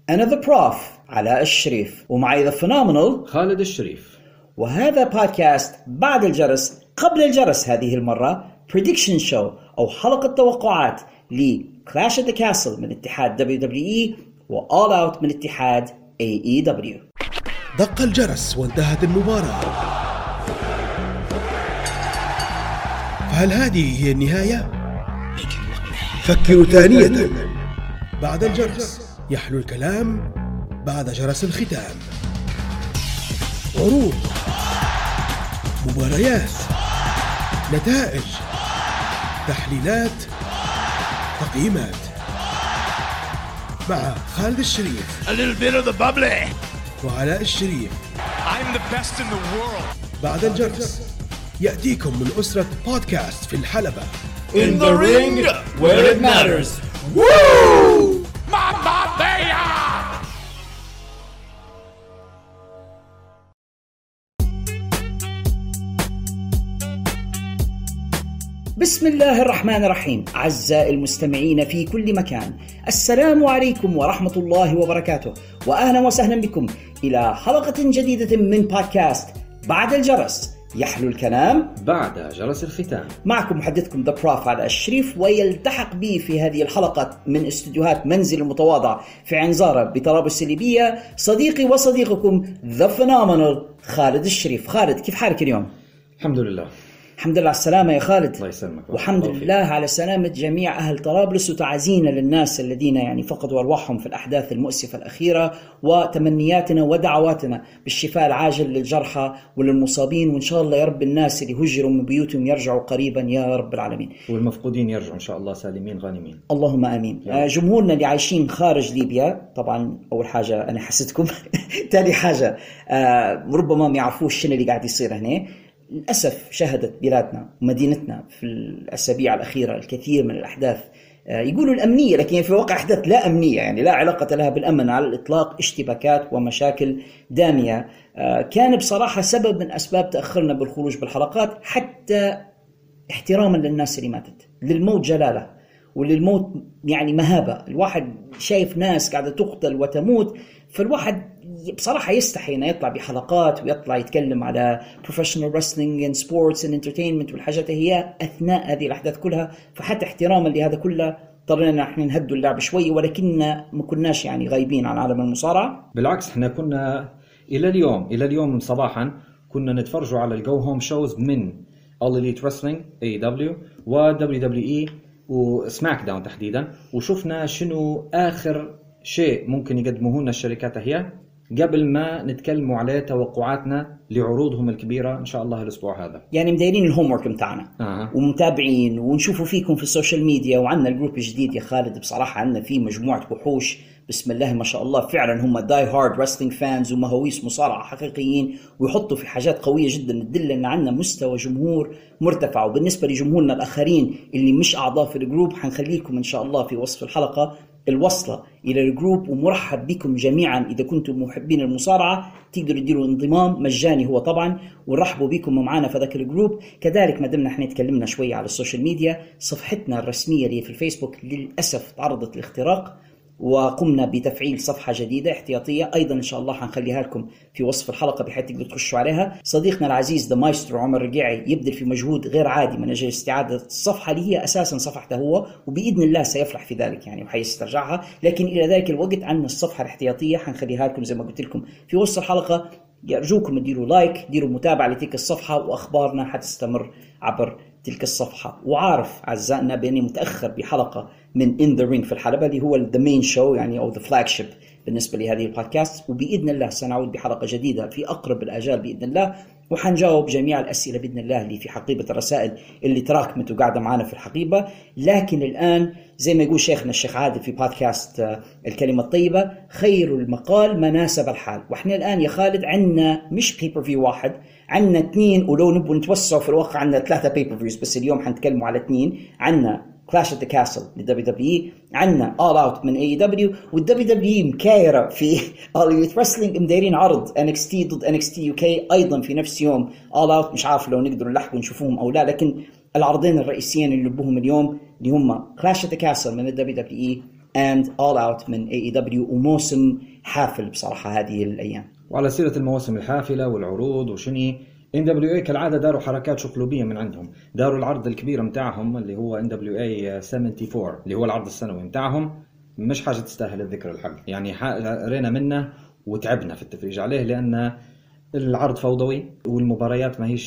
أنا The Prof علاء الشريف ومعي The Phenomenal خالد الشريف. وهذا بودكاست بعد الجرس قبل الجرس. هذه المرة Prediction Show أو حلقة توقعات لClash at the Castle من اتحاد WWE و All Out من اتحاد AEW. دق الجرس وانتهت المباراة، فهل هذه هي النهاية؟ فكروا ثانية. بعد الجرس يحلو الكلام بعد جرس الختام. عروض، مباريات، نتائج، تحليلات، تقييمات مع خالد الشريف A little bit of the bubbly. وعلاء الشريف. I'm the best in the world. بعد الجرس يأتيكم من أسرة بودكاست في الحلبة. In the ring where it matters. Woo! Mamma mia! بسم الله الرحمن الرحيم. أعزائي المستمعين في كل مكان، السلام عليكم ورحمة الله وبركاته، وأهلا وسهلا بكم إلى حلقة جديدة من بودكاست بعد الجرس يحلو الكلام بعد جرس الختام. معكم محدثكم The Prof علاء الشريف، ويلتحق بي في هذه الحلقة من استديوهات منزل المتواضع في عنزارة بطرابلس الليبية صديقي وصديقكم The Phenomenal خالد الشريف. خالد، كيف حالك اليوم؟ الحمد لله. الحمد لله على السلامة يا خالد. الله يسلمك. والحمد لله على سلامة جميع أهل طرابلس، وتعازينا للناس الذين يعني فقدوا أرواحهم في الأحداث المؤسفة الأخيرة، وتمنياتنا ودعواتنا بالشفاء العاجل للجرحى وللمصابين، وإن شاء الله يا رب الناس اللي هجروا من بيوتهم يرجعوا قريبا يا رب العالمين، والمفقودين يرجعوا إن شاء الله سالمين غانمين اللهم آمين. جمهورنا اللي عايشين خارج ليبيا، طبعا أول حاجة أنا حسدكم تاني حاجة ربما ما يعرفوش شنو اللي قاعد يصير هنا. للأسف شهدت بلادنا ومدينتنا في الأسابيع الأخيرة الكثير من الأحداث يقولوا الأمنية، لكن في واقع أحداث لا أمنية، يعني لا علاقة لها بالأمن على الإطلاق، اشتباكات ومشاكل دامية. كان بصراحة سبب من أسباب تأخرنا بالخروج بالحلقات، حتى احتراما للناس اللي ماتت. للموت جلالة وللموت يعني مهابة. الواحد شايف ناس قاعدة تقتل وتموت، فالواحد بصراحة يستحي أنه يطلع بحلقات ويطلع يتكلم على professional wrestling and sports and entertainment والحاجات هي أثناء هذه الأحداث كلها. فحتى احتراما لهذا كله اضطرينا احنا نهدوا اللعب شوي، ولكن ما كناش يعني غايبين عن عالم المصارعة. بالعكس، احنا كنا إلى اليوم صباحا كنا نتفرجوا على الجو هوم شوز من All Elite Wrestling AEW و WWE وسماك داون تحديدا، وشفنا شنو آخر شيء ممكن يقدموه لنا الشركات هي قبل ما نتكلموا على توقعاتنا لعروضهم الكبيرة إن شاء الله الأسبوع هذا. يعني مدايرين الهوم ورك متاعنا ومتابعين ونشوفوا فيكم في السوشيال ميديا، وعندنا الجروب الجديد يا خالد. بصراحة عندنا فيه مجموعة وحوش بسم الله ما شاء الله، فعلا هم داي هارد رسلينج فانز ومهويس مصارعة حقيقيين، ويحطوا في حاجات قوية جدا تدل أن عندنا مستوى جمهور مرتفع. وبالنسبة لجمهورنا الآخرين اللي مش أعضاء في الجروب، حنخليكم إن شاء الله في وصف الحلقة الوصلة إلى الجروب، ومرحب بكم جميعا. إذا كنتم محبين المصارعة تقدروا تديروا انضمام مجاني هو طبعا، ونرحبوا بكم معنا في ذاك الجروب. كذلك ما دمنا احنا تكلمنا شوية على السوشيال ميديا، صفحتنا الرسمية اللي في الفيسبوك للأسف تعرضت لاختراق، وقمنا بتفعيل صفحة جديدة احتياطية أيضا إن شاء الله حنخليها لكم في وصف الحلقة بحيث تقدروا تخشوا عليها. صديقنا العزيز ذا مايسترو عمر رقيعي يبذل في مجهود غير عادي من أجل استعادة الصفحة اللي هي أساسا صفحته هو، وبإذن الله سيفلح في ذلك يعني وحيسترجعها. لكن إلى ذلك الوقت عندنا الصفحة الاحتياطية حنخليها لكم زي ما قلت لكم في وصف الحلقة. يرجوكم تديروا لايك، ديروا متابعة لتلك الصفحة، وأخبارنا حتستمر عبر تلك الصفحة. وعارف أعزائنا بأني متأخر بحلقة من In the Ring في الحلبة اللي هو the main show يعني أو the flagship بالنسبة لهذه البودكاست، وبإذن الله سنعود بحلقة جديدة في أقرب الآجال بإذن الله، وحنجاوب جميع الأسئلة بإذن الله اللي في حقيبة الرسائل اللي تراكمت وقاعدة معنا في الحقيبة. لكن الآن زي ما يقول شيخنا الشيخ عادل في بودكاست الكلمة الطيبة، خير المقال ما ناسب الحال. وإحنا الآن يا خالد عندنا مش بيبر فيو واحد، عندنا 2، ولو نبغى نتوسع في الواقع عندنا 3 بيبر فيوز، بس اليوم حنتكلموا على 2. عندنا Clash at the Castle للWWE، عندنا All Out من AEW، والWWE مكايرة في All Elite Wrestling مدايرين عرض NXT ضد NXT UK أيضا في نفس يوم All Out. مش عارف لو نقدر نلحق ونشوفهم أو لا، لكن العرضين الرئيسيين اللي نلبوهم اليوم اللي هم Clash at the Castle من WWE and All Out من AEW، وموسم حافل بصراحة هذه الأيام. وعلى سيرة المواسم الحافلة والعروض وشني، NWA كالعادة داروا حركات شقلوبية من عندهم. داروا العرض الكبير متاعهم اللي هو NWA 74 اللي هو العرض السنوي متاعهم، مش حاجة تستاهل الذكر الحق يعني، رينا منه وتعبنا في التفريج عليه، لأن العرض فوضوي والمباريات ما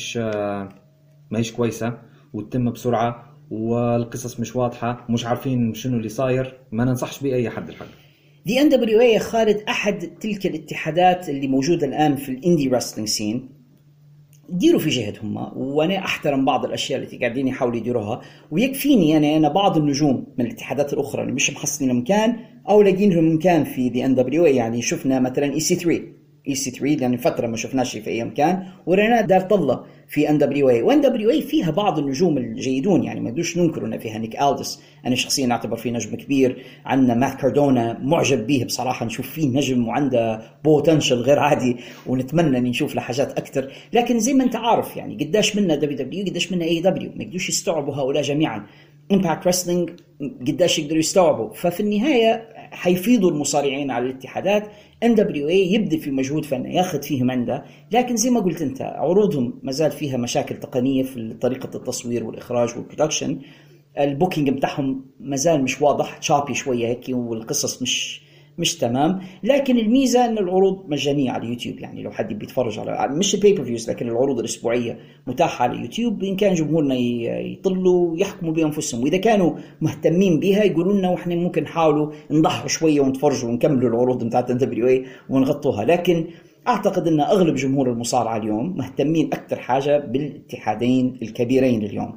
هيش كويسة وتتم بسرعة والقصص مش واضحة، مش عارفين شنو اللي صاير. ما ننصحش بأي حد الحق. The NWA يا خالد أحد تلك الاتحادات اللي موجودة الآن في الاندي رسلينج سين، يديروا في جهتهم، وأنا أحترم بعض الأشياء التي قاعدين يحاولوا يديروها، ويكفيني أنا بعض النجوم من الاتحادات الأخرى اللي مش محصلين مكان أو لاقين لهم مكان في The NWA. يعني شفنا مثلا EC3 يعني فترة ما شفناش في أي مكان، ورنا دار طلة في NWA. وNWA فيها بعض النجوم الجيدون، يعني ما يدوش ننكر أن فيها نيك ألدس، أنا شخصيا أعتبر فيه نجم كبير. عندنا مات كاردونا معجب به بصراحة، نشوف فيه نجم وعنده بوتنشل غير عادي، ونتمنى أن نشوف له حاجات أكتر. لكن زي ما أنت عارف يعني قداش منا WWE قداش منا AEW، ما يقدوش يستوعبوا هؤلاء جميعا. Impact Wrestling قداش يقدروا يستوعبوا. ففي النهاية حيفيضوا المصارعين على الاتحادات. NWA يبدأ في مجهود فني ياخذ فيهم عنده، لكن زي ما قلت انت عروضهم مازال فيها مشاكل تقنية في طريقة التصوير والإخراج والبرودكشن. البوكينج بتاعهم مازال مش واضح، تشابي شوية هيك، والقصص مش تمام. لكن الميزة ان العروض مجانية على اليوتيوب، يعني لو حد بيتفرج على مش البيبر فيوز لكن العروض الأسبوعية متاحة على اليوتيوب، إن كان جمهورنا يطلوا يحكموا بأنفسهم، وإذا كانوا مهتمين بها يقولوا لنا، وإحنا ممكن نحاولوا نضحوا شوية ونتفرجوا ونكملوا العروض متاعت NWA ونغطوها. لكن أعتقد أن أغلب جمهور المصارعة اليوم مهتمين أكثر حاجة بالاتحادين الكبيرين اليوم،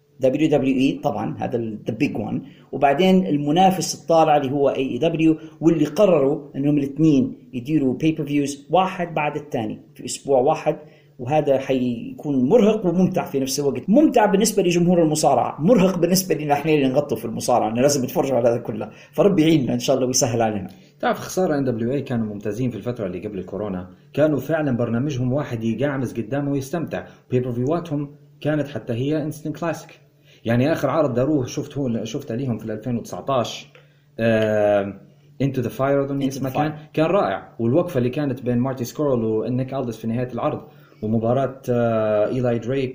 WWE طبعا هذا the big one، وبعدين المنافس الطالع اللي هو AEW، واللي قرروا أنهم الاثنين يديروا pay-per-views واحد بعد الثاني في أسبوع واحد. وهذا حيكون مرهق وممتع في نفس الوقت. ممتع بالنسبة لجمهور المصارعة، مرهق بالنسبة لنا احنا اللي نغطوا في المصارعة، أننا لازم نتفرج على هذا كله. فربي يعيننا إن شاء الله ويسهل علينا. تعرف خسارة NWA كانوا ممتازين في الفترة اللي قبل الكورونا، كانوا فعلا برنامجهم واحد يقعمز قدامه ويستمتع. بيبر-فيواتهم كانت حتى هي instant classic. يعني آخر عرض داروه شفت ليهم في 2019 Into the Fire أظن اسمه، كان رائع. والوقفة اللي كانت بين مارتي سكورل ونيك ألدس في نهاية العرض، ومباراة إيلاي دريك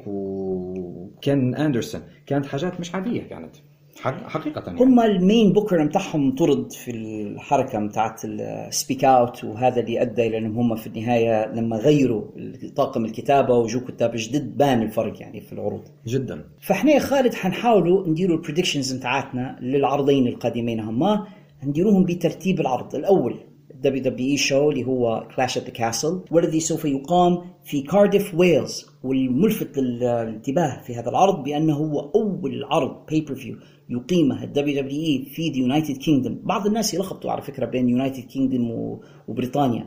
وكين أندرسون، كانت حاجات مش عادية كانت حقيقة. يعني هم المين بوكر متاعهم طرد في الحركة متاعت السبيك اوت، وهذا اللي أدى إلى أنهم هم في النهاية لما غيروا طاقم الكتابة وجو كتاب جدد بان الفرق يعني في العروض جدا. فإحنا يا خالد حنحاولوا نديروا البريدكشنز متاعتنا للعرضين القادمين، هما هنديروهم بترتيب العرض. الأول WWE show اللي هو Clash at the Castle، والذي سوف يقام في كارديف ويلز. والملفت للانتباه في هذا العرض بأنه هو أول عرض pay-per-view يقيمه WWE في the United Kingdom. بعض الناس يلخبطوا على فكرة بين United Kingdom وبريطانيا.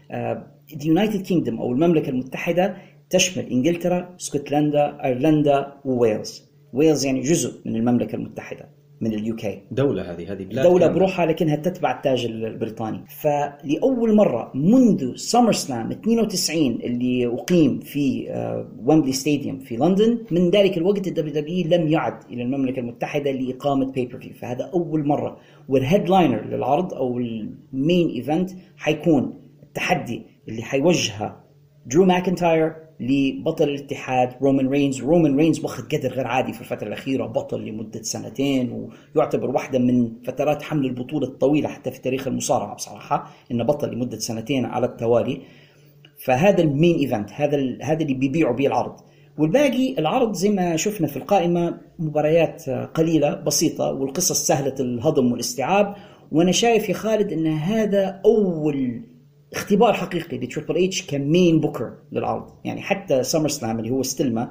the United Kingdom أو المملكة المتحدة تشمل إنجلترا، اسكتلندا، أيرلندا وويلز. ويلز يعني جزء من المملكة المتحدة من اليوكي، دولة هذه بلاد دولة بروحها لكنها تتبع التاج البريطاني. فلأول مرة منذ سمر سلام 92 اللي أقيم في ويمبلي ستاديوم في لندن، من ذلك الوقت WWE لم يعد إلى المملكة المتحدة لإقامة بيبر-فيو، فهذا أول مرة. والهيدلاينر للعرض أو المين إيفنت حيكون التحدي اللي حيوجهها درو ماكنتاير لبطل الاتحاد رومان رينز واخد قدر غير عادي في الفترة الأخيرة، بطل لمدة 2 ويعتبر واحدة من فترات حمل البطولة الطويلة حتى في تاريخ المصارعة بصراحة، إنه بطل لمدة 2 على التوالي. فهذا المين إيفنت، هذا اللي بيبيعوا به العرض. والباقي العرض زي ما شفنا في القائمة مباريات قليلة بسيطة، والقصص سهلة الهضم والاستيعاب. وأنا شايف يا خالد إن هذا أول اختبار حقيقي لتريبل اتش كمين بوكر للعرض. يعني حتى سمر سلام اللي هو استلمه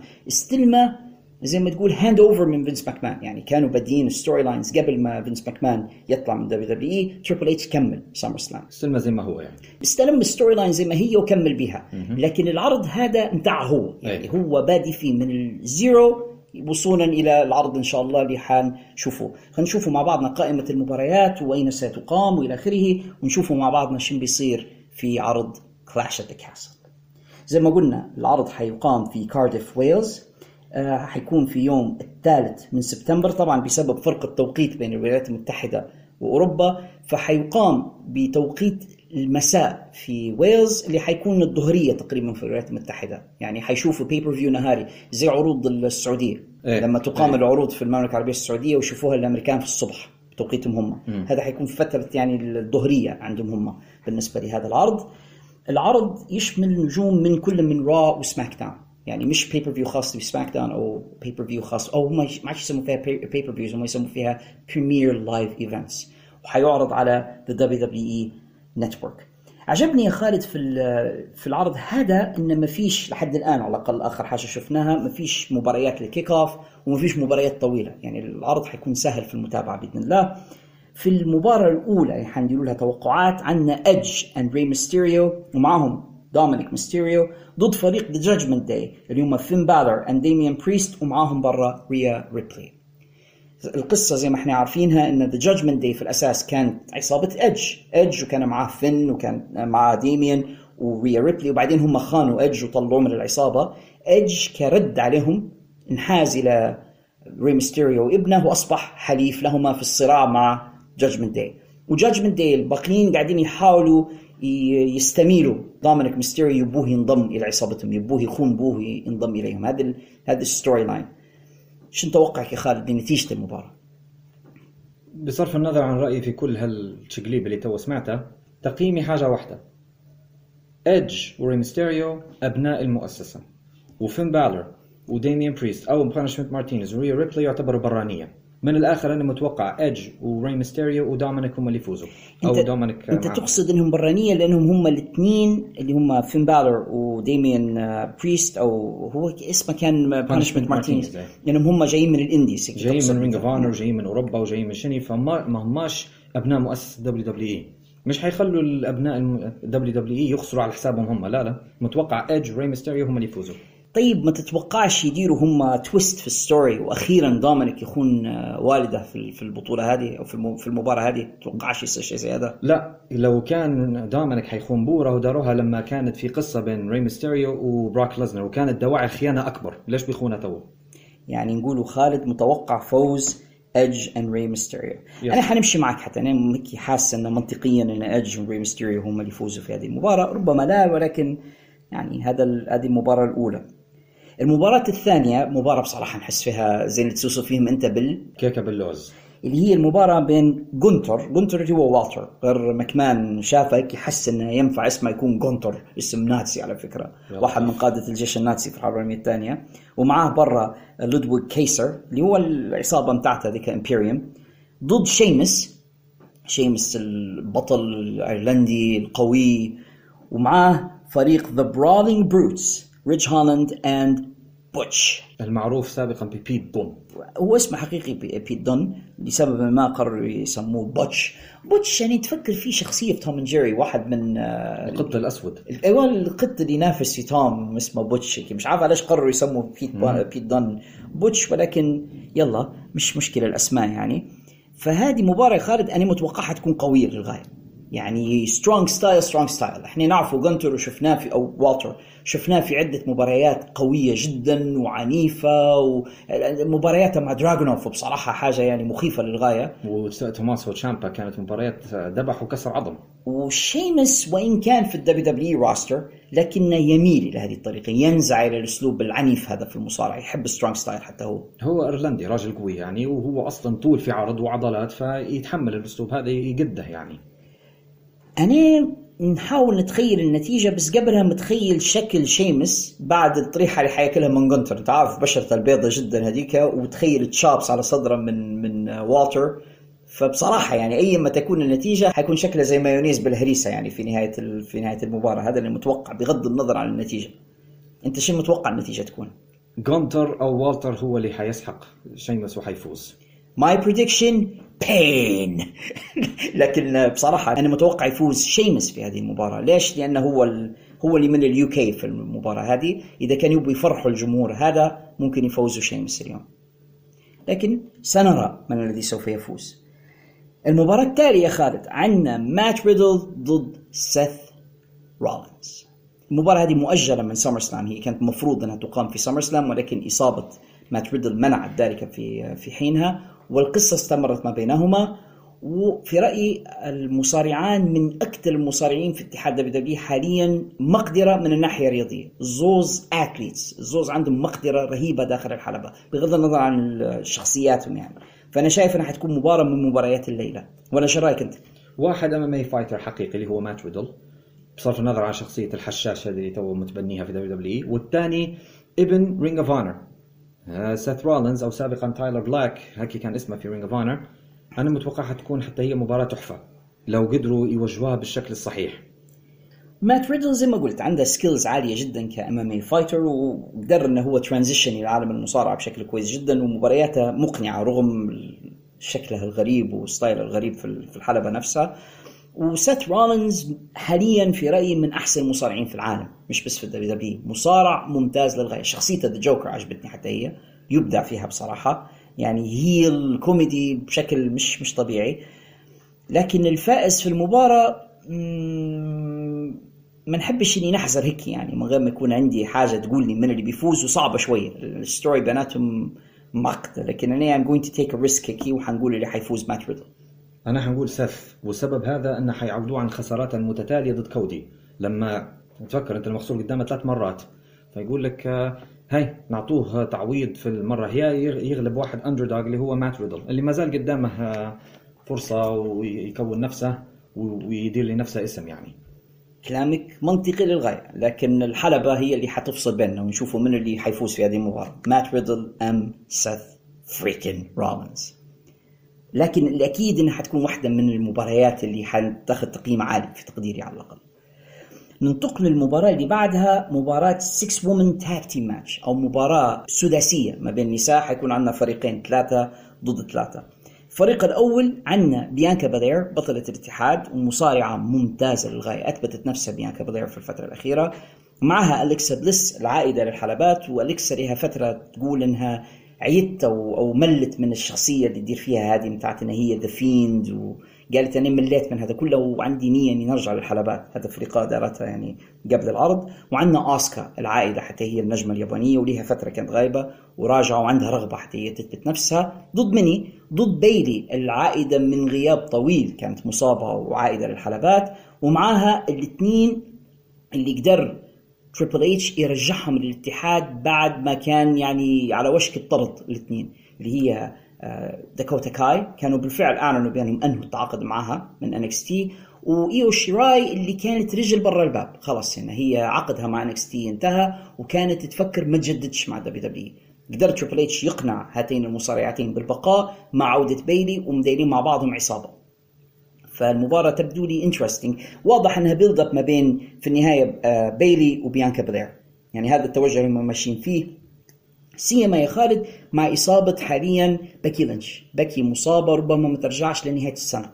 زي ما تقول هاند اوفر من فينس ماكمان، يعني كانوا بادين ستوري لاينز قبل ما فينس ماكمان يطلع من WWE. تريبل اتش كمل سمر سلام، استلمه زي ما هو، يعني استلم الستوري لاين زي ما هي وكمل بها. لكن العرض هذا متاع هو، يعني هو بادي فيه من الزيرو وصولا إلى العرض إن شاء الله اللي حنشوفه. خلينا مع بعضنا قائمة المباريات وأين ستقام وإلى آخره، ونشوفوا مع بعضنا شو بيصير في عرض Clash at the Castle. زي ما قلنا العرض حيقام في كارديف ويلز، حيكون في يوم 3 من سبتمبر. طبعا بسبب فرق التوقيت بين الولايات المتحدة وأوروبا، فحيقام بتوقيت المساء في ويلز اللي حيكون الظهرية تقريبا في الولايات المتحدة. يعني حيشوفوا بيبر فيو نهاري زي عروض السعودية لما تقام العروض في المملكة العربية السعودية ويشوفوها الأمريكان في الصبح بتوقيتهم هم. هذا حيكون في فترة يعني الظهرية عندهم هم. بالنسبة لهذا العرض يشمل نجوم من كل من را وسماك داون، يعني مش بيبر فيو خاص بسماك داون او بيبر فيو خاص، او هم ما عادش يسموا فيها بيبر فيوز، هم يسموا فيها بريمير لايف ايفنتس، وحيعرض على the WWE Network. عجبني يا خالد في العرض هذا ان ما فيش لحد الان على الاقل اخر حاجه شفناها ما فيش مباريات للكيك اوف وما فيش مباريات طويله، يعني العرض حيكون سهل في المتابعه باذن الله. في المباراه الاولى حنديروا لها توقعات، عندنا ايدج اند ري ميستيريو ومعهم دومينيك ميستيريو ضد فريق The Judgment Day اللي هم فين بالر اند ديميان بريست ومعاهم برا ريا ريبلي. القصة زي ما احنا عارفينها ان The Judgment Day في الاساس كانت عصابة ايدج وكان معاه فين وكان معاه ديميان وريا ريبلي، وبعدين هم خانوا ايدج وطلعوه من العصابة. ايدج كرد عليهم انحاز الى ري ميستيريو وابنه واصبح حليف لهما في الصراع مع Judgment Day. وجادجمنت داي الباقيين قاعدين يحاولوا يستميلوا دومينيك ميستيريو يبوه ينضم الى عصابتهم، يبوه يخون بوه ينضم اليهم. هذا الستوري لاين. شو نتوقعك يا خالد لنتيجة المباراة؟ بصرف النظر عن رأيي في كل هالشقليب اللي تو سمعته، تقييمي حاجة واحدة: إيدج وري ميستيريو أبناء المؤسسة، وفين بالر وديميان بريست أو بانشمنت مارتينيز وريا ريبلي يعتبروا برانية. من الآخر أنا متوقع إيدج وري ميستيريو ودومينيك هم اللي يفوزوا. أنت تقصد إنهم برانية لأنهم هم الاثنين اللي هم فين بالر وديميان بريست، أو هو اسمه كان بانشمنت مارتينيز، لأنهم هم جايين من الإنديز، جايين من رينج اوف اونر، جايين من أوروبا وجايين من شني، فما هماش أبناء مؤسسة WWE. مش حيخلوا الأبناء WWE يخسروا على حسابهم هم. لا متوقع إيدج وري ميستيريو هم اللي يفوزوا. طيب ما تتوقعش يديروا هم تويست في الستوري واخيرا دومينيك يخون والده في البطوله هذه او في المباراه هذه؟ تتوقعش يصير شيء زي هذا؟ لا، لو كان دومينيك حيخون بوره وداروها لما كانت في قصه بين ري ميستيريو وبراك ليزنر وكانت دواعي الخيانه اكبر، ليش بيخونها تو؟ يعني نقولوا خالد متوقع فوز ايدج اند ري ميستيريو. انا حنمشي معك، حتى انا مكي حاسس انه منطقيا ان ايدج وري ميستيريو هم اللي يفوزوا في هذه المباراه، ربما لا، ولكن يعني هذه المباراه الاولى. المباراة الثانية مباراة بصراحة نحس فيها زي اللي توصف فيهم أنت كيكة باللوز، اللي هي المباراة بين جونتر اللي هو والتر، غير مكمان شافك يحس إنه ينفع اسمه يكون جونتر، اسم ناتسي على فكرة، واحد من قادة الجيش الناتسي في الحرب العالمية الثانية، ومعاه برا لودويغ كيسر اللي هو العصابة متاعته ذيك إمبيريوم، ضد شيمس البطل الأيرلندي القوي، ومعاه فريق The Brawling Brutes ريدج هولاند اند بوتش المعروف سابقا ببيت دون. هو اسمه حقيقي بيت دون، لسبب ما قرروا يسموه بوتش. يعني تفكر فيه شخصية توم اند جيري، واحد من القط الأسود، ايوه القط اللي ينافس في توم اسمه بوتش. مش عارف ليش قرروا يسموه بيت دون بوتش، ولكن يلا مش مشكلة الأسماء يعني. فهذه مباراة خالد أنا متوقعها تكون قوية للغاية، يعني سترونج ستايل. احنا نعرفه جونتر وشفناه في او والتر شفناه في عدة مباريات قوية جدا وعنيفة، ومبارياته مع دراغونوف بصراحة حاجة يعني مخيفة للغاية. وتوماس وتشامبا كانت مباريات ذبح وكسر عظم. وشيمس وإن كان في الدبليو راستر لكنه يميل إلى هذه الطريقة، ينزع إلى الأسلوب العنيف هذا في المصارعة، يحب سترونج ستايل. حتى هو إيرلندي راجل قوي يعني، وهو أصلا طول في عرض وعضلات، فيتحمل الأسلوب هذا يقده يعني. أنا نحاول نتخيل النتيجة، بس قبلها متخيل شكل شيمس بعد الطريحة اللي حياكلها من جونتر. تعرف بشرته البيضة جدا هذيك، وتخيل تشابس على صدره من والتر. فبصراحة يعني أي ما تكون النتيجة حيكون شكله زي مايونيز بالهريسة يعني في نهاية المباراة. هذا اللي متوقع بغض النظر عن النتيجة. أنت شو متوقع النتيجة تكون؟ جونتر أو والتر هو اللي حيسحق شيمس وحيفوز. My prediction pain. لكن بصراحة أنا متوقع يفوز شيمس في هذه المباراة. ليش؟ لأنه هو اللي من اليو كي في المباراة هذه. إذا كان يبغوا يفرحوا الجمهور هذا ممكن يفوزوا شيمس اليوم، لكن سنرى من الذي سوف يفوز. المباراة التالية خالد عندنا مات ريدل ضد سيث رولينز. المباراة هذه مؤجلة من سمر سلام، هي كانت مفروض أنها تقام في سمر سلام، ولكن إصابة مات ريدل منعت ذلك في حينها، والقصة استمرت ما بينهما. وفي رأيي المصارعان من أكثر المصارعين في اتحاد WWE حاليا مقدرة من الناحية الرياضية. زوز أثليتس، زوز عندهم مقدرة رهيبة داخل الحلبة بغض النظر عن شخصياتهم يعني. فأنا شايف أنها حتكون مباراة من مباريات الليلة. ولا شو رأيك أنت؟ واحد MMA فايتر حقيقي اللي هو مات ريدل بصرف النظر عن شخصية الحشاش اللي تو متبنيها في WWE، والثاني ابن رينج اوف اونر سيث رولينز او سابقا تايلر بلاك، هكي كان اسمه في رينج اوف اونر. انا متوقع حتكون حتى هي مباراة تحفة لو قدروا يوجهوها بالشكل الصحيح. مات ريدل زي ما قلت عنده سكيلز عالية جدا كMMA فايتر، وقدر انه هو ترانزيشن الى عالم المصارعة بشكل كويس جدا، ومبارياته مقنعة رغم شكلها الغريب وستايل الغريب في الحلبة نفسها. وسيث رولينز حاليا في رأيي من أحسن المصارعين في العالم، مش بس في WWE، مصارع ممتاز للغاية. شخصيته ذا جوكر عجبتني حتى هي، يبدع فيها بصراحة يعني، هي الكوميدي بشكل مش طبيعي. لكن الفائز في المباراة ما نحبش اني نحذر هيك يعني من غير ما يكون عندي حاجة تقول لي من اللي بيفوز، وصعبة شوية الستوري بيناتهم معقدة. لكن أنا I'm going to take a risk هيك وحنقول اللي حيفوز مات ريدل. أنا حنقول سيث، والسبب هذا أنه حيعودوا عن خسارات المتتالية ضد كودي. لما تفكر أنت المخسور قدامه 3 مرات، فيقول لك هاي نعطوه تعويض في المرة هي يغلب واحد أندردوغ اللي هو مات ريدل اللي ما زال قدامه فرصة ويكون نفسه ويدير لنفسه اسم يعني. كلامك منطقي للغاية، لكن الحلبة هي اللي حتفصل بيننا ونشوفوا من اللي حيفوز في هذه المباراة، مات ريدل أم سيث فريكن رولينز. لكن الأكيد إنها حتكون واحدة من المباريات اللي حتاخذ تقييم عالي في تقديري على الأقل. ننتقل للمباراة اللي بعدها، مباراة 6 women tag team match أو مباراة سداسية ما بين النساء. حيكون عندنا فريقين 3 ضد 3. الفريق الأول عندنا بيانكا بالير بطلة الاتحاد ومصارعة ممتازة للغاية، أثبتت نفسها بيانكا بالير في الفترة الأخيرة. معها أليكسا بليس العائدة للحلبات، وأليكسا لها فترة تقول إنها عيدت أو ملت من الشخصية اللي تدير فيها هذه متاعت إنها هي The Fiend، وقالت أنا مليت من هذا كله وعندي نية إني نرجع للحلبات. هذا فريقها دارتها يعني قبل العرض. وعندنا أوسكا العائدة حتى هي النجمة اليابانية، وليها فترة كانت غايبة وراجعة وعندها رغبة حتى هي تثبت نفسها. ضد مني؟ ضد بيلي العائدة من غياب طويل، كانت مصابة وعائدة للحلبات. ومعاها الاثنين اللي قدر تريبل اتش يرجعهم للاتحاد بعد ما كان يعني على وشك الطرد، الاثنين اللي هي داكوتا كاي كانوا بالفعل اعلنوا بانهم انهوا التعاقد معها من NXT، وإيو شيراي اللي كانت رجل برا الباب خلاص يعني هي عقدها مع NXT انتهى وكانت تفكر ما تجددش مع WWE. قدر تريبل اتش يقنع هاتين المصارعتين بالبقاء مع عودة بيلي، ومديرين مع بعضهم عصابة. فالمباراة تبدو لي انترستينج، واضح انها بيلد اب ما بين في النهاية بيلي وبيانكا بالير، يعني هذا التوجه اللي هم ماشيين فيه. سيما يا خالد مع إصابة حاليا باكي لينش، باكي مصابة ربما ما ترجعش لنهاية السنة.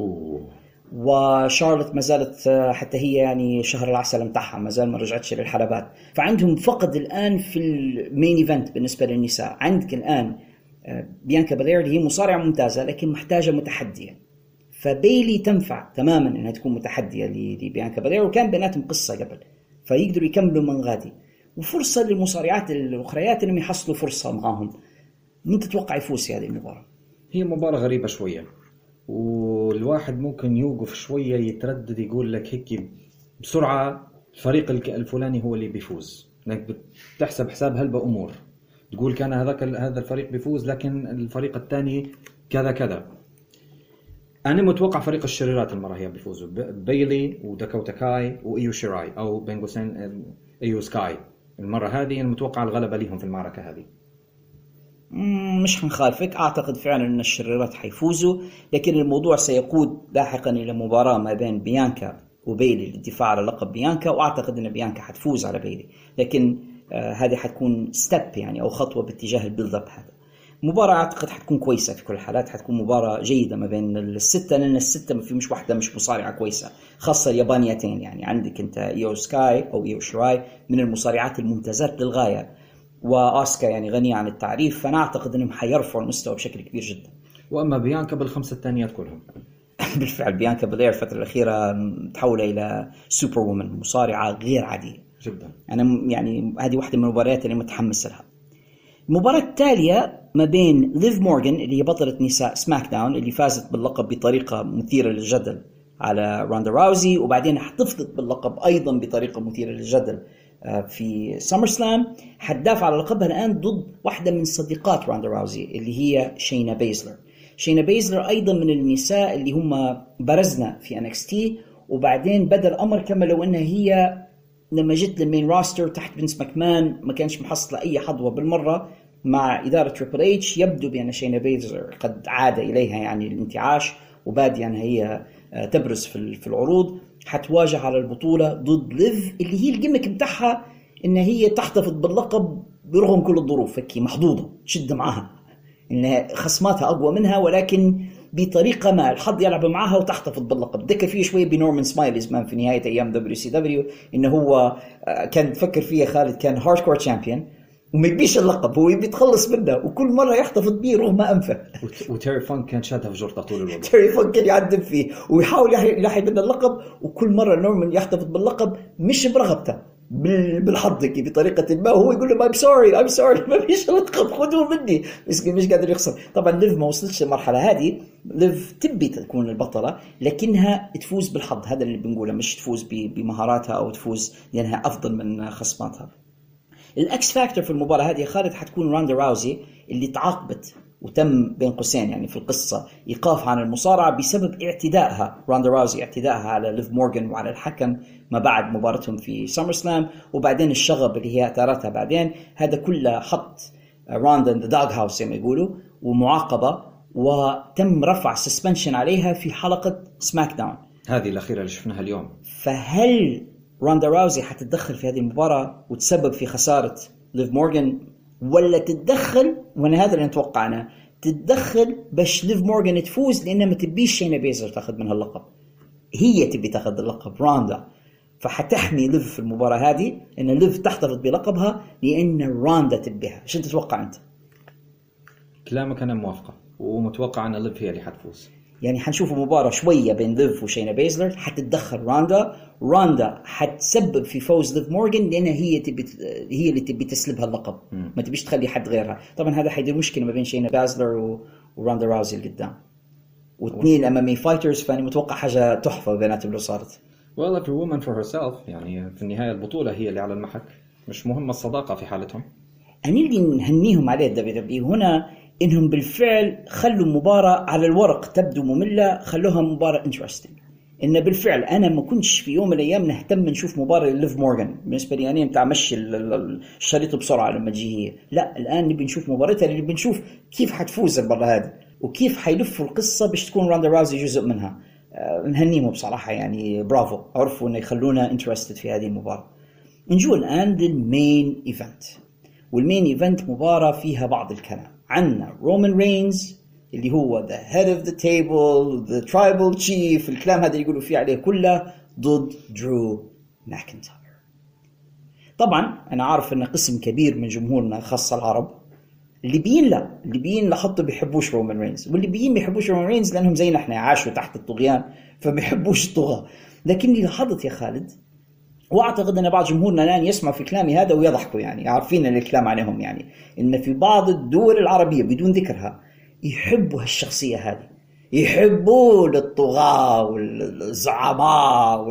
وشارلوت ما زالت حتى هي يعني شهر العسل متاعها ما زال ما رجعتش للحلبات. فعندهم فقد الآن في المين ايفنت بالنسبة للنساء. عندك الآن بيانكا بالير هي مصارعة ممتازة لكن محتاجة متحدية، فبيلي تنفع تماما انها تكون متحدية لبيانكا بالير، وكان بيناتهم قصة قبل فيقدروا يكملوا من غادي. وفرصة للمصارعات الأخريات انهم يحصلوا فرصة معاهم. من تتوقع يفوز في هذه المباراة؟ هي مباراة غريبة شوية، والواحد ممكن يوقف شوية يتردد يقول لك هيك بسرعة الفريق الفلاني هو اللي بيفوز، لأنك بتحسب حساب هلبة أمور، تقول كان هذا الفريق بيفوز لكن الفريق الثاني كذا كذا. أنا متوقع فريق الشريرات المرة هي بيفوزوا، بيلي وداكوتا كاي وإيو شيراي أو بينغوسين إيو سكاي. المرة هذه أنا متوقع الغلبة ليهم في المعركة هذه. مش هنخالفك، أعتقد فعلا أن الشريرات حيفوزوا، لكن الموضوع سيقود لاحقا إلى مباراة ما بين بيانكا وبيلي للدفاع على لقب بيانكا، وأعتقد أن بيانكا حتفوز على بيلي، لكن هذه حتكون ستيب يعني أو خطوة باتجاه البيلد اب. هذا مباراة أعتقد حتكون كويسة في كل الحالات، حتكون مباراة جيدة ما بين الستة، لأن الستة مش واحدة مش مصارعة كويسة، خاصة اليابانيتين. يعني عندك أنت إيو سكاي أو إيو شيراي من المصارعات الممتازات للغاية، وأوسكا يعني غنية عن التعريف، فأنا أعتقد أنهم حيرفعوا المستوى بشكل كبير جدا. وأما بيانكا بالخمسة الثانيات كلهم بالفعل بيانكا بالير الفترة الأخيرة تحولها إلى سوبر وومن، مصارعة غير عادية جدا. أنا يعني هذه واحدة من المباريات اللي متحمس لها. المباراة التالية ما بين ليف مورغان اللي هي بطلة نساء سماك داون اللي فازت باللقب بطريقة مثيرة للجدل على روندا راوزي، وبعدين احتفظت باللقب أيضا بطريقة مثيرة للجدل في سمر سلام. حتدافع على لقبها الآن ضد واحدة من صديقات روندا راوزي اللي هي شينا بيزلر. شينا بيزلر أيضا من النساء اللي هم برزنا في NXT، وبعدين بدأ الأمر كما لو أنها هي لما جت للمين راستر تحت فينس ماكمان ما كانش محصلة أي حظوة بالمرة مع إدارة تريبل إتش. يبدو بأن شينا بيزلر قد عاد إليها يعني الانتعاش، وبعد يعني هي تبرز في العروض. حتواجه على البطولة ضد ليف اللي هي الجيمك بتاعها إن هي تحتفظ باللقب برغم كل الظروف، فكي محظوظة تشد معها إن خصماتها أقوى منها، ولكن بطريقة ما الحظ يلعب معها وتحتفظ باللقب. ذكر فيه شوي بنورمان سمايلي زمان في نهاية أيام WCW إنه هو كان تفكر فيه خالد كان هاردكور تشامبيون وما يبيش اللقب، هو يبي يتخلص منه وكل مرة يحتفظ به رغم أنفه. وتيري فانك كان شادها في جرته طول الوقت. تيري فانك كان يعذب فيه ويحاول يلحي من اللقب، وكل مرة نورمان يحتفظ باللقب مش برغبته بالحظ بطريقة ما، وهو يقول له I'm sorry ما فيش لقب خذوه مني، مش قادر يخسر. طبعا ليف ما وصلتش للمرحلة هذه، ليف تبي تكون البطلة لكنها تفوز بالحظ، هذا اللي بنقوله، مش تفوز بمهاراتها أو تفوز لأنها أفضل من خصماتها. الأكس فاكتور في المباراة هذه خالد حتكون روندا راوزي اللي تعاقبت وتم بين قوسين يعني في القصة إيقاف عن المصارعة بسبب اعتدائها روندا راوزي اعتدائها على ليف مورغان وعلى الحكم ما بعد مباراتهم في سمر سلام، وبعدين الشغب اللي هي اعترتها بعدين. هذا كله حط روندا in the dog house زي ما يقولوا ومعاقبة، وتم رفع سسبنشن عليها في حلقة سماك داون هذه الأخيرة اللي شفناها اليوم. فهل روندا راوزي حتتدخل في هذه المباراة وتسبب في خسارة ليف مورغان، ولا تتدخل وانا هذا اللي نتوقعنا تتدخل باش ليف مورغان تفوز لانها ما تبيش شينا بيزر تاخذ منها اللقب، هي تبي تاخذ اللقب روندا، فحتحمي ليف في المباراة هذه ان ليف تحتفظ بلقبها لان روندا تبيها. شو تتوقع انت؟ كلامك انا موافقة ومتوقع ان ليف هي اللي حتفوز. يعني حنشوف مباراة شوية بين ليف وشينا بيزلر، حتتدخل روندا حتسبب في فوز ليف مورغان لأنها هي اللي تبي تسلبها اللقب، ما تبيش تخلي حد غيرها. طبعا هذا حيدير مشكلة ما بين شينا بيزلر وروندا راوزي اللي قدام، واثنين أمامي فايترز، فأنا متوقع حاجة تحفة بيناتهم لو صارت. Well, every woman for herself، يعني في النهاية البطولة هي اللي على المحك، مش مهمة الصداقة في حالتهم. أنا اللي نهنيهم عليه WWE هنا إنهم بالفعل خلوا مباراة على الورق تبدو مملة خلوها مباراة interesting. إن بالفعل أنا ما كنتش في يوم من الأيام نهتم نشوف مباراة ليف مورغان، بالنسبة لي أنا متاع مشي الشريط بسرعة لما تجي هي، لا الآن نبي نشوف مباراتها اللي بنشوف كيف حتفوز المرة هذه وكيف حيلفوا القصة باش تكون روندا راوزي جزء منها. نهنيهم بصراحة يعني برافو، عرفوا إنه يخلونا interested في هذه المباراة. نجو الآن للمين إيفنت، والمين إيفنت مباراة فيها بعض الكلام. عنا رومان رينز اللي هو the head of the table the tribal chief، الكلام هذا اللي يقولوا فيه عليه كله، ضد درو ماكنتاير. طبعا أنا عارف أن قسم كبير من جمهورنا خاصة العرب الليبيين لاحظتوا بيحبوش رومان رينز، والليبيين بيحبوش رومان رينز لأنهم زينا احنا عاشوا تحت الطغيان فبيحبوش الطغاة. لكني لاحظت يا خالد واعتقد ان بعض جمهورنا الان يسمع في كلامي هذا ويضحكوا، يعني عارفين ان الكلام عليهم، يعني ان في بعض الدول العربيه بدون ذكرها يحبوا هالشخصيه هذه، يحبوا الطغاة والزعماء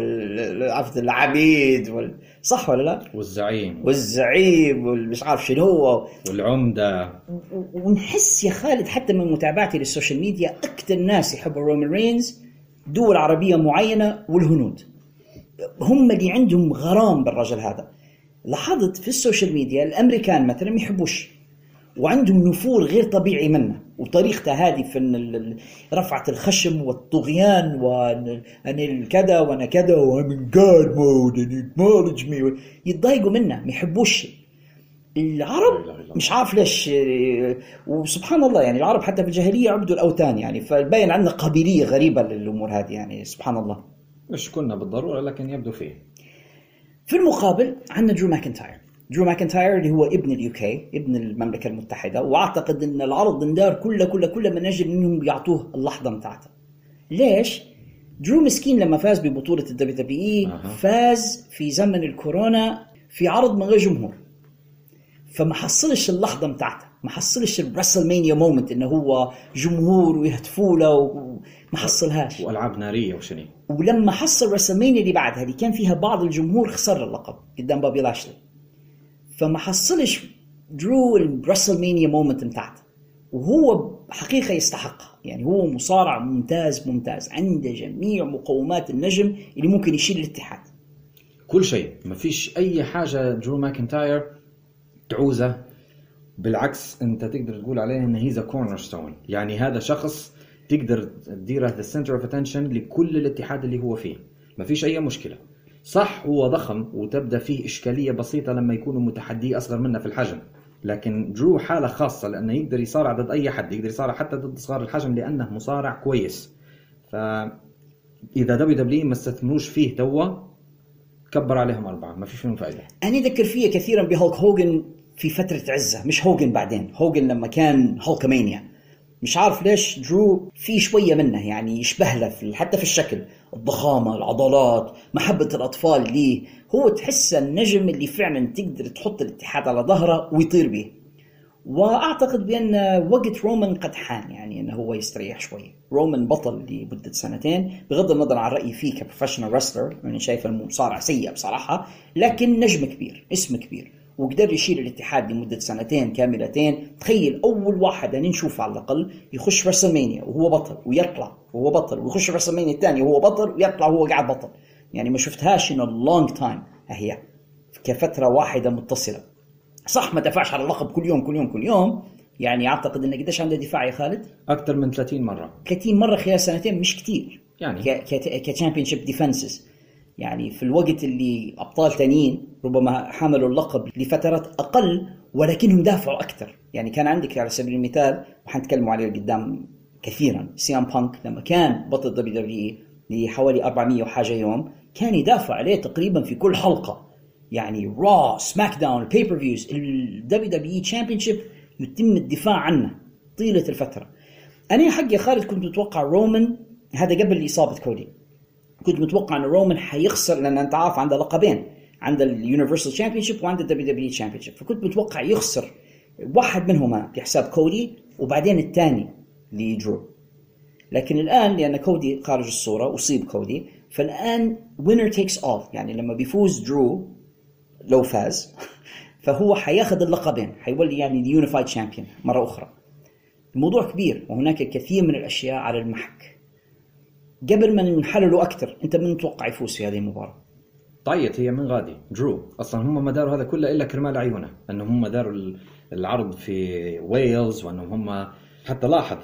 والعبيد صح ولا لا؟ والزعيم والمش عارف شنو هو والعمده. ونحس يا خالد حتى من متابعتي للسوشيال ميديا اكثر الناس يحبوا رومان رينز دول عربيه معينه والهنود، هم اللي عندهم غرام بالرجل هذا. لاحظت في السوشيال ميديا الأمريكان مثلا يحبوش وعندهم نفور غير طبيعي منه، وطريقته هذه في رفعة الخشم والطغيان وأنا كذا وأنا كذا ومن God mode and acknowledge me، يتضايقوا منه ما يحبوش. العرب مش عارف ليش، وسبحان الله يعني العرب حتى في الجاهلية عبدوا الأوثان، يعني فبين عندنا قابلية غريبة للأمور هذه، يعني سبحان الله مش كنا بالضرورة لكن يبدو فيه. في المقابل عندنا درو ماكنتاير اللي هو ابن اليوكي، ابن المملكة المتحدة، واعتقد ان العرض ندار كله من اجل انهم يعطوه اللحظة متاعته. ليش؟ درو مسكين لما فاز ببطولة WWE فاز في زمن الكورونا في عرض من غير جمهور، فما حصلش اللحظة متاعته، ما حصلش الرسلمانيا مومنت انه هو جمهور ويهتفوا له وما حصلهاش، والعاب ناريه وشني. ولما حصل رسلمانيا اللي بعدها اللي كان فيها بعض الجمهور خسر اللقب قدام بابي لاشلي، فما حصلش درو الرسلمانيا مومنت بتاعته، وهو حقيقه يستحقها. يعني هو مصارع ممتاز عنده جميع مقومات النجم اللي ممكن يشيل الاتحاد، كل شيء، ما فيش اي حاجه درو ماكنتاير تعوزه. بالعكس انت تقدر تقول عليه انه هيز كورنر ستون، يعني هذا شخص تقدر تديره ذا سنتر اوف اتنشن لكل الاتحاد اللي هو فيه، ما فيش اي مشكله. صح هو ضخم وتبدا فيه اشكاليه بسيطه لما يكونوا متحدي اصغر منه في الحجم، لكن درو حاله خاصه لانه يقدر يصارع ضد اي حد، يقدر يصارع حتى ضد صغار الحجم لانه مصارع كويس. فاذا دبليو ما استثمروش فيه توا كبر عليهم 4، ما فيش منهم فائده. انا اذكر فيه كثيرا بهولك هوجن في فتره عزه، مش هوجن بعدين، هوجن لما كان هولكمانيا. مش عارف ليش درو في شويه منه، يعني يشبه له حتى في الشكل، الضخامه، العضلات، محبه الاطفال ليه. هو تحس النجم اللي فعلا تقدر تحط الاتحاد على ظهره ويطير به. واعتقد بان وقت رومان قد حان، يعني انه هو يستريح شويه. رومان بطل لمده 2 بغض النظر عن رايي فيه كبروفيشنال رسلر، يعني شايف المصارع سيء بصراحه، لكن نجم كبير، اسم كبير، وقدر يشيل الاتحاد لمده 2 كاملتين. تخيل اول واحد ان نشوفه على الاقل يخش رسلمانيا وهو بطل ويطلع وهو بطل، ويخش رسلمانيا الثاني وهو بطل ويطلع وهو قاعد بطل. يعني ما شفتهاش in a long time هي كفتره واحده متصله. صح ما دفعش على اللقب كل يوم، يعني اعتقد انه قديش عنده دفاع يا خالد؟ اكثر من 30 مره خلال 2 مش كتير يعني كتشامبيونشيب ديفنسز. يعني في الوقت اللي ابطال تانيين ربما حملوا اللقب لفترات اقل ولكنهم دافعوا اكثر. يعني كان عندك على سبيل المثال، وحنتكلموا عليه قدام كثيرا، سيام بانك لما كان بطل دبليو لحوالي 400 وحاجه يوم، كان يدافع عليه تقريبا في كل حلقه. يعني را، سماك داون، البيبر فيوز، الدبليو دبليو تشامبيونشيب يتم الدفاع عنه طيله الفتره. انا حق يا خالد كنت متوقع رومان، هذا قبل اصابه كودي، كنت متوقع ان رومان حيخسر، لان انت عارف عنده لقبين، عنده اليونيفرسال تشامبيونشيب وعنده الدبليو دبليو تشامبيونشيب، فكنت متوقع يخسر واحد منهما بحساب كودي وبعدين الثاني لدرو. لكن الان لان كودي خارج الصوره، اصيب كودي، فالان winner takes all. يعني لما بيفوز درو لو فاز فهو حياخذ اللقبين، حيولي يعني اليونيفايد تشامبيون مره اخرى. الموضوع كبير وهناك الكثير من الاشياء على المحك. قبل ما نحلله اكثر، انت من متوقع يفوز في هذه المباراه؟ طيب هي من غادي درو اصلا، هم ما داروا هذا كله الا كرمال عيونه، انهم هم داروا العرض في ويلز، وانهم هم حتى لاحظ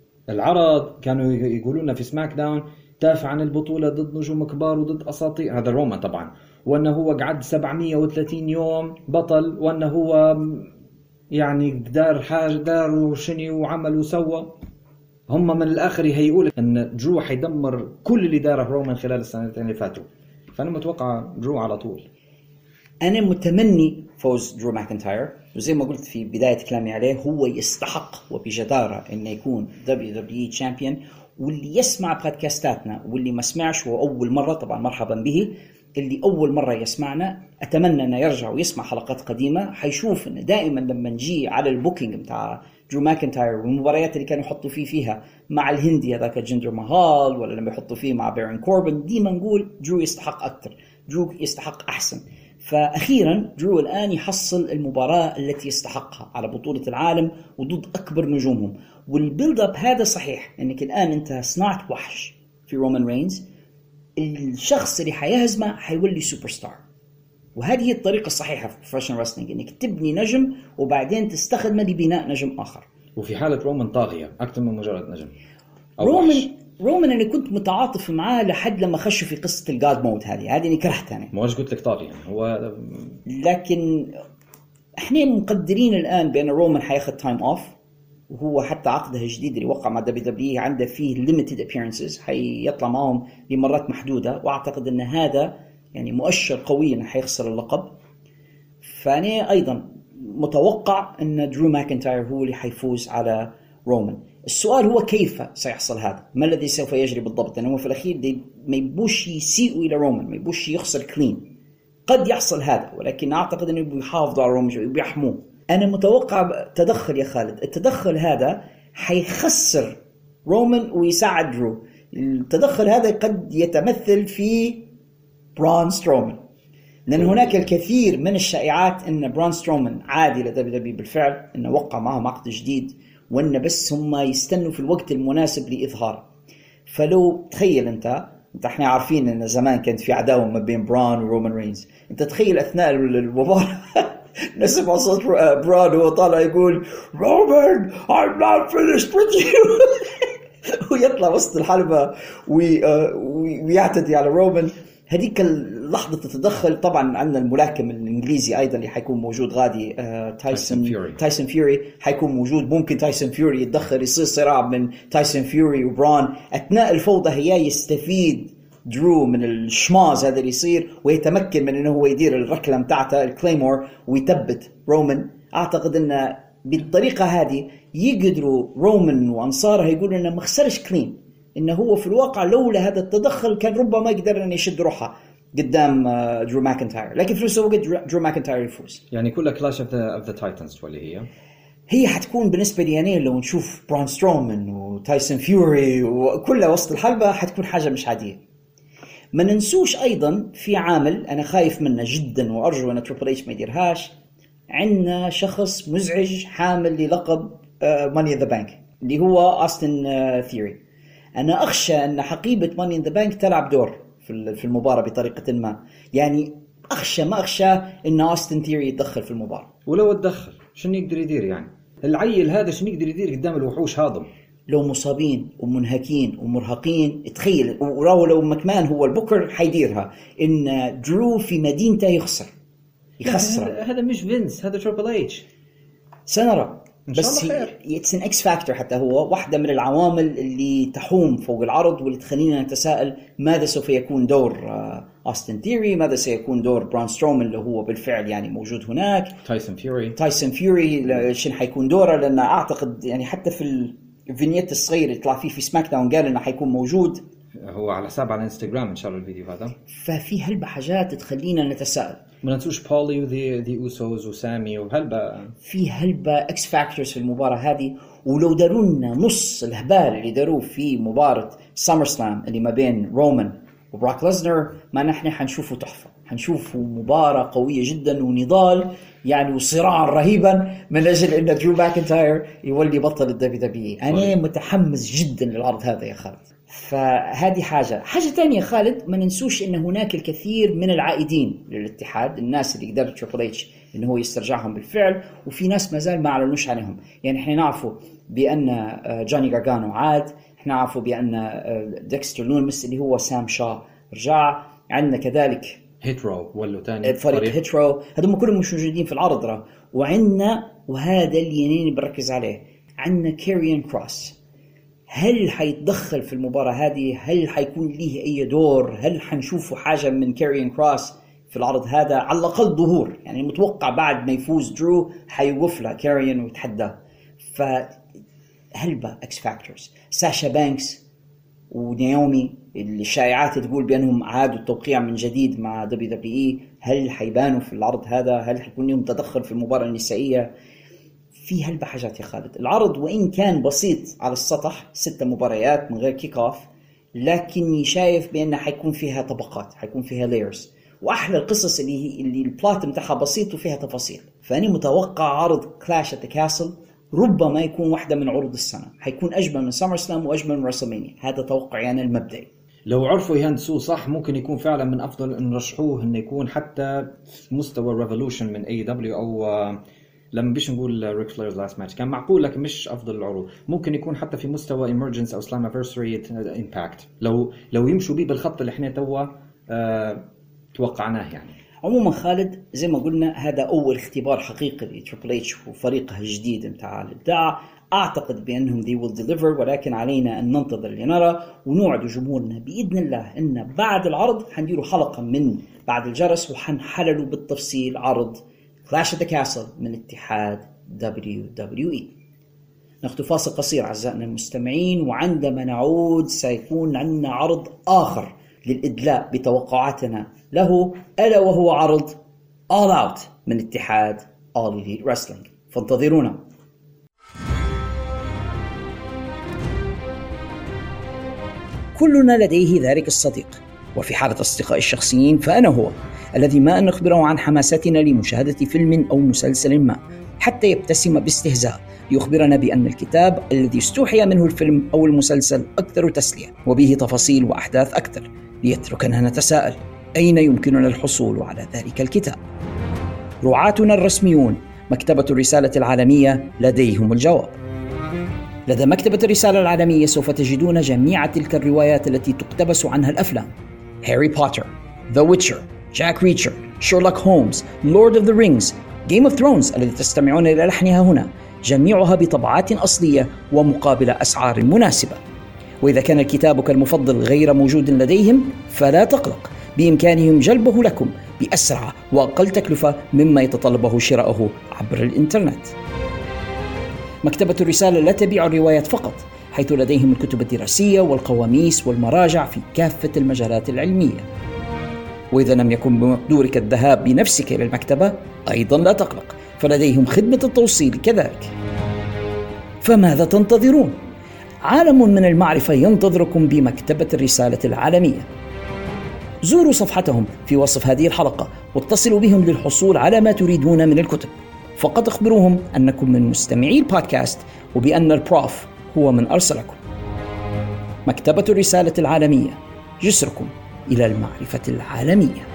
العرض كانوا يقولون لنا في سماك داون دافع عن البطوله ضد نجوم كبار وضد اساطير، هذا رومان طبعا، وانه هو قعد 730 يوم بطل، وانه هو يعني دار حاجه، دار وشني وعمل وسوى. هم من الاخر يهيئوا ان درو حيدمر كل اللي داره رومان خلال السنتين اللي فاتوا. فانا متوقع درو على طول. انا متمني فوز درو ماكنتاير، وزي ما قلت في بدايه كلامي عليه، هو يستحق وبجداره انه يكون WWE تشامبيون. واللي يسمع بودكاستاتنا واللي ما سمعش هو اول مره، طبعا مرحبا به. اللي اول مره يسمعنا اتمنى انه يرجع ويسمع حلقات قديمه، حيشوف ان دائما لما نجي على البوكينج بتاع درو ماكنتاير والمباريات اللي كانوا يحطوا فيها مع الهندي هذاك جندر مهال، ولا لما يحطوا فيه مع بيرن كوربن، ديما نقول درو يستحق اكثر، درو يستحق احسن. فاخيرا درو الان يحصل المباراه التي يستحقها على بطوله العالم وضد اكبر نجومهم. والبيلد اب هذا صحيح، انك الان انت صنعت وحش في رومان رينز، الشخص اللي حيهزمه حيولي سوبر ستار. وهذه هي الطريقة الصحيحة في البروفيشنال رسلينج، انك تبني نجم وبعدين تستخدمه لبناء نجم اخر. وفي حالة رومان طاغية اكثر من مجرد نجم. رومان انا كنت متعاطف معاه لحد لما خشوا في قصة الجاد مود هذه انا كرهتها. انا ما قلت لك طاغية هو، لكن احنا مقدرين الان بان رومان حياخذ تايم اوف، وهو حتى عقده الجديد اللي وقع مع دبليو عنده فيه limited appearances، حيطلع معهم لمرات محدودة، واعتقد ان هذا يعني مؤشر قوي انه حيخسر اللقب. فأنا أيضا متوقع أن درو ماكنتاير هو اللي حيفوز على رومان. السؤال هو كيف سيحصل هذا؟ ما الذي سوف يجري بالضبط؟ لأنه في الأخير ما يبوش يسيئوا إلى رومان، ما يبوش يخسر كلين. قد يحصل هذا، ولكن أعتقد أنه بيحافظوا على رومان وبيحموه أنا متوقع تدخل يا خالد. التدخل هذا حيخسر رومان ويساعد درو. التدخل هذا قد يتمثل في برون سترومان، لأن هناك الكثير من الشائعات أن برون سترومان عادي لدبليو بالفعل، أنه وقع معهم عقد جديد، وأن بس هم يستنوا في الوقت المناسب لإظهاره. فلو تخيل أنت احنا عارفين أن زمان كانت في عداوة ما بين برون ورومان رينز، أنت تخيل أثناء المباراة نسمع صوت برون وهو طالع يقول رومان I'm not finished with you ويطلع وسط الحلبة ويعتدي على رومان. هذيك لحظة التدخل. طبعا عندنا الملاكم الإنجليزي أيضا اللي حيكون موجود غادي، تايسون فيوري حيكون موجود. ممكن تايسون فيوري يتدخل، يصير صراع من تايسون فيوري وبرون أثناء الفوضى، هي يستفيد درو من الشماز هذا اللي يصير ويتمكن من أنه هو يدير الركلة متاعته الكليمور ويثبت رومان. أعتقد أن بالطريقة هذه يقدروا رومان وأنصاره يقولوا أنه ما خسرش كلين، إنه هو في الواقع لولا هذا التدخل كان ربما يقدر أن يشد روحه قدام درو ماكنتاير، لكن في نفس الوقت درو ماكنتاير يفوز. يعني كلها كلاش اوف ذا تايتنز واللي هي حتكون بالنسبة لي يعني لو نشوف برون سترومان وتايسون فيوري وكلها وسط الحلبة حتكون حاجة مش عادية. ما ننسوش أيضا في عامل أنا خايف منه جدا وأرجو أن تريبل إتش ما يديرهاش. عندنا شخص مزعج حامل للقب ماني إن ذا بانك اللي هو أوستن ثيوري. أنا أخشى أن حقيبة ماني إن ذا بانك تلعب دور في المباراة بطريقة ما. يعني ما أخشى أن أوستن ثيوري يتدخل في المباراة. ولو تدخل شنو يقدر يدير؟ يعني العيل هذا شنو يقدر يدير قدام الوحوش هذا؟ لو مصابين ومنهكين ومرهقين تخيل، ولو مكمان هو البوكر حيديرها إن درو في مدينته يخسر. هذا مش فينس، هذا تريبل اتش. سنرى بس it's an X factor. حتى هو واحدة من العوامل اللي تحوم فوق العرض واللي تخلينا نتساءل ماذا سوف يكون دور أوستن ثيوري، ماذا سيكون دور برون سترومان اللي هو بالفعل يعني موجود هناك، تايسون فيوري شن حيكون دوره. لأن أعتقد يعني حتى في الفينيت الصغير اللي طلع فيه في سماك داون قال إنه حيكون موجود، هو على حساب على انستغرام إن شاء الله الفيديو هذا. ففي هلبة حاجات تخلينا نتساءل. ما ننسوش بولي وذي أوسوز وسامي وهلبة، في هلبة اكس فاكتورز في المباراة هذه. ولو دارونا نص الهبال اللي داروه في مباراة سامر سلام اللي ما بين رومان وبراك ليزنر، ما نحن حنشوفه تحفة، حنشوفه مباراة قوية جدا ونضال يعني وصراع رهيبا من أجل أن درو ماكنتاير يولي بطل الدبليو. أنا متحمس جدا للعرض هذا يا خالد. فهذه حاجة تانية خالد. ما ننسوش أن هناك الكثير من العائدين للاتحاد، الناس اللي قدر تريبل اتش أنه هو يسترجعهم بالفعل، وفي ناس ما زال ما أعلنوش عنهم. يعني احنا نعرفوا بأن جوني غارغانو عاد، احنا نعرفوا بأن ديكستر لوميس اللي هو سام شا رجع، عندنا كذلك هيترو ولو تاني فريق هيترو، هذول كلهم مش موجودين في العرض. وعندنا وهذا اللي ينيني بركز عليه، عندنا كاريان كروس. هل حيتدخل في المباراة هذه؟ هل حيكون ليه أي دور؟ هل حنشوفوا حاجة من كاريان كروس في العرض هذا؟ على الأقل ظهور، يعني متوقع بعد ما يفوز درو حيوقف له كاريان ويتحداه. فهلبة اكس فاكتورز. ساشا بانكس ونيومي اللي الشائعات تقول بأنهم عادوا التوقيع من جديد مع WWE، هل حيبانوا في العرض هذا؟ هل حيكون لهم تدخل في المباراة النسائية؟ في هلبة حاجات يا خالد. العرض وإن كان بسيط على السطح 6 مباريات من غير كيك اوف، لكني شايف بأن حيكون فيها طبقات، حيكون فيها لايرز، وأحلى القصص اللي البلات متاعها بسيط وفيها تفاصيل. فأنا متوقع عرض كلاش ات ذا كاسل ربما يكون واحدة من عروض السنة، حيكون أجمل من سامر سلام وأجمل من رسلمانيا. هذا توقعي أنا المبدئي. لو عرفوا يهندسوه صح ممكن يكون فعلا من أفضل أن نرشحوه إنه يكون حتى مستوى ريفولوشن من AEW، أو لما بيش نقول ريك فليرز لاست ماتش كان معقول لكن مش أفضل العروض. ممكن يكون حتى في مستوى إمرجنس أو سلامافيرسري إمباكت لو يمشوا بيه بالخط اللي إحنا توا توقعناه. يعني عموما خالد زي ما قلنا هذا أول اختبار حقيقي لتريبل اتش وفريقه الجديد متاع الإبداع. أعتقد بأنهم they will deliver، ولكن علينا أن ننتظر لنرى، ونوعد جمهورنا بإذن الله أن بعد العرض حنديروا حلقة من بعد الجرس وحنحللوا بالتفصيل عرض Clash at the Castle من اتحاد WWE. ناخذ فاصل قصير أعزائنا المستمعين، وعندما نعود سيكون عندنا عرض آخر للإدلاء بتوقعاتنا له، ألا وهو عرض All Out من اتحاد All Elite Wrestling. فانتظرونا. كلنا لديه ذلك الصديق، وفي حالة أصدقائي الشخصيين فأنا هو الذي ما أن نخبره عن حماستنا لمشاهدة فيلم أو مسلسل ما حتى يبتسم باستهزاء ليخبرنا بأن الكتاب الذي استوحي منه الفيلم أو المسلسل أكثر تسلية وبه تفاصيل وأحداث أكثر، ليتركنا نتساءل أين يمكننا الحصول على ذلك الكتاب. رعاتنا الرسميون مكتبة الرسالة العالمية لديهم الجواب. لدى مكتبة الرسالة العالمية سوف تجدون جميع تلك الروايات التي تقتبس عنها الأفلام: هاري بوتر، ذا ويتشر، جاك ريتشر، شيرلوك هولمز، لورد اوف ذا رينجز، جيم اوف ثرونز الذي تستمعون إلى لحنها هنا، جميعها بطبعات أصلية ومقابل أسعار مناسبة. وإذا كان كتابك المفضل غير موجود لديهم فلا تقلق، بإمكانهم جلبه لكم بأسرع وأقل تكلفة مما يتطلبه شراؤه عبر الإنترنت. مكتبة الرسالة لا تبيع الروايات فقط، حيث لديهم الكتب الدراسية والقواميس والمراجع في كافة المجالات العلمية. وإذا لم يكن بمقدورك الذهاب بنفسك إلى المكتبة أيضا لا تقلق، فلديهم خدمة التوصيل كذلك. فماذا تنتظرون؟ عالم من المعرفة ينتظركم بمكتبة الرسالة العالمية. زوروا صفحتهم في وصف هذه الحلقة واتصلوا بهم للحصول على ما تريدون من الكتب. فقط اخبروهم أنكم من مستمعي البودكاست وبأن البروف هو من أرسلكم. مكتبة الرسالة العالمية، جسركم إلى المعرفة العالمية.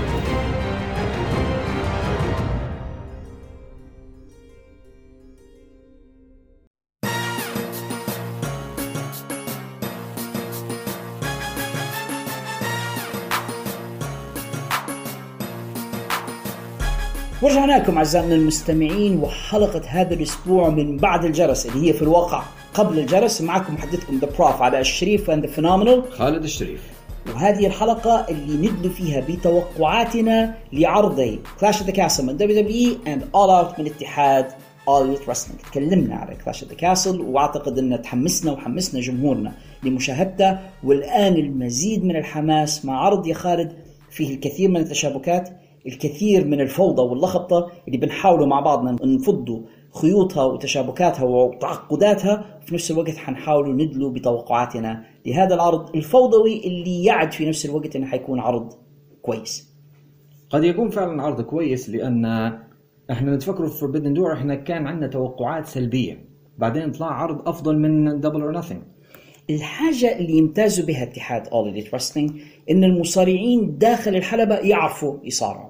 ورجعنا لكم أعزائنا المستمعين، وحلقة هذا الأسبوع من بعد الجرس اللي هي في الواقع قبل الجرس. معكم محدثكم The Prof علاء الشريف and the phenomenal خالد الشريف. وهذه الحلقة اللي ندلو فيها بتوقعاتنا لعرضي Clash of the Castle من WWE and All Out من اتحاد All Elite Wrestling. تكلمنا على Clash of the Castle وأعتقد أن تحمسنا وحمسنا جمهورنا لمشاهدته، والآن المزيد من الحماس مع عرض يا خالد فيه الكثير من التشابكات، الكثير من الفوضى واللخبطة اللي بنحاولوا مع بعضنا نفضوا خيوطها وتشابكاتها وتعقداتها، وفي نفس الوقت حنحاولوا ندلوا بتوقعاتنا لهذا العرض الفوضوي اللي يعد في نفس الوقت انه حيكون عرض كويس. قد يكون فعلا عرض كويس، لأن احنا نتفكروا في Forbidden Door احنا كان عندنا توقعات سلبية، بعدين طلع عرض أفضل من Double or Nothing. الحاجة اللي يمتازوا بها اتحاد All Elite Wrestling إن المصارعين داخل الحلبة يعرفوا يصارعوا،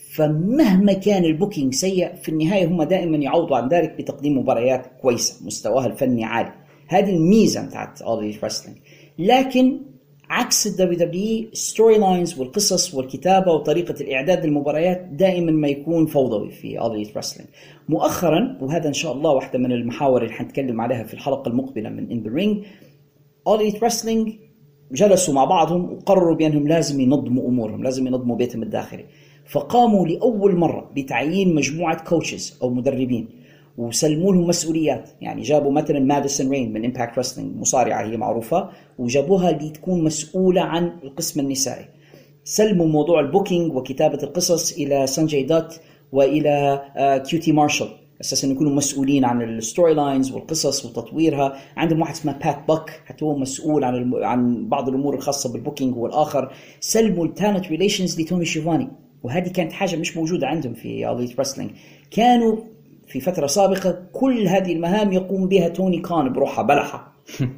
فمهما كان البوكينج سيء في النهاية هم دائما يعوضوا عن ذلك بتقديم مباريات كويسة مستواها الفني عالي. هذه الميزة بتاعت All Elite Wrestling. لكن عكس WWE ستوري لاينز والقصص والكتابة وطريقة الإعداد للمباريات دائما ما يكون فوضوي في All Elite Wrestling. مؤخرا، وهذا إن شاء الله واحدة من المحاور اللي حنتكلم عليها في الحلقة المقبلة من In the Ring، All Elite Wrestling جلسوا مع بعضهم وقرروا بأنهم لازم ينظموا أمورهم، لازم ينظموا بيتهم الداخلي. فقاموا لأول مرة بتعيين مجموعة كوتشز أو مدربين وسلموا لهم مسؤوليات. يعني جابوا مثلا ماديسون رين من Impact Wrestling، مصارعة هي معروفة، وجابوها لتكون مسؤولة عن القسم النسائي. سلموا موضوع البوكينج وكتابة القصص إلى سانجي دات وإلى كيوتي مارشال، أساساً يكونوا مسؤولين عن الستوري لاينز والقصص وتطويرها. عندهم واحد اسمه بات باك حتى هو مسؤول عن بعض الأمور الخاصة بالبوكينج. والآخر سلموا التالنت ريليشنز لتوني شيفاني، وهذه كانت حاجة مش موجودة عندهم في All Elite Wrestling. كانوا في فترة سابقة كل هذه المهام يقوم بها توني كان بروحها بلحة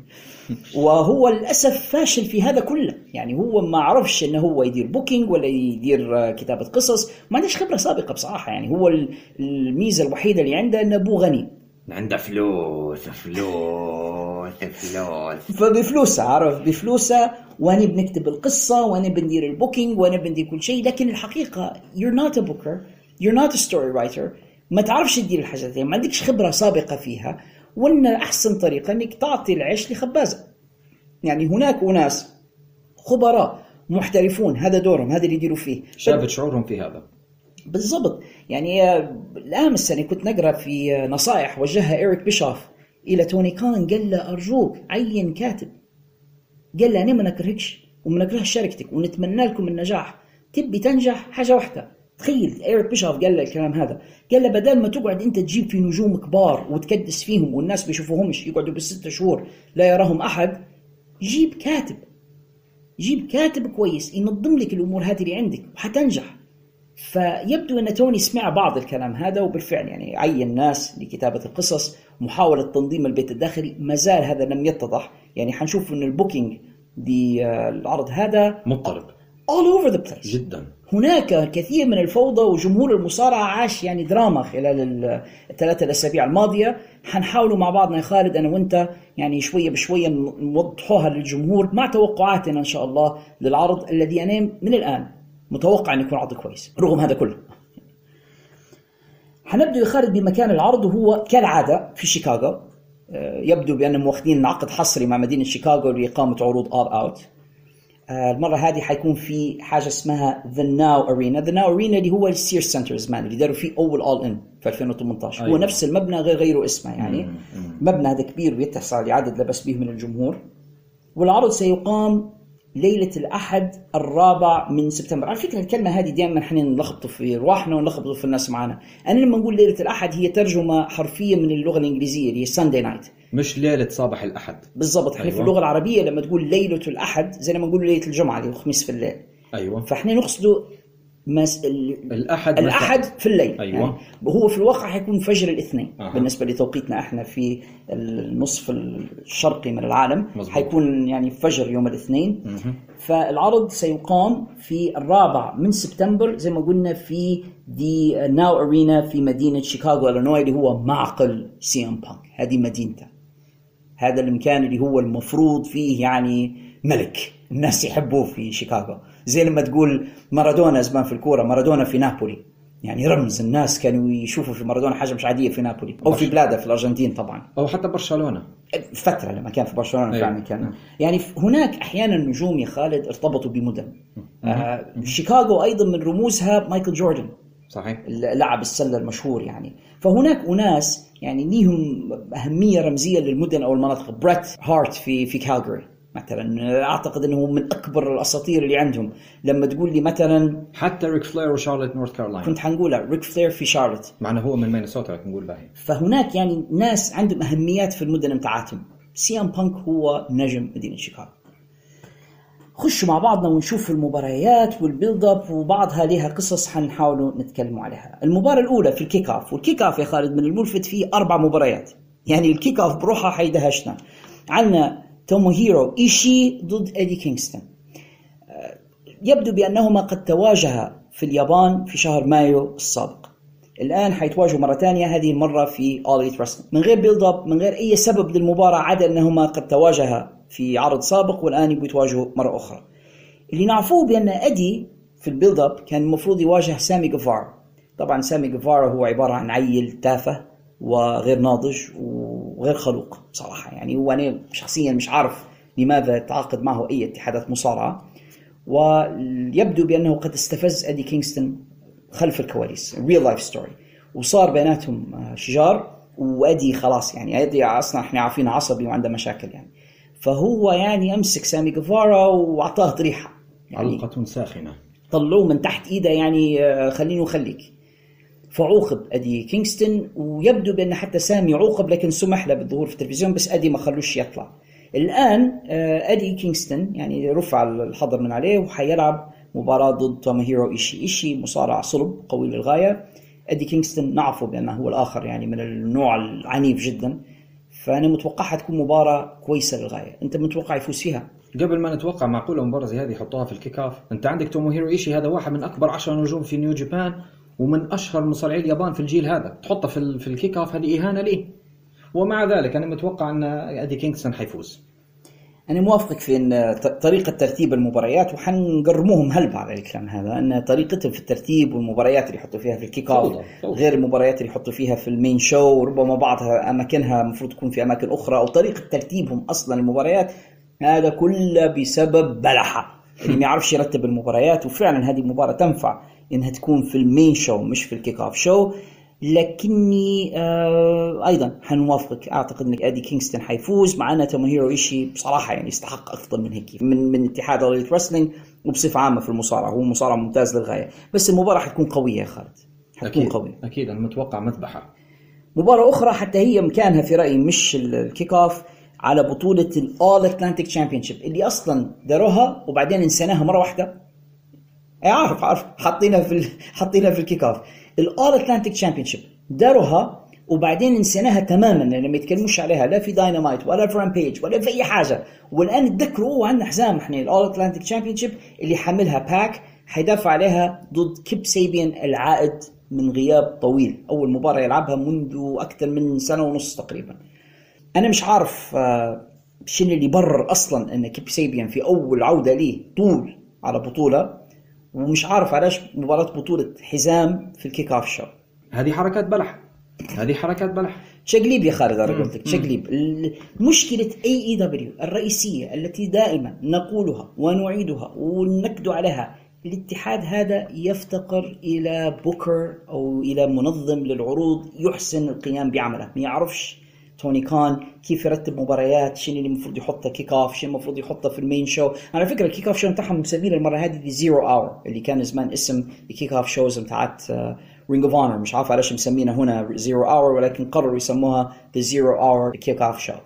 وهو للأسف فاشل في هذا كله. يعني هو ما عرفش أنه هو يدير بوكينج ولا يدير كتابة قصص، ما عندش خبرة سابقة بصراحة. يعني هو الميزة الوحيدة اللي عنده أنه أبوه غني، عنده فلوس فبفلوسه عرف بفلوسه، وانا بنكتب القصة وانا بندير البوكينج وانا بندير كل شيء. لكن الحقيقة you're not a booker, you're not a story writer، ما تعرفش تدير الحاجات، ما عندكش خبرة سابقة فيها. وإن أحسن طريقة أنك تعطي العيش لخبازة. يعني هناك أناس خبراء محترفون، هذا دورهم، هذا اللي يديروا فيه. شابت شعورهم في هذا بالضبط. يعني الآن السنة كنت نقرأ في نصائح وجهها إيريك بيشوف إلى توني كان، قال له أرجوك عين كاتب، قال له أنا ما نكرهكش وما نكره شركتك ونتمنى لكم النجاح، تبي تنجح حاجة واحدة، تخيل إيريك بيشوف قال له الكلام هذا، قال له بدل ما تقعد أنت تجيب في نجوم كبار وتكدس فيهم والناس بيشوفوهمش يقعدوا بالست شهور لا يراهم أحد، جيب كاتب كويس ينظم لك الأمور هذه اللي عندك وحتنجح. فيبدو أن توني سمع بعض الكلام هذا وبالفعل يعني عين ناس لكتابة القصص، محاولة تنظيم البيت الداخلي، مازال هذا لم يتضح. يعني حنشوف أن البوكينج للعرض هذا مضطرب all over the place جدا. هناك كثير من الفوضى، وجمهور المصارعة عاش يعني دراما خلال ال3 الأسابيع الماضية. حنحاولوا مع بعضنا يا خالد أنا وأنت يعني شوية بشوية نوضحوها للجمهور مع توقعاتنا إن شاء الله للعرض الذي أنا من الآن متوقع أن يكون عرض كويس رغم هذا كله. حنبدأ يا خالد بمكان العرض، وهو كالعادة في شيكاغو. يبدو بأنهم واخدين عقد حصري مع مدينة شيكاغو لإقامة عروض All Out. المرة هذه حيكون في حاجة اسمها The Now Arena. The Now Arena اللي هو السير سنتر زمان اللي داروا فيه أول All In في 2018. أيوة. هو نفس المبنى غير اسمه يعني. مبنى هذا كبير ويتسع لعدد لبس به من الجمهور. والعرض سيقام ليلة الأحد 4 من سبتمبر. على فكرة الكلمة هذه دائما احنا نلخبطوا في رواحنا ونلخبطوا في الناس معنا. أنا لما نقول ليلة الأحد هي ترجمة حرفية من اللغة الإنجليزية اللي هي Sunday Night، مش ليلة صباح الأحد. بالضبط. احنا أيوة. في اللغة العربية لما تقول ليلة الأحد زي لما نقول ليلة الجمعة اللي هو خميس في الليل. أيوة. فاحنا نقصده الأحد في الليل. أيوة. يعني هو في الواقع حيكون فجر الاثنين. بالنسبة لتوقيتنا احنا في النصف الشرقي من العالم. مزبوط. حيكون يعني فجر يوم الاثنين. فالعرض سيقام في 4 من سبتمبر زي ما قلنا في دي ناو أرينا في مدينة شيكاغو إلينوي اللي هو معقل سي ام بانك. هذه مدينته، هذا المكان اللي هو المفروض فيه يعني ملك الناس يحبوه في شيكاغو. زي لما تقول مارادونا زمان في الكورة، مارادونا في نابولي يعني رمز، الناس كانوا يشوفوا في مارادونا حاجة مش عادية في نابولي أو في بلاده في الأرجنتين طبعا، أو حتى برشلونة فترة لما كان في برشلونة فعلا كان يعني هناك أحيانا النجوم يا خالد ارتبطوا بمدن. شيكاغو أيضا من رموزها مايكل جوردن، صحيح، لاعب السلة المشهور يعني. فهناك أناس يعني ليهم أهمية رمزية للمدن أو المناطق. بريت هارت في كالغاري مثلا، أعتقد أنه من أكبر الأساطير اللي عندهم. لما تقول لي مثلا حتى ريك فلير وشارلوت نورث كارولاينا، كنت حنقولها ريك فلير في شارلوت معنا هو من مينيسوتا نقول باهي. فهناك يعني ناس عندهم أهميات في المدن متاعتهم. سي ام بانك هو نجم مدينة شيكاغو. خشوا مع بعضنا ونشوف المباريات والبيلد اب، وبعضها لها قصص حنحاولوا نتكلم عليها. المباراة الأولى في الكيك اوف، والكيك اوف يا خالد من الملفت فيه 4 مباريات، يعني الكيك اوف بروحها حيدهشنا. عندنا توموهيرو إيشي ضد إيدي كينغستون. يبدو بأنهما قد تواجها في اليابان في شهر مايو السابق. الآن حيتواجهوا مرة ثانية، هذه المرة في All Elite Wrestling، من غير بيلد اب، من غير أي سبب للمباراة عدا أنهما قد تواجها في عرض سابق والآن يبغوا يتواجهوا مرة أخرى. اللي نعرفوه بأن إيدي في البيلد اب كان المفروض يواجه سامي غيفارا. طبعا سامي غيفارا هو عبارة عن عيل تافه وغير ناضج وغير خلوق بصراحة يعني. وأنا شخصيا مش عارف لماذا تعاقد معه أي اتحادات مصارعة. ويبدو بأنه قد استفز إيدي كينغستون خلف الكواليس، real life story، وصار بيناتهم شجار. وإيدي خلاص يعني إيدي أصلا إحنا عارفين عصبي وعنده مشاكل يعني. فهو يعني أمسك سامي غيفارا وأعطاه طريحة يعني، علقة ساخنة، طلعوه من تحت إيده يعني، خلينه وخليك. فعوقب إيدي كينغستون، ويبدو بأن حتى سامي عوقب لكن سمح له بالظهور في التلفزيون، بس إيدي ما خلوش يطلع. الآن إيدي كينغستون يعني رفع الحظر من عليه وحيلعب مباراة ضد توموهيرو إيشي مصارع صلب قوي للغاية. إيدي كينغستون نعرفه بأنه هو الآخر يعني من النوع العنيف جدا. فأنا متوقعها تكون مباراة كويسة للغاية. أنت متوقع يفوز فيها؟ قبل ما نتوقع معقولة مباراة زي هذه يحطوها في الكيك اوف. أنت عندك توموهيرو إيشي، هذا واحد من أكبر 10 نجوم في نيو جابان ومن أشهر مصارعي اليابان في الجيل هذا، تحطه في الكيك اوف، هذه إهانة ليه. ومع ذلك أنا متوقع أن إيدي كينغستون حيفوز. أنا موافقك في أن طريقة ترتيب المباريات، وحنقرموهم هلبة على الكلام هذا، أن طريقتهم في الترتيب والمباريات اللي يحطوا فيها في الكيك اوف غير المباريات اللي يحطوا فيها في المين شو، وربما بعضها أماكنها مفروض تكون في أماكن أخرى، أو طريقة ترتيبهم أصلا المباريات. هذا كله بسبب بلحة اللي ما يعرفش يرتب المباريات. وفعلا هذه المباراة تنفع إنها تكون في المين شو مش في الكيك اوف شو. لكني أيضا حنوافقك، أعتقد أن أدي كينغستون حيفوز. معنا توموهيرو إيشي بصراحة يعني يستحق أفضل من هيك من اتحاد الإليت رسلينج وبصفة عامة في المصارعة. هو مصارع ممتاز للغاية، بس المباراة حتكون قوية يا خالد، حتكون قوية أكيد. أنا متوقع مذبحة. مباراة أخرى حتى هي مكانها في رأيي مش الكيك أوف، على بطولة الأول أتلانتيك تشامبيونشيب اللي أصلا داروها وبعدين انسناها مرة واحدة. عارف حطينا في الكيك أوف. الأول أتلانتيك تشامبيونشيب داروها وبعدين انسناها تماما، لأن ما يتكلموش عليها لا في داينامايت ولا في رامبيج ولا في أي حاجة. والآن تذكروا عندنا حزام احنا الأول أتلانتيك تشامبيونشيب اللي حملها باك حيدافع عليها ضد كيب سابين العائد من غياب طويل. أول مباراة يلعبها منذ أكثر من سنة ونص تقريبا. أنا مش عارف شنو اللي برر أصلا أن كيب سابين في أول عودة ليه طول على بطولة، ومش عارف علاش مباراة بطولة حزام في الكيك أوف شو. هذه حركات بلح تشقليب يا خالد. أنا قلت لك تشقليب. مشكلة AEW الرئيسية التي دائما نقولها ونعيدها ونكد عليها، الاتحاد هذا يفتقر إلى بوكر أو إلى منظم للعروض يحسن القيام بعمله. ما يعرفش توني كان كيف يرتب مباريات، شنو اللي المفروض يحطه كيك اوف، شنو المفروض يحطه في المين شو. على فكره الكيك اوف شو بتاعهم مسمين المره هذه دي 0 اور، اللي كان زمان اسم الكيك اوف شوز بتاعت رينج اوف اونر. مش عارف علاش مسمينها هنا 0 اور، ولكن قرروا يسموها ذا 0 اور كيك اوف شو.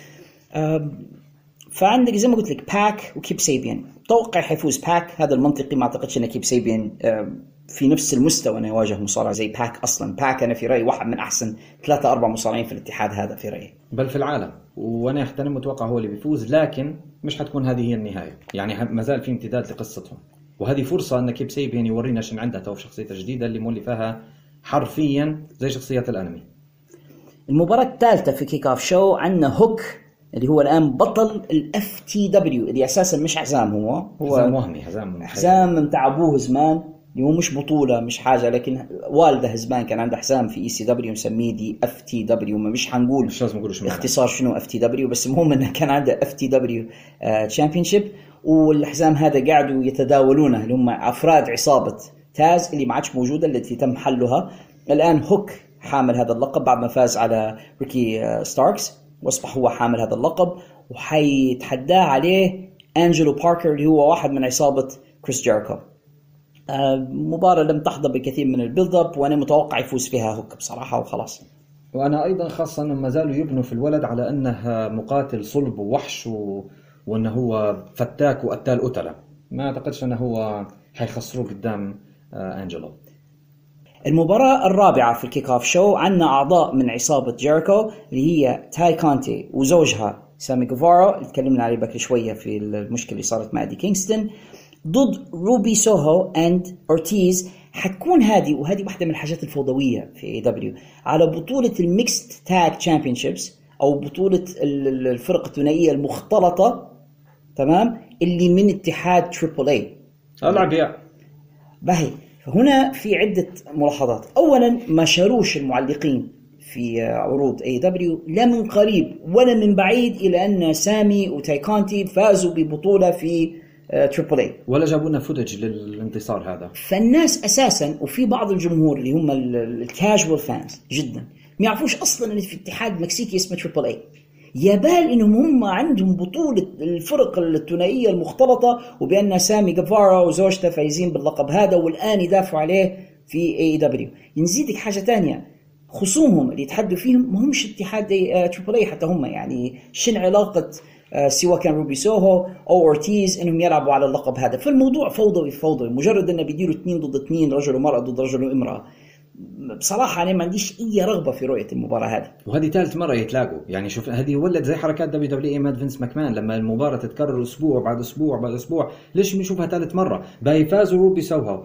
فعندك زي ما قلت لك باك وكيب سابين. توقع حيفوز باك، هذا المنطقي. ما اعتقدش ان كيب سابين في نفس المستوى انه يواجه مصارع زي باك. اصلا باك انا في رايي واحد من احسن 3-4 مصارعين في الاتحاد هذا في رايي، بل في العالم. وانا احترم متوقع هو اللي بيفوز، لكن مش حتكون هذه هي النهايه. يعني ما زال في امتداد لقصتهم، وهذه فرصه ان كيب سابين يورينا شن عندها تو في شخصيته الجديده اللي مولفاها حرفيا زي شخصيات الانمي. المباراه الثالثه في كيك اوف شو عندنا هوك اللي هو الان بطل الFTW اللي اساسا مش حزام، هو حزام وهمي، حزام بتاع ابوه زمان، اللي هو مش بطولة مش حاجة، لكن والده زمان كان عنده حزام في ECW مسميه دي FTW. مش حنقول اختصار شنو FTW، بس المهم انه كان عنده FTW Championship. والحزام هذا قاعدوا يتداولونه اللي هم افراد عصابة تاز اللي ما عادش موجودة، التي تم حلها. الان هوك حامل هذا اللقب بعد ما فاز على ريكي ستاركس، واصبح هو حامل هذا اللقب، وحيتحداه عليه أنجلو باركر اللي هو واحد من عصابة كريس جيريكو. مباراة لم تحظى بكثير من البيلد اب، وانا متوقع يفوز فيها هوك بصراحة وخلاص. وانا ايضا خاصة انه ما زالوا يبنوا في الولد على انه مقاتل صلب ووحش وانه هو فتاك وقتال قتلة. ما اعتقدش انه هو حيخسروه قدام أنجلو. المباراة الرابعة في الكيك اوف شو عندنا أعضاء من عصابة جيريكو اللي هي تاي كونتي وزوجها سامي جيفارا اللي تكلمنا عليه بكري شوية في المشكلة اللي صارت مع دي كينغستون، ضد روبي سوهو اند أورتيز. حتكون هذه واحدة من الحاجات الفوضوية في AEW على بطولة الميكست تاج تشامبيونشيبس أو بطولة الفرق الثنائية المختلطة، تمام، اللي من اتحاد تريبل اي العب باهي. فهنا في عدة ملاحظات. أولا ما شاروش المعلقين في عروض AEW لا من قريب ولا من بعيد إلى أن سامي وتايكونتي فازوا ببطولة في تريبل اي، ولا جابوا لنا فوتج للانتصار هذا. فالناس أساسا وفي بعض الجمهور اللي هم الكاجوال فانز جدا ما يعرفوش أصلا أن في اتحاد مكسيكي اسمه تريبل اي. يبال إنهم هم عندهم بطولة الفرق الثنائية المختلطة، وبأن سامي جيفارا وزوجته فايزين باللقب هذا والآن يدافعوا عليه في AEW. نزيدك حاجة تانية، خصومهم اللي يتحدوا فيهم ما همش اتحاد تريبل اي حتى هم، يعني شن علاقة سواء كان روبي سوهو أو أورتيز إنهم يلعبوا على اللقب هذا؟ فالموضوع فوضوي مجرد إنه بيديروا 2 ضد 2، رجل ومرأة ضد رجل وامرأة. بصراحة أنا ما عنديش أي رغبة في رؤية المباراة هذه، وهذه ثالث مرة يتلاقوا. يعني شوف هذه ولد زي حركات WWE ماد فينس ماكمان لما المباراة تتكرر أسبوع بعد أسبوع بعد أسبوع. ليش بنشوفها ثالث مرة؟ باي فازوا روبي سوهو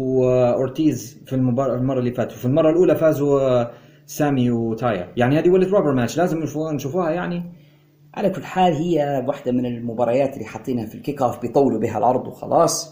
وأورتيز في المرة اللي فاتت، وفي المرة الأولى فازوا سامي وتايا. يعني هذه ولد روبر ماتش لازم نشوفوها. يعني على كل حال هي واحدة من المباريات اللي حاطينها في الكيك اوف بيطولوا بها العرض وخلاص.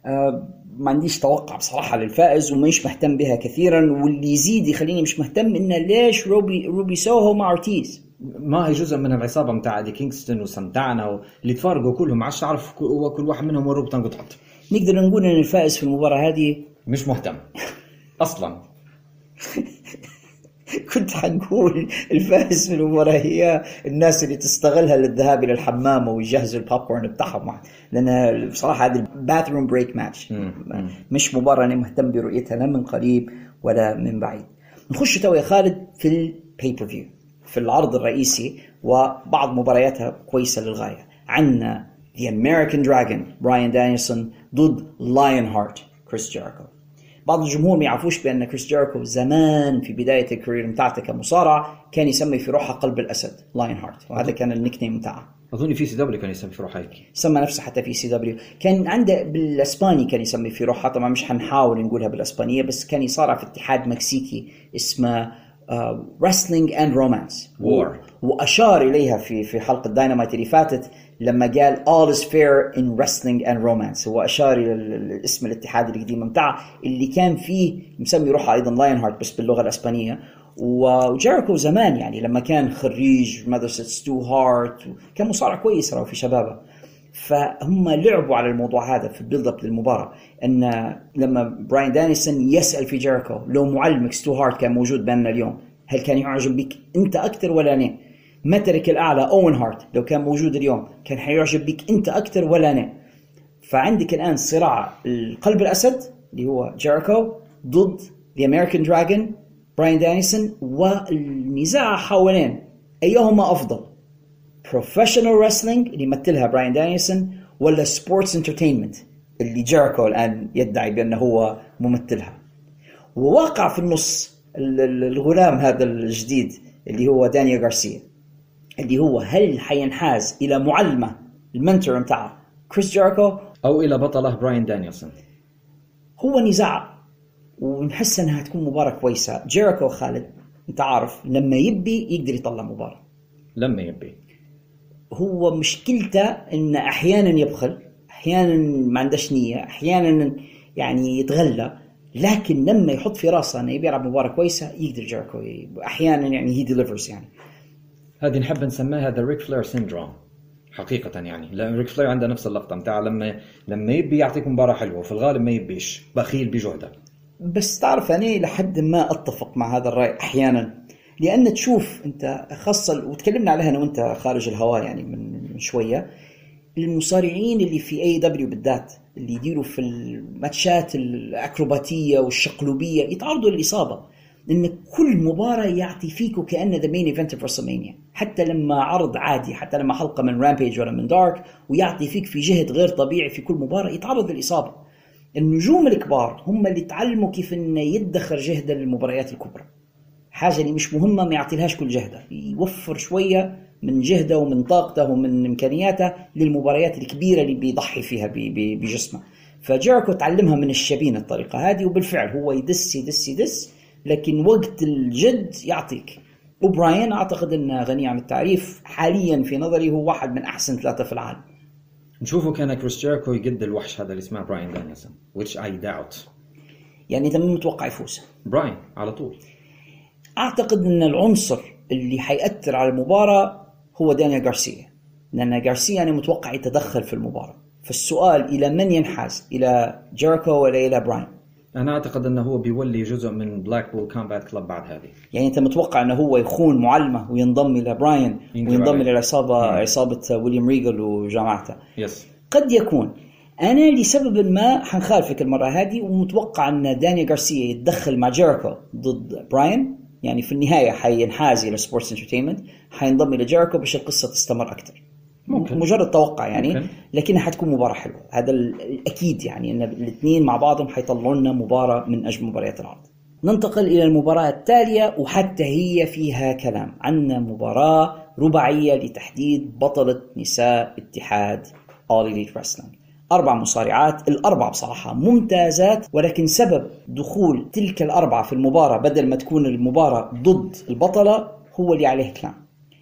ما عنديش توقع بصراحة للفائز ومش مهتم بها كثيرا، واللي يزيد يخليني مش مهتم إنه ليش روبي سوهو مع أورتيز. ما هي جزء من العصابة متاع دي كينغستون وسانتانا اللي تفارقوا كلهم، عش عارف كل واحد منهم وروب تنقطعت. نقدر نقول إن الفائز في المباراة هذه مش مهتم أصلا. كنت حنقول الفائز من المباراة هي الناس اللي تستغلها للذهاب إلى الحمام ويجهزوا البوب كورن بتاعهم، لأن بصراحة هذا الباثروم بريك ماتش مش مباراة أنا مهتم برؤيتها لا من قريب ولا من بعيد. نخش تو يا خالد في الباي بير فيو، في العرض الرئيسي، وبعض مبارياتها كويسة للغاية. عندنا The American Dragon براين دانيلسون ضد لاين هارت كريس جيريكو. بعض الجمهور ما يعرفوش بأن كريس جيريكو زمان في بداية الكارير متاعته كمصارع كان يسمي في روحه قلب الأسد لاين هارت، وهذا كان النيك نيم متاعه. أظن في CW كان يسمي في روحه هيك، سمى نفسه حتى في CW. كان عنده بالإسباني كان يسمي في روحه، طبعا مش حنحاول نقولها بالإسبانية، بس كان يصارع في اتحاد مكسيكي اسمه Wrestling and Romance War، وأشار إليها في حلقة داينامايت اللي فاتت لما قال All is fair in Wrestling and Romance. هو أشار إلى اسم الاتحاد القديم متاعه اللي كان فيه مسمي روحه أيضا لاين هارت بس باللغة الإسبانية. وجيريكو زمان يعني لما كان خريج مدرسة ستو هارت كان مصارع كويس في شبابه، فهم لعبوا على الموضوع هذا في البيلد اب للمباراة، ان لما براين دانيلسون يسأل في جيريكو لو معلمك ستو هارت كان موجود بيننا اليوم هل كان يعجب بك انت اكثر ولا انا؟ مترك الاعلى اوين هارت لو كان موجود اليوم كان حيعجب بك انت اكثر ولا انا؟ فعندك الان صراع القلب الاسد اللي هو جيريكو ضد ذا امريكان دراجون براين دانيلسون، والنزاع حوالين ايهما افضل، بروفيشنال ريسلينج اللي يمثلها براين دانيلسون ولا سبورتس انترتينمنت اللي جيريكو الآن يدعي بأنه هو ممثلها. وواقع في النص الغلام هذا الجديد اللي هو دانيال غارسيا، اللي هو هل حينحاز إلى معلمة المنتور متاعه كريس جيريكو أو إلى بطله براين دانيلسون. هو نزاع ونحس أنها تكون مباراة كويسة. جيريكو خالد أنت عارف لما يبي يقدر يطلع مباراة، لما يبي هو مشكلته إن أحيانا يبخل، أحيانا ما عندش نية، أحيانا يعني يتغلى، لكن لما يحط في راسه أنه يبي يلعب مباراة كويسة يقدر جيريكو أحيانا يعني هي ديليفرز. يعني هذه نحب نسميها the Ric Flair syndrome حقيقة. يعني لا ريك فلير عنده نفس اللقطة متاع لما يبي يعطيك مباراة حلوة وفي الغالب ما يبيش، بخيل بجهده. بس تعرف أنا لحد ما أتفق مع هذا الرأي أحيانا، لأن تشوف أنت خاصة وتكلمنا عليها أنا وأنت خارج الهواء يعني من شوية، المصارعين اللي في AEW بالذات اللي يديروا في الماتشات الأكروباتية والشقلوبية يتعرضوا للإصابة، لأن كل مباراة يعطي فيك وكأنه the main event of WrestleMania، حتى لما عرض عادي، حتى لما حلقة من رامبيج ولا من دارك ويعطي فيك في جهد غير طبيعي في كل مباراة يتعرض للإصابة. النجوم الكبار هم اللي تعلموا كيف إنه يدخر جهده للمباريات الكبرى، حاجة اللي مش مهمة ما يعطيلهاش كل جهده، يوفر شوية من جهده ومن طاقته ومن إمكانياته للمباريات الكبيرة اللي بيضحي فيها بجسمه. فجيريكو تعلمها من الشبين الطريقة هذه، وبالفعل هو يدس لكن وقت الجد يعطيك. وبراين أعتقد أنه غني عن التعريف، حاليا في نظري هو واحد من أحسن 3 في العالم. نشوفه كان كريس جيريكو يقد الوحش هذا اللي اسمه براين دانيلسون which I doubt. يعني أنت من متوقع يفوز؟ براين على طول. أعتقد أن العنصر اللي حيأثر على المباراة هو دانيال غارسيا، لأن غارسيا أنا متوقع يتدخل في المباراة. فالسؤال إلى من ينحاز، إلى جيريكو ولا إلى براين؟ أنا أعتقد أنه هو بيولي جزء من بلاكبول كومبات كلاب بعد هذه. يعني أنت متوقع أنه هو يخون معلمة وينضم إلى براين وينضم إلى عصابة ويليام ريغل وجماعته؟ يس. قد يكون. أنا لسبب ما حنخالفك المرة هذه، ومتوقع أن دانيال غارسيا يتدخل مع جيريكو ضد براين. يعني في النهاية حينحاز إلى سبورتس انترتينمنت، حينضم إلى جيريكو باش القصة تستمر أكثر. ممكن. مجرد توقع يعني ممكن. لكنها حتكون مباراة حلوة، هذا الأكيد. يعني أن الاثنين مع بعضهم حيطلعوا لنا مباراة من أجل مباريات العرض. ننتقل إلى المباراة التالية، وحتى هي فيها كلام. عندنا مباراة رباعية لتحديد بطلة نساء اتحاد All Elite Wrestling. 4 مصارعات، ال4 بصراحة ممتازات، ولكن سبب دخول تلك ال4 في المباراة بدل ما تكون المباراة ضد البطلة هو اللي عليه كلام.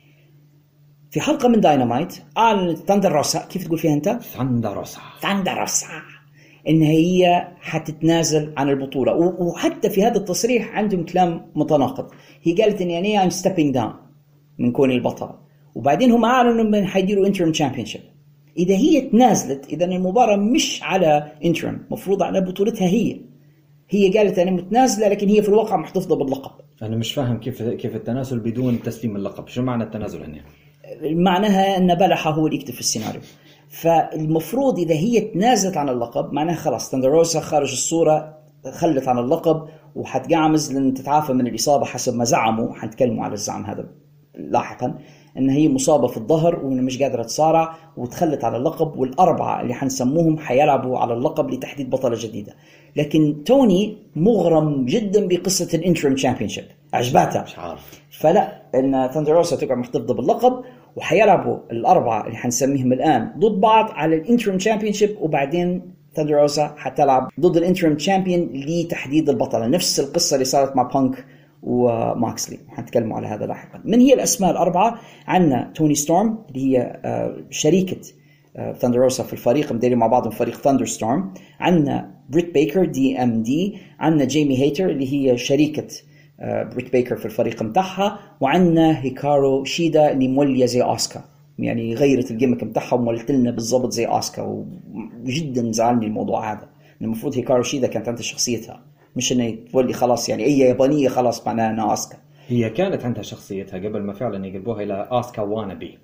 في حلقة من داينامايت أعلنت ثاندر روسا، كيف تقول فيها أنت؟ ثاندر روسا إن هي حتتنازل عن البطولة. وحتى في هذا التصريح عندهم كلام متناقض. هي قالت إن يعني I'm stepping down من كوني البطلة، وبعدين هم أعلنوا من حيديروا interim championship. إذا هي تنازلت إذا المباراة مش على interim، مفروض على بطولتها. هي قالت أنا متنازلة، لكن هي في الواقع محتفظة باللقب. أنا مش فاهم كيف التنازل بدون تسليم اللقب. شو معنى التنازل هنا؟ معناها أن بلحة هو اللي يكتب في السيناريو. فالمفروض إذا هي تنازلت عن اللقب معناها خلاص ثاندر روسا خارج الصورة، خلت عن اللقب وحتقعمز لأن تتعافى من الإصابة حسب ما زعموا. حنتكلموا على الزعم هذا لاحقا، أن هي مصابة في الظهر وأنها مش قادرة تصارع وتخلت على اللقب. والأربعة اللي حنسموهم حيلعبوا على اللقب لتحديد بطلة جديدة. لكن توني مغرم جدا بقصة الانترم تشامبيونشيب، عجباتها مش عارف. فلا ان ثاندر روسا تقعد محتفظة باللقب، وحيلعبوا الأربعة اللي حنسميهم الآن ضد بعض على الانترم تشامبيونشيب، وبعدين ثاندر روسا حتلعب ضد الانترم تشامبيون لتحديد البطلة. نفس القصة اللي صارت مع بانك وماكسلي، حنتكلموا على هذا لاحقا. من هي الأسماء الأربعة؟ عندنا توني ستورم اللي هي شريكة ثاندر روسا في الفريق، مديرين مع بعضهم فريق ثاندر ستورم. عندنا بريت بيكر DMD. عندنا جيمي هيتر اللي هي شريكة بريت بيكر في الفريق متاعها. وعندنا هيكارو شيدا اللي مولية زي أوسكا، يعني غيرت الجيمك متاعها ومولت لنا بالضبط زي أوسكا. وجدا زعلني الموضوع هذا، المفروض هيكارو شيدا كانت عندها شخصيتها، مش انه تولي خلاص يعني اي يابانيه خلاص معناها انها اسكا. هي كانت عندها شخصيتها قبل ما فعلا يقلبوها الى اسكا وانبي.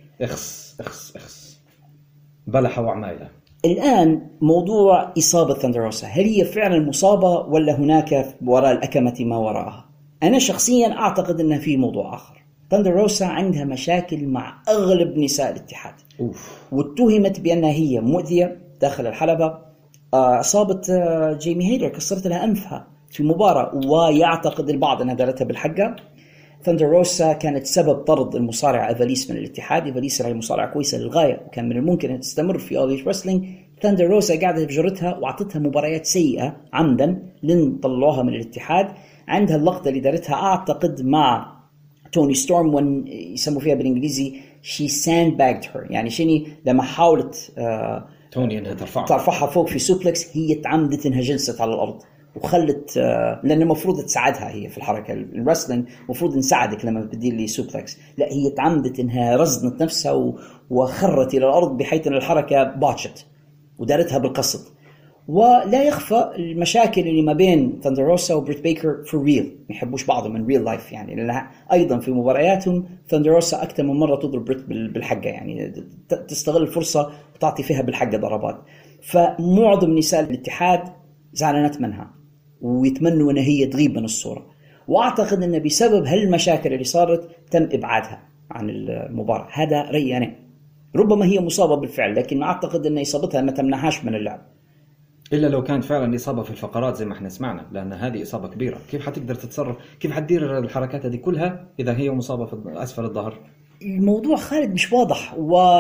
اخس بلحوا وعمايلها. الان موضوع اصابه ثاندر روسا، هل هي فعلا مصابه ولا هناك وراء الاكمه ما وراءها؟ انا شخصيا اعتقد ان في موضوع اخر. ثاندر روسا عندها مشاكل مع اغلب نساء الاتحاد. واتهمت بانها هي مؤذيه داخل الحلبه. أصابت جيمي هيدر، كسرت لها أنفها في مباراة، ويعتقد البعض أنها دارتها بالحقة. ثاندر روسا كانت سبب طرد المصارع إيفاليس من الاتحاد. إيفاليس هي مصارعة كويسة للغاية وكان من الممكن أن تستمر في All Elite Wrestling. ثاندر روسا قاعدة بجرتها وعطتها مباريات سيئة عمدا لن طلعوها من الاتحاد. عندها اللقطة اللي دارتها أعتقد مع توني ستورم، وان يسموا فيها بالإنجليزي she sandbagged her، يعني شيني لما حاولت توني انها ترفعها فوق في سوبلكس، هي تعمدت انها جلست على الارض وخلت لان المفروض تساعدها هي في الحركه. الرسلينج المفروض نساعدك لما بتدير لي سوبلكس، لا هي تعمدت انها رزنت نفسها وخرت الى الارض بحيث ان الحركه باتشت ودارتها بالقصد. ولا يخفى المشاكل اللي ما بين ثاندر روسا وبريت بيكر في الريل، ما يحبوش بعضهم من ريل لايف يعني، لأن أيضا في مبارياتهم ثاندر روسا أكثر من مرة تضرب بريت بالحقة، يعني تستغل الفرصة وتعطي فيها بالحقة ضربات. فمعظم نساء الاتحاد زعلانات منها ويتمنوا أن هي تغيب من الصورة. وأعتقد أن بسبب هالمشاكل اللي صارت تم إبعادها عن المباراة. هذا رأيي أنا. ربما هي مصابة بالفعل، لكن أعتقد أن إصابتها ما تمنعهاش من اللعب، إلا لو كانت فعلا إصابة في الفقرات زي ما احنا سمعنا، لأن هذه إصابة كبيرة. كيف حتقدر تتصرف؟ كيف حتدير الحركات هذه كلها إذا هي مصابة في أسفل الظهر؟ الموضوع خالد مش واضح،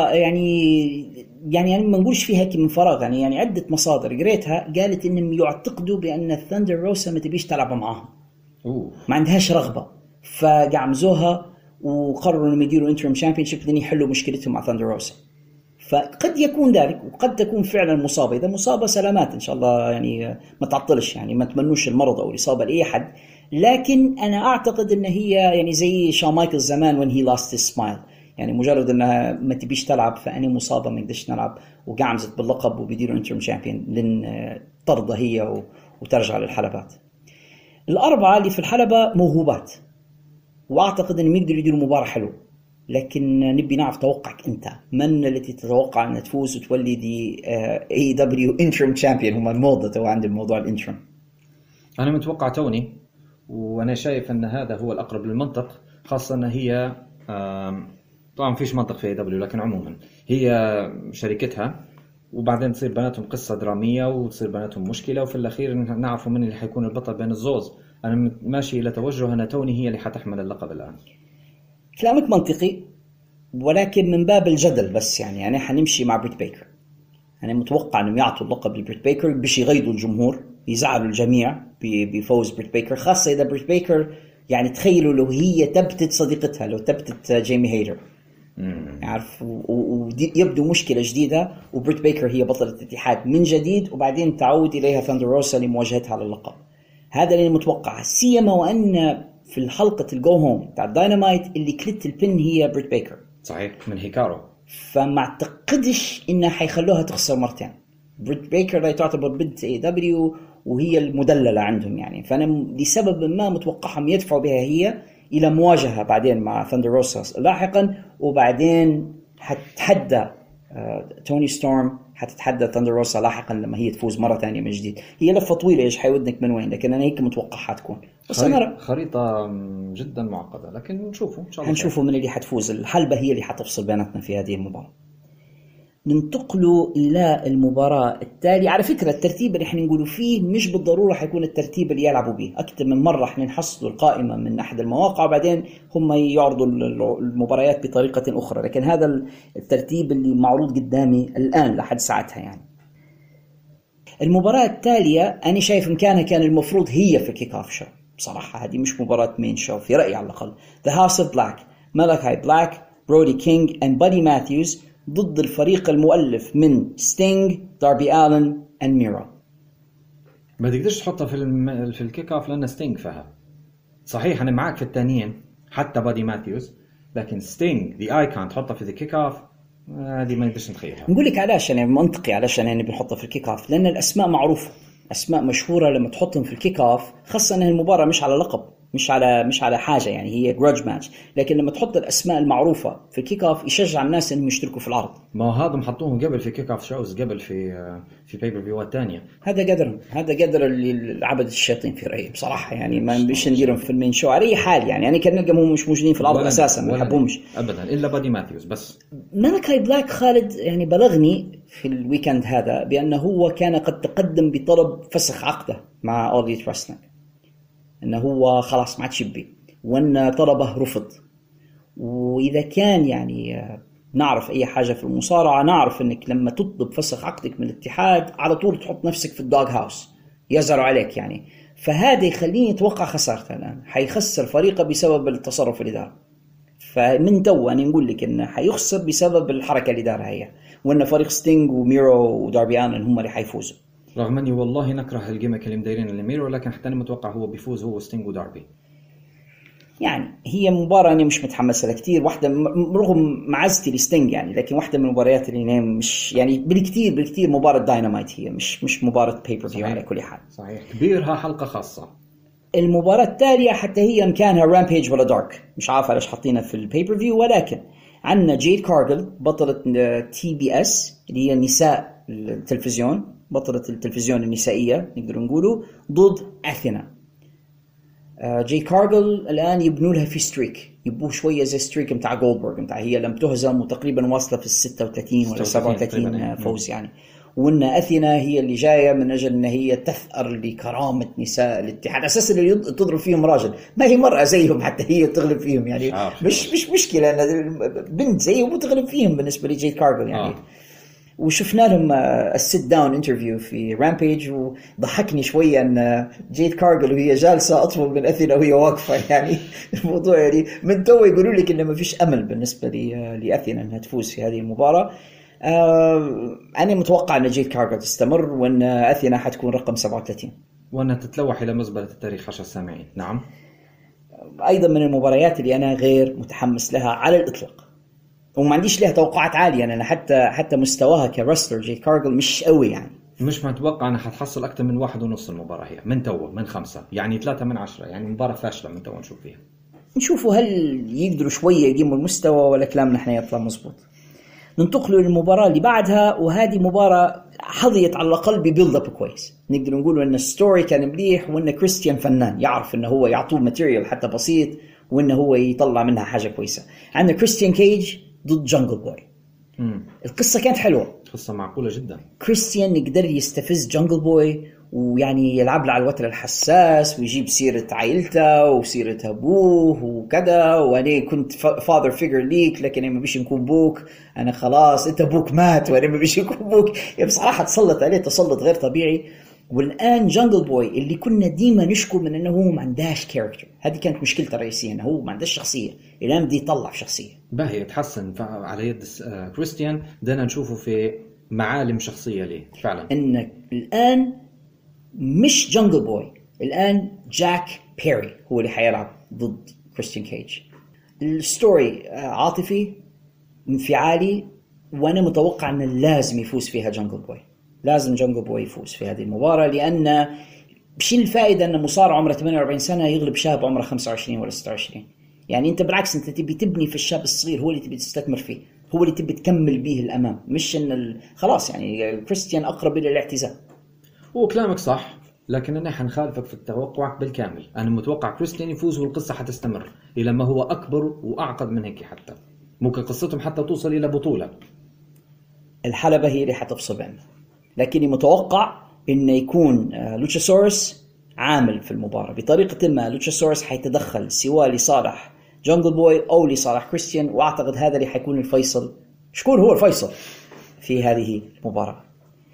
ويعني ما نقولش فيها هيك من فراغ. يعني عدة مصادر قريتها قالت إنهم يعتقدوا بأن ثاندر روسا ما تبيش تلعب معاهم، ما عندهاش رغبة، فقعمزوها وقرروا إنهم يديروا انترم شامبيونشيب لين يحلوا مشكلتهم مع ثاندر روسا. فقد يكون ذلك، وقد تكون فعلا مصابة. إذا مصابة سلامات إن شاء الله، يعني ما تعطلش، يعني ما تمنوش المرض أو الإصابة لأي حد. لكن أنا أعتقد أن هي يعني زي شون مايكلز زمان when he lost his smile، يعني مجرد أنها ما تبيش تلعب فأنا مصابة ما يقدرش نلعب، وقعمزت باللقب وبيديروا انترم شامبيون لن ترضى هي وترجع للحلبات. الأربعة اللي في الحلبة موهوبات، وأعتقد أنهم يقدروا يديروا مباراة حلوة. لكن نبي نعرف توقعك أنت، من التي تتوقع أن تفوز وتولي دي AEW Interim Champion؟ هم الموضة تو عند الموضوع الانترم. أنا متوقع توني، وأنا شايف أن هذا هو الأقرب للمنطق، خاصة أن هي طبعا فيش منطق في AEW، لكن عموما هي شركتها، وبعدين تصير بيناتهم قصة درامية وتصير بيناتهم مشكلة، وفي الأخير نعرفوا من اللي حيكون البطل بين الزوز. أنا ماشي إلى توجه أن توني هي اللي حتحمل اللقب الآن. كلامك منطقي، ولكن من باب الجدل بس. يعني حنمشي مع بريت بيكر. أنا متوقع أنهم يعطوا اللقب لبريت بيكر بش يغيظوا الجمهور، يزعلوا الجميع بفوز بريت بيكر، خاصة إذا بريت بيكر يعني تخيلوا لو هي تبتت صديقتها، لو تبتت جيمي هيدر، عارف، ويبدو مشكلة جديدة، وبريت بيكر هي بطلة الاتحاد من جديد، وبعدين تعود إليها ثاندر روسا لمواجهتها على اللقب. هذا اللي متوقع، سيما وأن في الحلقة الجو هوم بتاع الداينامايت اللي كلت البن هي بريت بيكر، صحيح، من هيكارو. فما اعتقدش إنها حيخلوها تخسر مرتين. بريت بيكر لا تعتبر بنت AEW، وهي المدللة عندهم يعني. فأنا لسبب ما متوقعهم يدفعوا بها هي إلى مواجهة بعدين مع ثاندر روسا لاحقا، وبعدين حتتحدى توني ستورم، حتتحدى ثاندر روسا لاحقا لما هي تفوز مرة ثانية من جديد. هي لفة طويلة إيش حيودنك من وين، لكن أنا هيك متوقع حتكون. بس أنا خريطة جدا معقدة، لكن نشوفه إن شاء الله. هنشوفه من اللي حتفوز. الحلبة هي اللي حتفصل بيناتنا في هذه المباراة. ننتقلوا إلى المباراة التالية. على فكرة الترتيب اللي احنا نقوله فيه مش بالضرورة حيكون الترتيب اللي يلعبوا به. أكثر من مرة احنا نحصلوا القائمة من أحد المواقع وبعدين هم يعرضوا المباريات بطريقة أخرى، لكن هذا الترتيب اللي معروض قدامي الآن لحد ساعتها يعني. المباراة التالية أنا شايف مكانها كان المفروض هي في كيك أوف شو. بصراحة هذه مش مباراة مين شو في رأيي على الأقل. The House of Black، مالاكاي بلاك، برودي كينج and بادي ماثيوز ضد الفريق المؤلف من ستينج، داربي آلن and ميرو. ما تقدرش تحطها في الكيك اوف لأن ستينج فيها. صحيح أنا معاك في الثانيين حتى بادي ماثيوز، لكن ستينج the icon تحطها في الكيك اوف هذه ما نقدرش نتخيلها. نقول لك علاش يعني منطقي علاش يعني بنحطها في الكيك اوف، لأن الأسماء معروفة، أسماء مشهورة. لما تحطهم في الكيك اوف خاصة أن المباراة مش على لقب، مش على حاجة يعني، هي جراج ماتش، لكن لما تحط الأسماء المعروفة في الكيك اوف يشجع الناس إنهم يشتركوا في العرض. ما هذا محطوهم قبل في كيك اوف شوز، قبل في بيبر فيوات تانية. هذا قدر اللي عبد الشياطين في رأيي بصراحة يعني. ما بيش نديرهم في المين شو على أي حال يعني. أنا كان نلقاهم مش موجودين في العرض أساسا، ما نحبهمش أبدا إلا بادي ماثيوز بس. مالاكاي بلاك خالد يعني بلغني في الويكند هذا بأنه هو كان قد تقدم بطلب فسخ عقده مع All Elite Wrestling، انه هو خلاص ما عادش يبي، وان طلبه رفض. واذا كان يعني نعرف اي حاجه في المصارعه، نعرف انك لما تطلب فسخ عقدك من الاتحاد على طول تحط نفسك في الدوغ هاوس، يزرعوا عليك يعني. فهذا يخليني اتوقع خسارته الان، حيخسر فريقه بسبب التصرف اللي دار. فمن تو انا نقول لك انه حيخسر بسبب الحركه اللي دارها هي، وان فريق ستينج وميرو وداربي آلن هم اللي حيفوزوا. رغم اني والله نكره الجيمك اللي مدايرين لميرو، لكن حتى انا متوقع هو بيفوز، هو ستينج وداربي. يعني هي مباراة أنا مش متحمس لها كتير، واحدة رغم معزتي لستينج يعني، لكن واحدة من المباريات اللي مش يعني بالكتير مباراة داينامايت، هي مش مباراة بيبر فيو على كل حال. صحيح كبيرها حلقة خاصة. المباراة التالية حتى هي مكانها رامبيج ولا دارك، مش عارف ليش حاطينها في البيبر فيو، ولكن عندنا جيد كارجل بطلة تي بي اس اللي هي نساء التلفزيون، بطلة التلفزيون النسائية نقدر نقوله، ضد أثينا. جي كارجل الآن يبنوا لها في ستريك، يبوه شوية زي ستريك متاع جولدبرغ متاع هي لم تهزم وتقريبا واصلة في 36 ولا 37 فوز يعني. وإن أثينا هي اللي جاية من أجل أن هي تثأر لكرامة نساء الاتحاد، أساسا اللي تضرب فيهم راجل، ما هي مرأة زيهم حتى هي تغلب فيهم يعني. مش مشكلة أن بنت زيهم وتغلب فيهم بالنسبة لجي كارجل يعني. وشفنا لهم السيت داون انترفيو في رامبيج، وضحكني شويه ان جيد كارجل وهي جالسه اطول من اثينا وهي واقفه يعني. الموضوع يعني من تو يقولوا لك انه ما فيش امل بالنسبه لاثينا انها تفوز في هذه المباراه. انا متوقع ان جيد كارجل تستمر، وان اثينا حتكون رقم 37 وانها تتلوح الى مزبله التاريخ 10 سامعين. نعم، ايضا من المباريات اللي انا غير متحمس لها على الاطلاق، وما عنديش لها توقعات عالية. أنا حتى مستواها كرسلر جيد كارجل مش قوي يعني. مش متوقع أنها حتحصل أكثر من 1.5 المباراة هي من توه من 5 يعني 3 من 10 يعني مباراة فاشلة من توه. نشوف فيها، نشوفوا هل يقدروا شوية يقيموا المستوى ولا كلامنا احنا يطلع مزبوط. ننتقلوا للمباراة اللي بعدها، وهذه مباراة حظيت على الأقل ببيلد اب كويس. نقدر نقول أن الستوري كان مليح، وأن كريستيان فنان يعرف أنه هو يعطوه ماتيريال حتى بسيط، وأنه هو يطلع منها حاجة كويسة. عندنا كريستيان كيج ضد جانجل بوي. القصة كانت حلوة، قصة معقولة جدا. كريستيان يقدر يستفز جانجل بوي، ويعني يلعب له على الوتر الحساس، ويجيب سيرة عائلته وسيرة أبوه وكذا، وأنا كنت فاذر فيجر ليك لكن أنا ما بيش نكون بوك، أنا خلاص أنت بوك مات وأنا ما بيش نكون بوك. يعني بصراحة تسلط عليه تسلط غير طبيعي. والآن جانجل بوي اللي كنا ديما نشكو من أنه هو ما عندهاش كاركتر، هذه كانت مشكلته الرئيسية، أنه هو ما عندهاش شخصية، الآن بدي يطلع شخصية باهي يتحسن على يد كريستيان. دانا نشوفه في معالم شخصية ليه فعلا. إنك الآن مش جانجل بوي، الآن جاك بيري هو اللي حيلعب ضد كريستيان كيج. الستوري عاطفي انفعالي، وأنا متوقع أنه لازم يفوز فيها جانجل بوي. لازم جونجل بوي يفوز في هذه المباراة، لأن بشي الفائدة أن مصارع عمره 48 سنة يغلب شاب عمره 25 ولا 26. يعني أنت بالعكس أنت تبي تبني في الشاب الصغير، هو اللي تبي تستثمر فيه، هو اللي تبي تكمل به الأمام، مش إن خلاص يعني كريستيان أقرب إلى الاعتزال. وكلامك صح، لكن أنا حنخالفك في التوقع بالكامل. أنا متوقع كريستيان يفوز والقصة حتستمر إلى ما هو أكبر وأعقد من هيك، حتى ممكن قصتهم حتى توصل إلى بطولة. الحلبة هي اللي حتفصل بينهم، لكني متوقع إنه يكون لوتشاسورس عامل في المباراة بطريقة ما. لوتشاسورس حيتدخل سواء لصالح جونجل بوي أو لصالح كريستيان، وأعتقد هذا اللي حيكون الفيصل. شكون هو الفيصل في هذه المباراة؟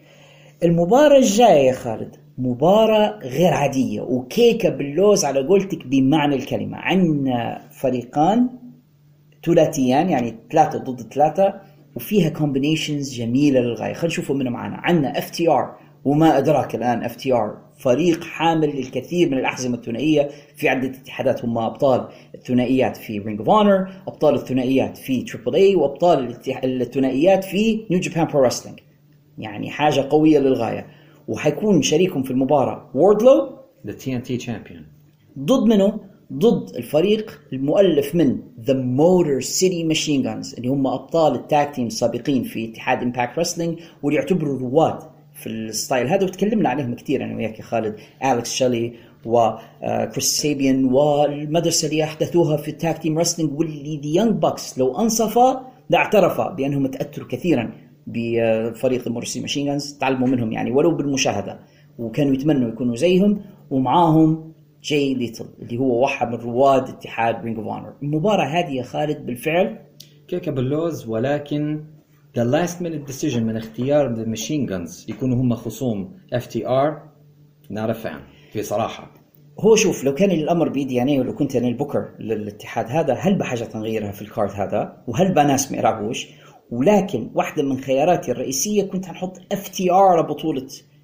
المباراة الجاية يا خالد مباراة غير عادية وكيكة باللوز على قولتك بمعنى الكلمة. عندنا فريقان ثلاثيان، يعني 3 ضد 3، وفيها كومبينيشنز جميلة للغاية. خلينا نشوفه منه معنا. عندنا FTR، وما أدراك الآن FTR فريق حامل للكثير من الأحزمة الثنائية في عدة اتحادات. هم أبطال الثنائيات في Ring of Honor، أبطال الثنائيات في AAA، وأبطال الثنائيات في New Japan Pro Wrestling. يعني حاجة قوية للغاية. وحيكون شريكهم في المباراة ووردلو the TNT champion ضد منه؟ ضد الفريق المؤلف من The Motor City Machine Guns، اللي هم أبطال التاك تيم السابقين في اتحاد إمباكت رسلينج، واللي يعتبروا رواد في الستايل هذا، وتكلمنا عليهم كثير أنا وياك يا خالد. أليكس شيلي وكريس سابيان والمدرسة اللي أحدثوها في التاك تيم رسلينج، واللي The Young Bucks لو أنصفا لاعترفا بأنهم تأثروا كثيرا بفريق المورسي ماشين جانز، تعلموا منهم يعني ولو بالمشاهدة، وكانوا يتمنوا يكونوا زيهم. ومعاهم جاي ليتل اللي هو واحد من رواد اتحاد رينج اوف اونر. المباراة هذه يا خالد بالفعل كيكة باللوز، ولكن the last minute decision من اختيار the machine guns يكونوا هم خصوم FTR نعرفها في صراحة. هو شوف، لو كان الأمر بيدي يعني، ولو كنت أنا البوكر للاتحاد هذا، هل بحاجة تغييرها في الكارد هذا، وهل بناس ما يلعبوش؟ ولكن واحدة من خياراتي الرئيسية كنت هنحط FTR على بطولة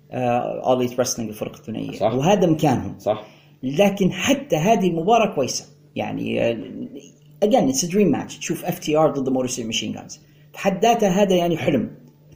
All Elite Wrestling الفرق الثنائية، صح. وهذا مكانهم صح. لكن حتى هذه المباراة كويسة يعني. again it's a dream match. تشوف FTR ضد Motor City Machine Guns تحداتا، هذا يعني حلم.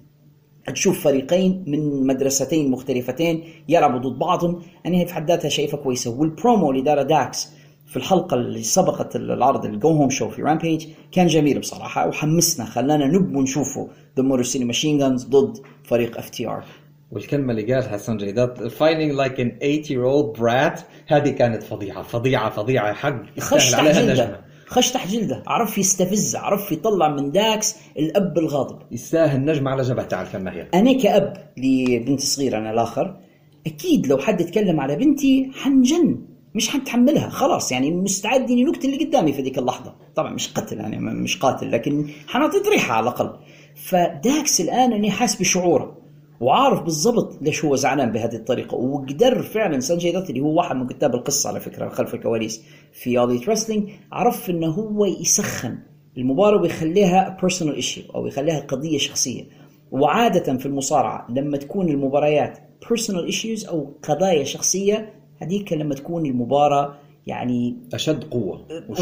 تشوف فريقين من مدرستين مختلفتين يلعبوا ضد بعضهم، أنا في حداتها شايفة كويسة. والبرومو اللي دار داكس في الحلقة اللي سبقت العرض الجو هوم شو في رامبيج كان جميل بصراحة، وحمسنا، خلانا نبغى نشوفه The Motor City Machine Guns ضد فريق FTR. والكلمة اللي قالها سانجي ذات fighting like an 8-year-old brat، هذه كانت فضيعة حق يستاهل عليها نجمة. خشتح جلده، عرف يستفز، عرف يطلع من داكس الأب الغاضب، يستاهل نجمة على جبهته على الكلمة هي. أنا كأب لبنت صغيرة أنا الآخر، أكيد لو حد يتكلم على بنتي حنجن، مش حنتحملها خلاص. يعني مستعد إني نقتل اللي قدامي في ذيك اللحظة. طبعا مش قتل، يعني مش قاتل، لكن حنعطي ريحة على الأقل. فداكس الآن أنا حاس بشعوره وعارف بالضبط ليش هو زعلان بهذه الطريقة. وقدر فعلا سانجي دات اللي هو واحد من كتاب القصة على فكرة خلف الكواليس في All Elite Wrestling، عرف إنه هو يسخن المباراة ويخليها personal issue أو يخليها قضية شخصية. وعادة في المصارعة لما تكون المباريات personal issues أو قضايا شخصية، هذيك لما تكون المباراة يعني أشد قوة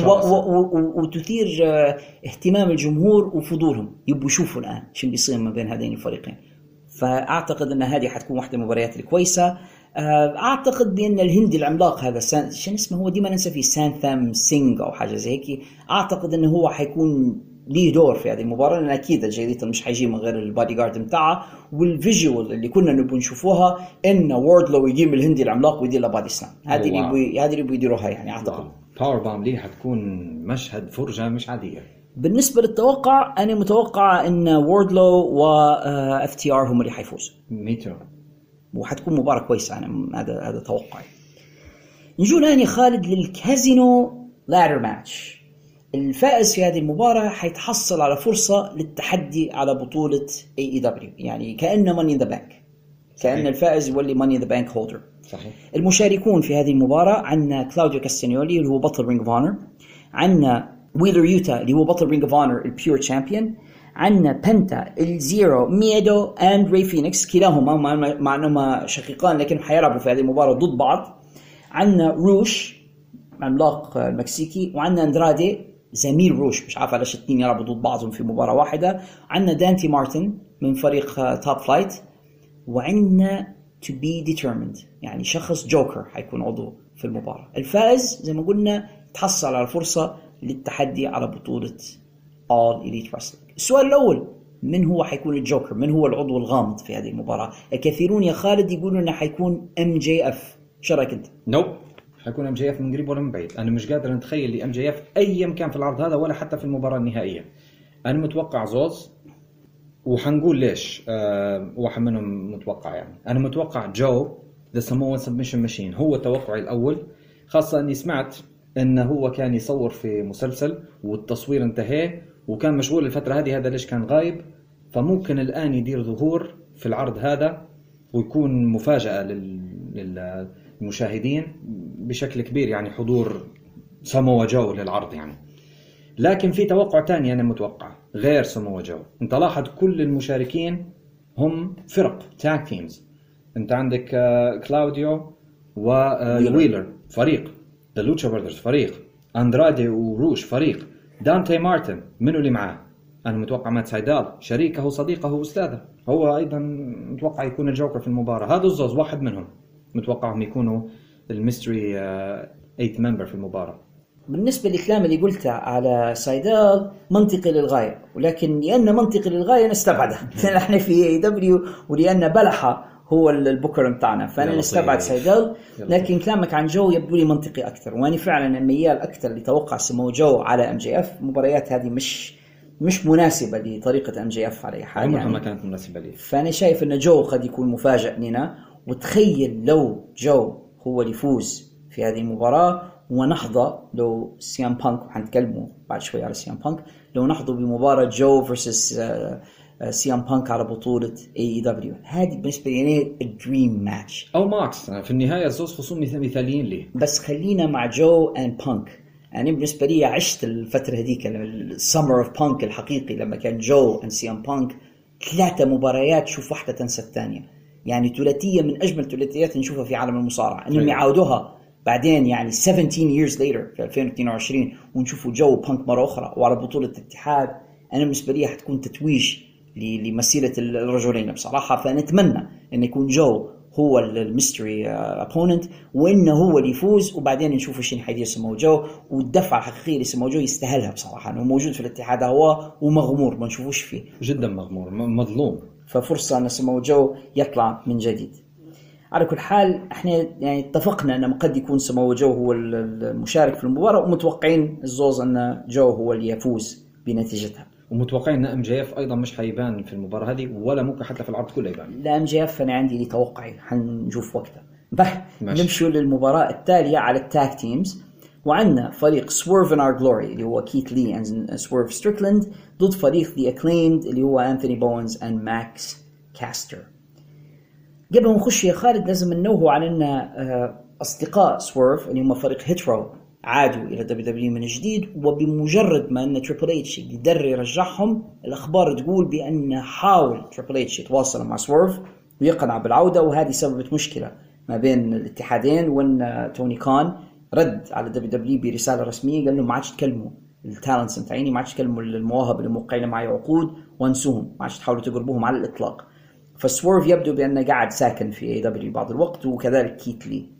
وتثير اهتمام الجمهور وفضولهم، يبوا يشوفوا الآن شو بيصير ما بين هذين الفريقين. فأعتقد أن هذه حتكون واحدة من المباريات الكويسة. أعتقد بأن الهندي العملاق هذا شو اسمه، هو ديما ننسى فيه، سانثام سينغ أو حاجة زي هيك، أعتقد أنه هو حيكون ليه دور في هذه المباراة، لأن أكيد الجديد مش حيجي من غير البادي جارد متاعه. والفيجوال اللي كنا نبغى نشوفوها إن ووردلو يجيب الهندي العملاق ويدير له بادي سلام، هذه اللي بيديروها يعني. أعتقد باور بام ليه حتكون مشهد فرجة مش عادية. بالنسبة للتوقع، أنا متوقع إن ووردلو و FTR هم اللي حيفوز. ميتو. وحتكون مباراة كويسة، أنا هذا توقعي. نجول الآن يا خالد للكازينو لادر ماتش. الفائز في هذه المباراة حيتحصل على فرصة للتحدي على بطولة AEW، يعني كأنه Money in the Bank، كأن الفائز يولي Money in the Bank holder. صحيح. المشاركون في هذه المباراة عندنا كلاوديو كاستانيولي اللي هو بطل Ring of Honor، عندنا ويلر يوتا اللي هو بطل رينج اوف اونر البيور تشامبيون، عندنا بنتا الزيرو ميدو اند ري فينيكس، كلاهما مع انهما شقيقان لكن حيلعبوا في هذه المباراه ضد بعض. عندنا روش عملاق المكسيكي، وعندنا اندرادي زميل روش، مش عارف علاش الاثنين يلعبوا ضد بعضهم في مباراه واحده. عندنا دانتي مارتن من فريق توب فلايت، وعندنا to be determined، يعني شخص جوكر حيكون عضو في المباراة. الفائز زي ما قلنا تحصل على فرصة للتحدي على بطولة All Elite Wrestling. السؤال الأول، من هو حيكون الجوكر؟ من هو العضو الغامض في هذه المباراة؟ الكثيرون يا خالد يقولون انه حيكون MJF، شو رايك انت؟ نوب، حيكون MJF من قريب ولا من بعيد. انا مش قادر اتخيل لي MJF اي مكان في العرض هذا ولا حتى في المباراة النهائية. انا متوقع زوز، وحنقول ليش واحد منهم متوقع. يعني انا متوقع جو The Samoan Submission Machine، هو توقعي الاول، خاصة اني سمعت انه هو كان يصور في مسلسل والتصوير انتهى وكان مشغول الفترة هذه، هذا ليش كان غايب. فممكن الآن يدير ظهور في العرض هذا ويكون مفاجأة للمشاهدين بشكل كبير، يعني حضور ساموا جو للعرض يعني. لكن في توقع تاني أنا متوقع غير ساموا جو. انت لاحظ كل المشاركين هم فرق تاج تيمز. انت عندك كلاوديو وويلر فريق، The Lucha Brothers فريق، أندرادي وروش فريق، دانتي مارتن منو اللي معاه؟ أنا متوقع مات سايدال شريكه وصديقه وأستاذه، هو أيضا متوقع يكون الجوكر في المباراة. هذا الزوز واحد منهم متوقعهم يكونوا الميستري 8 ممبر في المباراة. بالنسبة للكلام اللي قلته على سايدال منطقي للغاية، ولكن لأن منطقي للغاية نستبعده احنا في AEW، ولأن بلحة هو البوكر متاعنا فأنا نستبعد سايدال. لكن كلامك عن جو يبدو لي منطقي أكثر، وأنا فعلا ميال أكثر لتوقع سمو جو على MJF. مباريات هذه مش مناسبة لطريقة MJF على أي حال، عمرها يعني ما كانت مناسبة لي. فأنا شايف أن جو قد يكون مفاجئ لنا. وتخيل لو جو هو اللي يفوز في هذه المباراة ونحظى لو سيام بانك، وحنتكلموا بعد شوي على سيام بانك، لو نحظى بمباراة جو versus سيام بانك على بطولة AEW. هذه بالنسبة لي الدريم ماتش، أو ماكس في النهاية زوز خصوم مثاليين لي. بس خلينا مع جو and بانك. يعني بالنسبة لي عشت الفترة هذيك السمر اوف بانك الحقيقي، لما كان جو and سيام بانك 3 مباريات شوف واحدة تنسى الثانية، يعني ثلاثية من أجمل ثلاثيات نشوفها في عالم المصارعة. إنهم يعودوها بعدين يعني 17 years later في 2022 ونشوفوا جو بانك مرة أخرى وعلى بطولة الاتحاد. أنا بالنسبة لي حتكون تتويج لمسيرة الرجلين بصراحة. فنتمنى أن يكون جو هو الميستري أبوننت وإنه هو اللي يفوز، وبعدين نشوف إيش حيدير سمو جو. والدفعة الحقيقية لسمو جو يستاهلها بصراحة، أنه موجود في الاتحاد هو ومغمور ما نشوفوش فيه، جدا مغمور مظلوم. ففرصة أن سمو جو يطلع من جديد. على كل حال احنا يعني اتفقنا أن قد يكون سمو جو هو المشارك في المباراة، ومتوقعين الزوز أن جو هو اللي يفوز بنتيجتها، ومتوقعين ان MJF ايضا مش حيبان في المباراه هذه ولا ممكن حتى في العرض كله يبان. لا MJF انا عندي لي توقعي حنشوف وقتها. نمشي للمباراه التاليه على التاج تيمز، وعندنا فريق Swerve in Our Glory اللي هو كيت لي and Swerve Strickland ضد فريق The Acclaimed اللي هو أنثوني بونز and Max Caster. قبل ما نخش يا خالد لازم ننوه على ان اصدقاء Swerve اللي هم فريق هيترو عادوا إلى WWE من جديد، وبمجرد ما أن تريبل اتش يقدر يرجعهم، الأخبار تقول بأن حاول تريبل اتش يتواصل مع سويرف ويقنع بالعودة، وهذه سببت مشكلة ما بين الاتحادين. وأن توني كان رد على WWE برسالة رسمية قال له ما عادش تكلموا التالنتس متاعيني، ما عادش تكلموا المواهب اللي موقعين معي عقود وانسوهم، ما عادش تحاولوا تقربوهم على الإطلاق. فسويرف يبدو بأنه قاعد ساكن في WWE بعض الوقت، وكذلك كيت لي.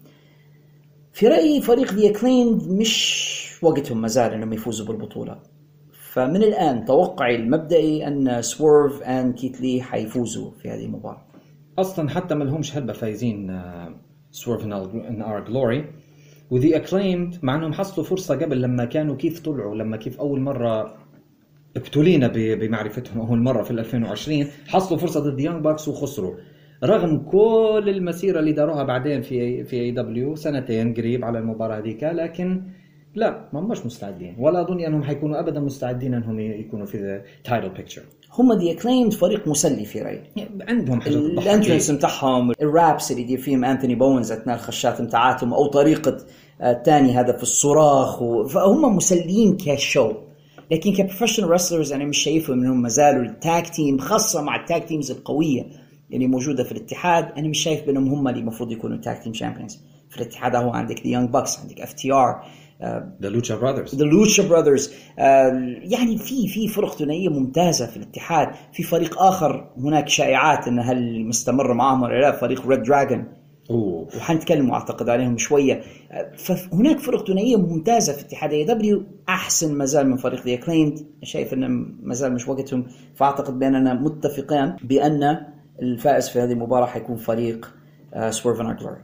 في رأيي فريق The Acclaimed مش وقتهم مازال انهم يفوزوا بالبطولة، فمن الآن توقعي المبدئي أن سويرف and كيت لي حيفوزوا في هذه المباراة. أصلا حتى ما لهمش هلبة فايزين سويرف in Our Glory وذي Acclaimed، مع أنهم حصلوا فرصة قبل لما كانوا كيف طلعوا، لما كيف أول مرة ابتلينا بمعرفتهم أول مرة في 2020 حصلوا فرصة ضد يانج باكس وخسروا، رغم كل المسيرة اللي داروها بعدين في AEW 2 قريب على المباراة هذيك. لكن لا، ما مش مستعدين، ولا أظن أنهم حيكونوا أبدا مستعدين أنهم يكونوا في title picture. هم The Acclaimed فريق مسلي في رأيي، عندهم حاجات الانترنس متاعهم، الرابس اللي يدير فيهم أنثوني بونز أثناء الخشات متاعاتهم، أو طريقة تاني هذا في الصراخ فهم مسليين كشو. لكن كبروفيشنال رسلرز أنا مش شايفهم إنهم مازالوا التاج تيم، خاصة مع التاج تيمز القوية اللي موجودة في الاتحاد. أنا مش شايف بأنهم هم اللي مفروض يكونوا تاج تيم شامبيونز في الاتحاد. هو عندك The Young Bucks، عندك FTR، The Lucha Brothers. يعني في فرق ثنائية ممتازة في الاتحاد. في فريق آخر هناك شائعات إن هل مستمر معهم ولا لا، فريق ريد دراجون، وحنتكلم أعتقد عليهم شوية. فهناك فرق ثنائية ممتازة في اتحاد AEW، أحسن مازال من فريق The Acclaimed. شايف إنه مازال مش وقتهم، فأعتقد بأننا متفقين بأن الفائز في هذه المباراة حيكون فريق Swerve and Our Glory.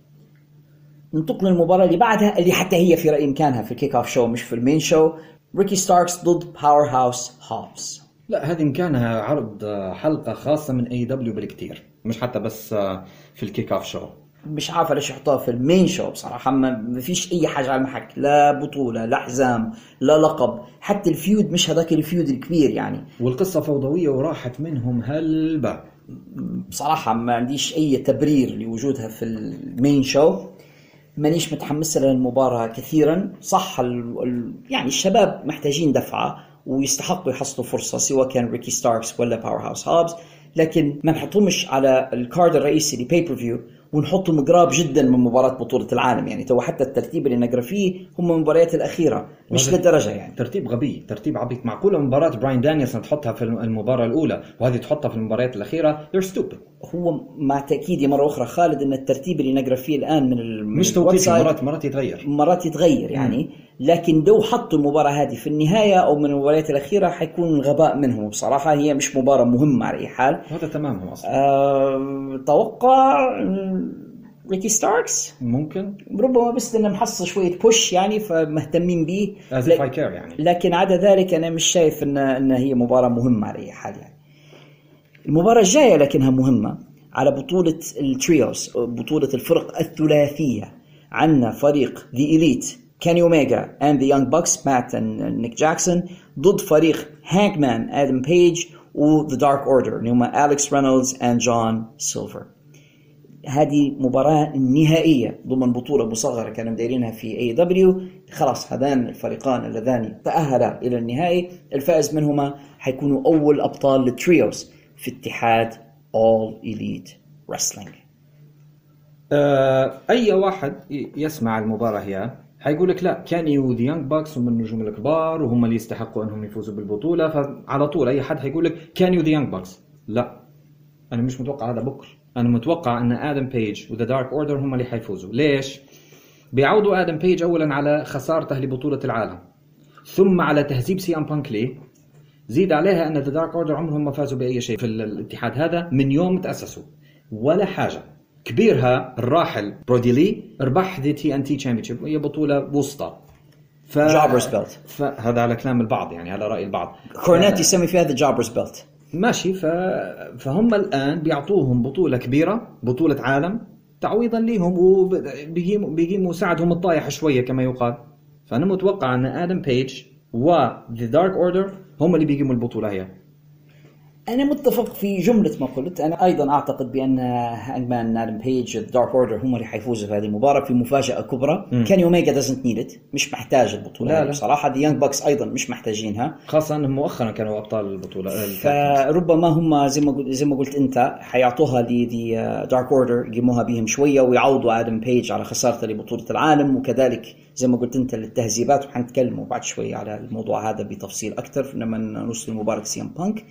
ننتقل للمباراة اللي بعدها، اللي حتى هي في رأيي مكانها في الكيك اوف شو مش في المين شو. ريكي ستاركس ضد باور هاوس هوبز. لا، هذه مكانها عرض حلقة خاصة من AEW بالكتير، مش حتى بس في الكيك اوف شو. مش عارفة ليش يحطوها في المين شو بصراحة. ما فيش أي حاجة على المحك، لا بطولة لا حزام لا لقب، حتى الفيود مش هذاك الفيود الكبير يعني. والقصة فوضوية وراحت منهم هلبة. بصراحة ما عنديش أي تبرير لوجودها في المين شو. مانيش متحمس للمباراة كثيرا. صح يعني الشباب محتاجين دفعة ويستحقوا يحصلوا فرصة، سواء كان ريكي ستاركس ولا باور هاوس هوبز، لكن ما نحطهمش على الكارد الرئيسي لباي بير فيو ونحطهم قراب جدا من مباراة بطولة العالم. يعني تو حتى الترتيب اللي نقرأ فيه هم المباريات الأخيرة، مش للدرجة يعني. ترتيب غبي، ترتيب عبيط. معقولة مباراة براين دانيالسون تحطها في المباراة الأولى وهذه تحطها في المباريات الأخيرة؟ They're stupid. هو مع تأكيدي مرة أخرى خالد إن الترتيب اللي نقرأ فيه الآن من مش توقيت، مرات يتغير يعني. لكن لو حطوا المباراة هذه في النهاية أو من المباريات الأخيرة حيكون غباء منهم بصراحة. هي مش مباراة مهمة على أي حال. هذا تمامهم أصلا. توقع ريكي ستاركس ممكن ربما بس إنه محصل شوية بوش يعني، فمهتمين به يعني. لكن عدا ذلك أنا مش شايف إن هي مباراة مهمة على أي حال يعني. المباراة الجاية لكنها مهمة على بطولة التريوس، بطولة الفرق الثلاثية. عندنا فريق The Elite كيني أوميجا and the Young Bucks Matt and Nick Jackson ضد فريق Hangman Adam Page و The Dark Order اللي هم أليكس رينولدز and John Silver. هذه مباراة نهائية ضمن بطولة مصغرة كانوا مديرينها في AEW. خلاص هذان الفريقان اللذان تأهلا إلى النهائي. الفائز منهما حيكونوا أول أبطال للتريوس في اتحاد All Elite Wrestling. أي واحد يسمع المباراة هي حيقول لك لا، كاني وذي يانج باكس هم النجوم الكبار وهم اللي يستحقوا أنهم يفوزوا بالبطولة. فعلى طول أي حد حيقول لك كاني وذي يانج باكس. لا، أنا مش متوقع هذا بكرة. أنا متوقع أن آدم بيج وذا دارك أوردر هم اللي حيفوزوا. ليش؟ بيعودوا آدم بيج أولا على خسارته لبطولة العالم، ثم على تهذيب سي أم بانك ليه. زيد عليها أن ذا دارك أوردر عمرهم ما فازوا بأي شيء في الاتحاد هذا من يوم تأسسوا ولا حاجة. كبيرها الراحل برودي لي ربح ذي TNT Championship، وهي بطولة وسطى. جابرز بيلت. فهذا على كلام البعض يعني، على رأي البعض. كورنيت يسمي فيها ذا جابرز بيلت. ماشي. فهم الآن بيعطوهم بطولة كبيرة، بطولة عالم تعويضا لهم، وبيقيموا مساعدهم الطايح شوية كما يقال. فأنا متوقع أن آدم بيج و The Dark Order هم اللي بيقيموا البطولة هي. أنا متفق في جملة ما قلت. أنا أيضا أعتقد بأن هانجمان آدم بيج The Dark Order هم اللي حيفوزوا في هذه المباراة في مفاجأة كبرى. كاني أوميجا doesn't need it، مش محتاج البطولة بصراحة. The Young Bucks أيضا مش محتاجينها، خاصة أنهم مؤخرا كانوا أبطال البطولة. فربما هم زي ما قلت أنت حيعطوها لذي Dark Order، يقيموها بهم شوية ويعوضوا آدم بيج على خسارته لبطولة العالم، وكذلك زي ما قلت أنت للتهذيبات. وحنتكلموا بعد شوية على الموضوع هذا بتفصيل أكثر لما نوصل لمباراة سي ام بانك.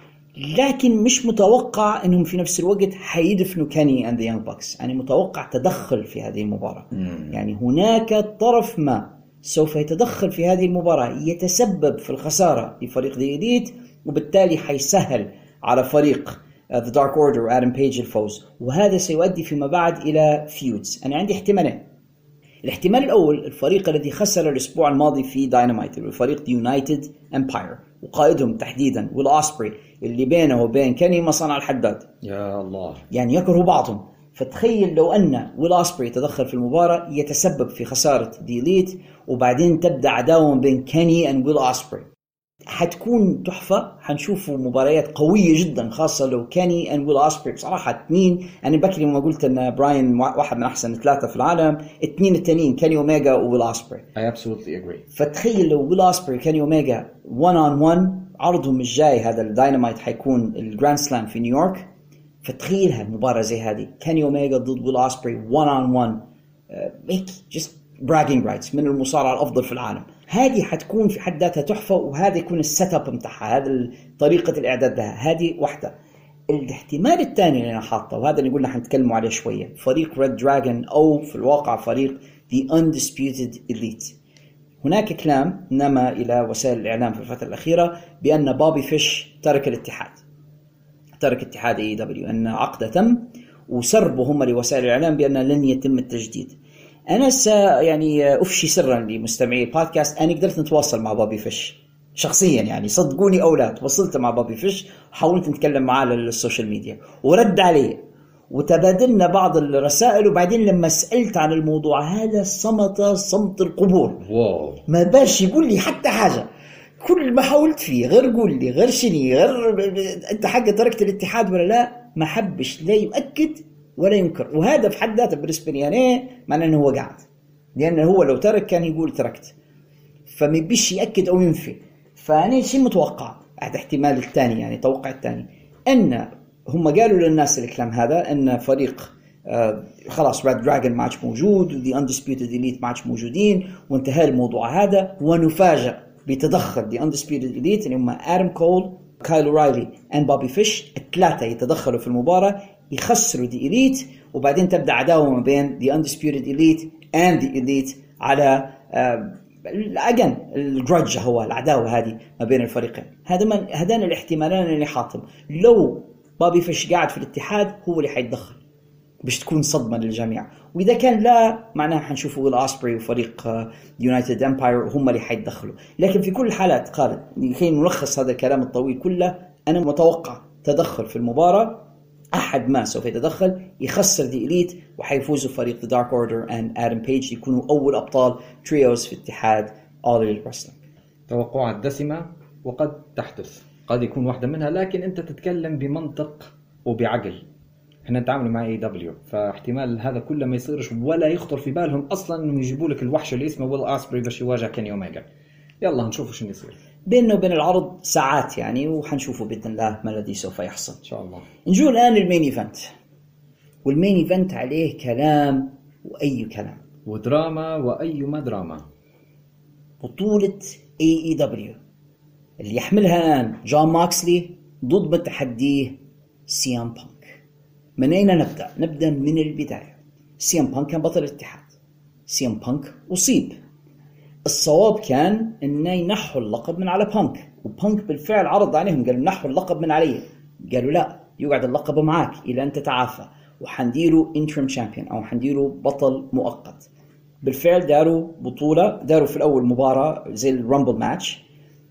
لكن مش متوقع انهم في نفس الوقت حيدفنوا كاني اند ذا يانج باكس. يعني متوقع تدخل في هذه المباراة. يعني هناك طرف ما سوف يتدخل في هذه المباراة يتسبب في الخسارة لفريق ذا إليت، وبالتالي حيسهل على فريق The Dark Order وآدم بيج الفوز، وهذا سيؤدي فيما بعد إلى فيودز. أنا عندي احتمالين. الاحتمال الأول الفريق الذي خسر الأسبوع الماضي في داينامايت، الفريق يونايتد امباير، وقائدهم تحديدا ويل أوسبري اللي بينه وبين كاني مصنع الحداد. يا الله، يعني يكرهوا بعضهم. فتخيل لو أن ويل أوسبري تدخل في المباراة يتسبب في خسارة دي إليت، وبعدين تبدأ عداوة بين كاني and ويل أوسبري. حتكون تحفة. حنشوفوا مباريات قوية جدا، خاصة لو كاني and ويل أوسبري بصراحة اثنين. أنا بكري لما قلت أن براين واحد من أحسن 3 في العالم، اثنين التانيين كاني أوميجا وويل أوسبري. I absolutely agree. فتخيل لو ويل أوسبري كاني أوميجا 1-on-1. عرضهم الجاي هذا الداينامايت حيكون الجراند سلام في نيويورك. فتخيلها مباراة زي هذه، كاني أوميجا ضد ويل أوسبري 1-on-1. هيك just bragging rights من المصارعة الأفضل في العالم. هذه حتكون في حد ذاتها تحفة، وهذا يكون السيت اب متاعها، هذا طريقة الإعداد لها. هذه واحدة. الاحتمال الثاني اللي أنا حاطه، وهذا اللي قلنا حنتكلموا عليه شوية، فريق ريد دراجون أو في الواقع فريق The Undisputed Elite. هناك كلام نما إلى وسائل الإعلام في الفترة الأخيرة بأن بوبي فيش ترك الاتحاد، ترك اتحاد AEW، أن عقده تم، وسربوا هم لوسائل الإعلام بأن لن يتم التجديد. أنا يعني أفشي سرا لمستمعي البودكاست، أنا قدرت نتواصل مع بوبي فيش شخصيا، يعني صدقوني أو لا، تواصلت مع بوبي فيش وحاولت نتكلم معاه على السوشيال ميديا ورد علي وتبادلنا بعض الرسائل. وبعدين لما سألت عن الموضوع هذا صمت القبور. واو. ما باش يقول لي حتى حاجة، كل ما حاولت فيه غير قول لي غير شني غير أنت حاجة تركت الاتحاد ولا لا، ما حبش لا يؤكد ولا ينكر. وهذا في حد ذاته بالنسبة لي أنا معناه أنه هو قاعد، لأنه هو لو ترك كان يقول تركت، فما بيش يأكد أو ينفي. فأنا شيء متوقع، هذا احتمال الثاني، يعني توقع الثاني أن هم قالوا للناس الكلام هذا أن فريق خلاص ريد دراجون ما عادش موجود وذي Undisputed Elite ما عادش موجودين وانتهى الموضوع هذا. ونفاجأ بتدخل The Undisputed Elite اللي هم آدم كول، كايل رايلي and بوبي فيش، الثلاثة يتدخلوا في المباراة يخسروا The Elite، وبعدين تبدأ عداوة ما بين The Undisputed Elite and The Elite على أجن الجرudge، هو العداوة هذه ما بين الفريقين. هذان الاحتمالان اللي حاطم. لو بوبي فيش قاعد في الاتحاد هو اللي حيتدخل باش تكون صدمة للجميع، وإذا كان لا معناها حنشوفوا ويل أوسبري وفريق يونايتد امباير هم اللي حيتدخلوا. لكن في كل الحالات خالد، لكي نلخص هذا الكلام الطويل كله، أنا متوقع تدخل في المباراة، أحد ما سوف يتدخل يخسر دي إليت وحيفوزوا فريق The Dark Order and Adam Page، يكونوا أول أبطال تريوز في اتحاد All Elite Wrestling. توقعات دسمة وقد تحدث، قد يكون واحدة منها، لكن أنت تتكلم بمنطق وبعقل. احنا نتعامل مع AEW، فاحتمال هذا كله ما يصيرش ولا يخطر في بالهم اصلا انه يجيبوا لك الوحش اللي اسمه ويل أوسبري باش يواجه كيني اوميجا. يلا نشوف شنو يصير بيننا وبين العرض ساعات يعني، وحنشوفوا باذن الله ما الذي سوف يحصل ان شاء الله. نجو الان للمين ايفنت، والمين ايفنت عليه كلام واي كلام ودراما واي ما دراما. بطولة AEW اللي يحملها الان جون ماكسلي ضد متحديه سي ام بانك. من أين نبدأ؟ نبدأ من البداية. سي ام بانك كان بطل الاتحاد، سي ام بانك أصيب. الصواب كان إنه ينحوا اللقب من على بانك، وبانك بالفعل عرض عليهم قالوا نحوا اللقب من عليه، قالوا لا يقعد اللقب معك إلى أن تتعافى، وحنديروا interim champion أو حنديروا بطل مؤقت. بالفعل داروا بطولة، داروا في الأول مباراة زي الرامبل ماتش،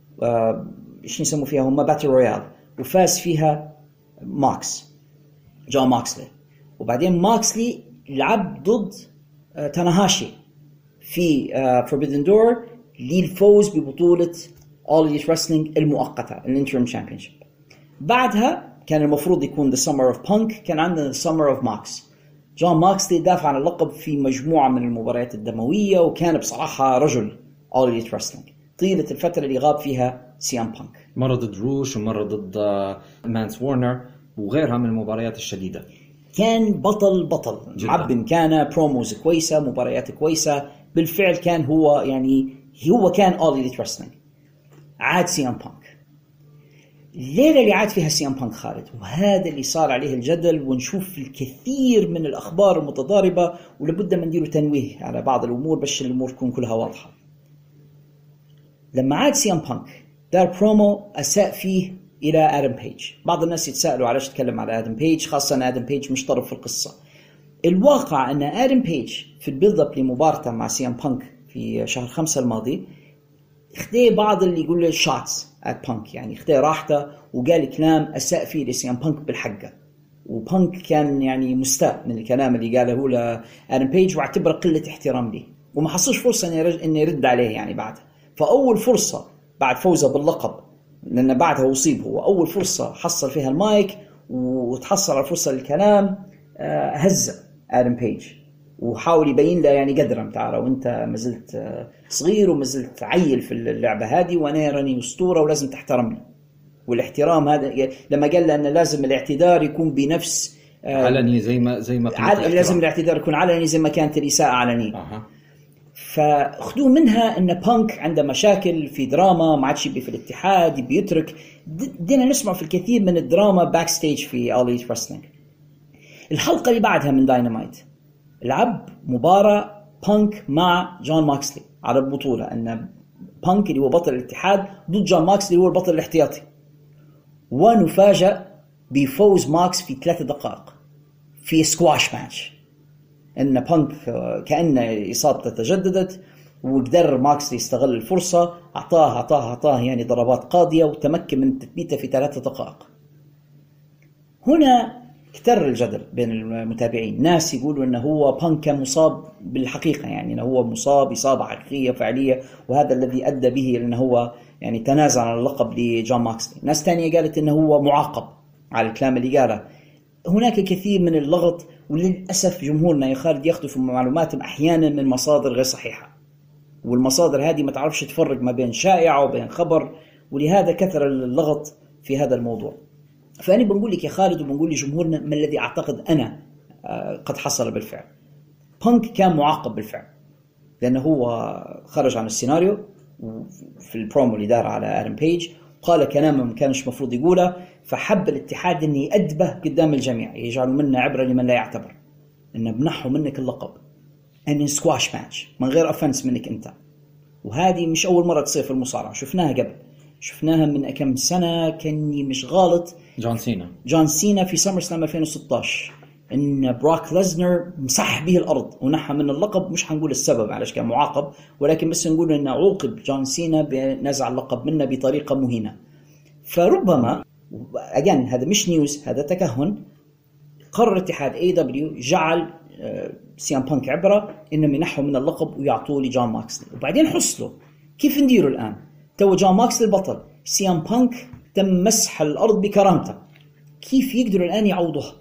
إيش يسموا فيها هم باتل رويال، وفاز فيها جون ماكسلي. وبعدين ماكسلي لعب ضد تاناهاشي في Forbidden Door للفوز ببطولة All Elite Wrestling المؤقتة الانترم شامبيونشيب. بعدها كان المفروض يكون The Summer of Punk، كان عندنا The Summer of Mox. جون ماكسلي دافع عن اللقب في مجموعة من المباريات الدموية، وكان بصراحة رجل All Elite Wrestling طيلة الفترة اللي غاب فيها سي ام بانك. مرة ضد روش ومرة ضد مانس وورنر وغيرها من المباريات الشديدة. كان بطل معب بإمكانه، بروموز كويسة، مباريات كويسة. بالفعل كان هو يعني هو كان All Elite Wrestling. عاد سي ام بانك الليلة اللي عاد فيها سي ام بانك خالد، وهذا اللي صار عليه الجدل، ونشوف الكثير من الأخبار المتضاربة، ولابد من ندير تنويه على بعض الأمور باش الأمور تكون كلها واضحة. لما عاد سي ام بانك دار برومو أساء فيه إلى آدم بيج. بعض الناس يتساءلوا علاش تكلم على آدم بيج، خاصة أن آدم بيج مش طرف في القصة. الواقع أن آدم بيج في البيلد اب لمباراته مع سي ام بانك في شهر 5 الماضي اخذ بعض اللي يقول له شاتس ات بانك، يعني اخذ راحته وقال كلام أساء فيه لسي ام بانك بالحقة، وبانك كان يعني مستاء من الكلام اللي قاله لآدم بيج واعتبره قلة احترام لي، وما حصلش فرصة إنه يرد عليه يعني بعد. فأول فرصة بعد فوزه باللقب، لأن بعدها أصيب، هو أول فرصة حصل فيها المايك وتحصل على فرصة للكلام، هز آدم بيج وحاول يبين له يعني قدرة تعالى، وانت ما زلت صغير وما زلت عيل في اللعبة هذه، وانا راني أسطورة ولازم تحترمني. والاحترام هذا لما قال له أن لازم الاعتذار يكون بنفس علني زي ما لازم الاعتذار يكون علني زي ما كانت الإساءة علنية. فاخذوا منها ان بانك عنده مشاكل في دراما، ما عادش يبي في الاتحاد، بيترك. دينا نسمع في الكثير من الدراما باك ستيج في All Elite Wrestling. الحلقة اللي بعدها من داينامايت لعب مباراة بانك مع جون ماكسلي على البطولة، أن بانك اللي هو بطل الاتحاد ضد جون ماكسلي اللي هو البطل الاحتياطي، ونفاجأ بفوز ماكس في 3 دقائق في سكواش ماتش. أن بانك كأن إصابته تجددت، وقدر ماكسلي يستغل الفرصة، أعطاه يعني ضربات قاضية، وتمكن من تثبيته في 3 دقائق. هنا كتر الجدل بين المتابعين، ناس يقولوا أنه هو بانك كان مصاب بالحقيقة، يعني أنه هو مصاب إصابة حقيقية فعلية، وهذا الذي أدى به لأنه هو يعني تنازل عن اللقب لجون ماكسلي. ناس تانية قالت أنه هو معاقب على الكلام اللي قاله. هناك كثير من اللغط، وللأسف جمهورنا يا خالد ياخذوا في معلوماتهم أحيانا من مصادر غير صحيحة، والمصادر هذه ما تعرفش تفرق ما بين شائعة وبين خبر، ولهذا كثر اللغط في هذا الموضوع. فأنا بنقول لك يا خالد وبنقول لجمهورنا ما الذي أعتقد أنا قد حصل بالفعل. بانك كان معاقب بالفعل، لأنه هو خرج عن السيناريو في البرومو اللي دار على آدم بيج، قال كلام ما كانش مفروض يقوله، فحب الاتحاد أن يأدبه قدام الجميع، يجعلوا منه عبرة لمن لا يعتبر، أن بنحوا منك اللقب أن سكواش ماتش من غير أفنس منك أنت. وهذه مش أول مرة تصير في المصارعة، شفناها قبل، شفناها من كم سنة، كني مش غالط جون سينا في سمر سلام 2016، ان براك ليزنر مسح به الارض ونحى من اللقب. مش هنقول السبب علاش كان معاقب، ولكن بس نقول ان عوقب جون سينا بنزع اللقب منه بطريقة مهينة. فربما اجان هذا مش نيوز، هذا تكهن، قرر اتحاد AEW جعل سيام بانك عبرة انهم ينحوا من اللقب ويعطوه لجون ماكسلي. وبعدين حصلوا كيف نديروا الان، تو جون ماكسلي البطل، سيام بانك تم مسح الأرض بكرامته، كيف يقدروا الآن يعوضوها؟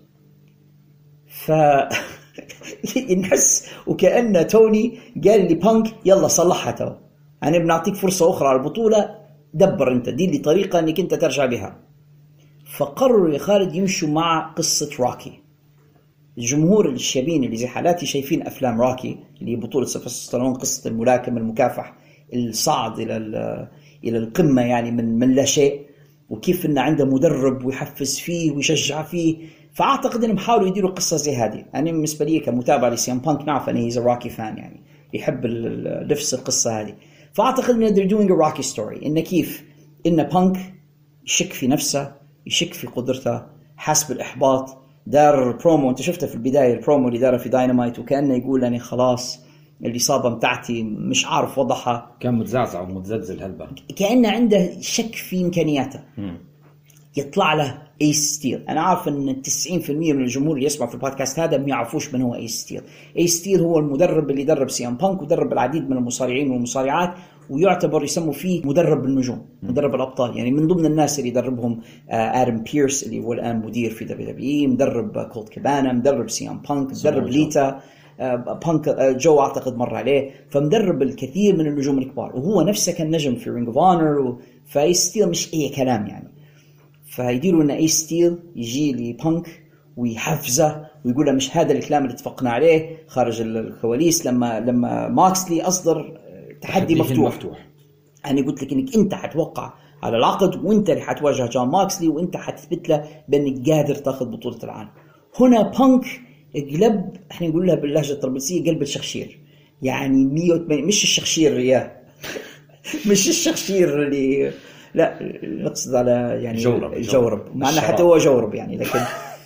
نحس وكأن توني قال لي بانك يلا صلحها، تو أنا بنعطيك فرصة أخرى على البطولة، دبر أنت، دي طريقة أنك أنت ترجع بها. فقرروا يا خالد يمشوا مع قصة روكي. الجمهور الشابين اللي زي حالاتي شايفين أفلام روكي اللي بطولة سيلفستر ستالون، قصة الملاكم المكافح الصعد إلى القمة يعني من لا شيء، وكيف إنه عنده مدرب ويحفز فيه ويشجع فيه. فأعتقد إنهم حاولوا يديروا قصة زي هذه. أنا بالنسبة لي كمتابع لسيام بانك نعرف أنه هيز روكي فان، يعني يحب نفس القصة هذه. فأعتقد إنه they're doing a Rocky story، إنه كيف إن بانك يشك في نفسه، يشك في قدرته، حاس بالإحباط. دار البرومو، أنت شفته في البداية البرومو اللي داره في داينامايت، وكأنه يقول أنا خلاص الإصابة متاعتي مش عارف وضعها، كان متزعزع ومتزلزل هلبا، كأنه عنده شك في إمكانياته. يطلع له ايس ستيل. أنا عارف أن 90% من الجمهور اللي يسمع في البودكاست هذا ما يعرفوش من هو ايس ستيل. ايس ستيل هو المدرب اللي درب سيام بانك ودرب العديد من المصارعين والمصارعات، ويعتبر يسموا فيه مدرب النجوم، مدرب الأبطال. يعني من ضمن الناس اللي يدربهم آدم بيرس اللي هو الآن مدير في WWE، مدرب كولت كابانا، مدرب سيام بانك، مدرب ليتا بانك، جو أعتقد مر عليه. فمدرب الكثير من النجوم الكبار، وهو نفسه كان نجم في رينج اوف اونر. فايس ستيل مش أي كلام يعني. فيديروا ان ايس ستيل يجي لبانك ويحفزه ويقول له مش هذا الكلام اللي اتفقنا عليه خارج الكواليس، لما ماكسلي اصدر تحدي مفتوح. انا قلت لك انك انت حتوقع على العقد، وانت اللي حتواجه جون ماكسلي، وانت حتثبت له بانك قادر تاخذ بطولة العالم. هنا بانك قلب، احنا نقول لها باللهجة الطرابلسية قلب الشخشير، يعني 180. مش الشخشير مش الشخشير اللي لا نقصد على يعني جورب معنا، حتى هو جورب يعني، لكن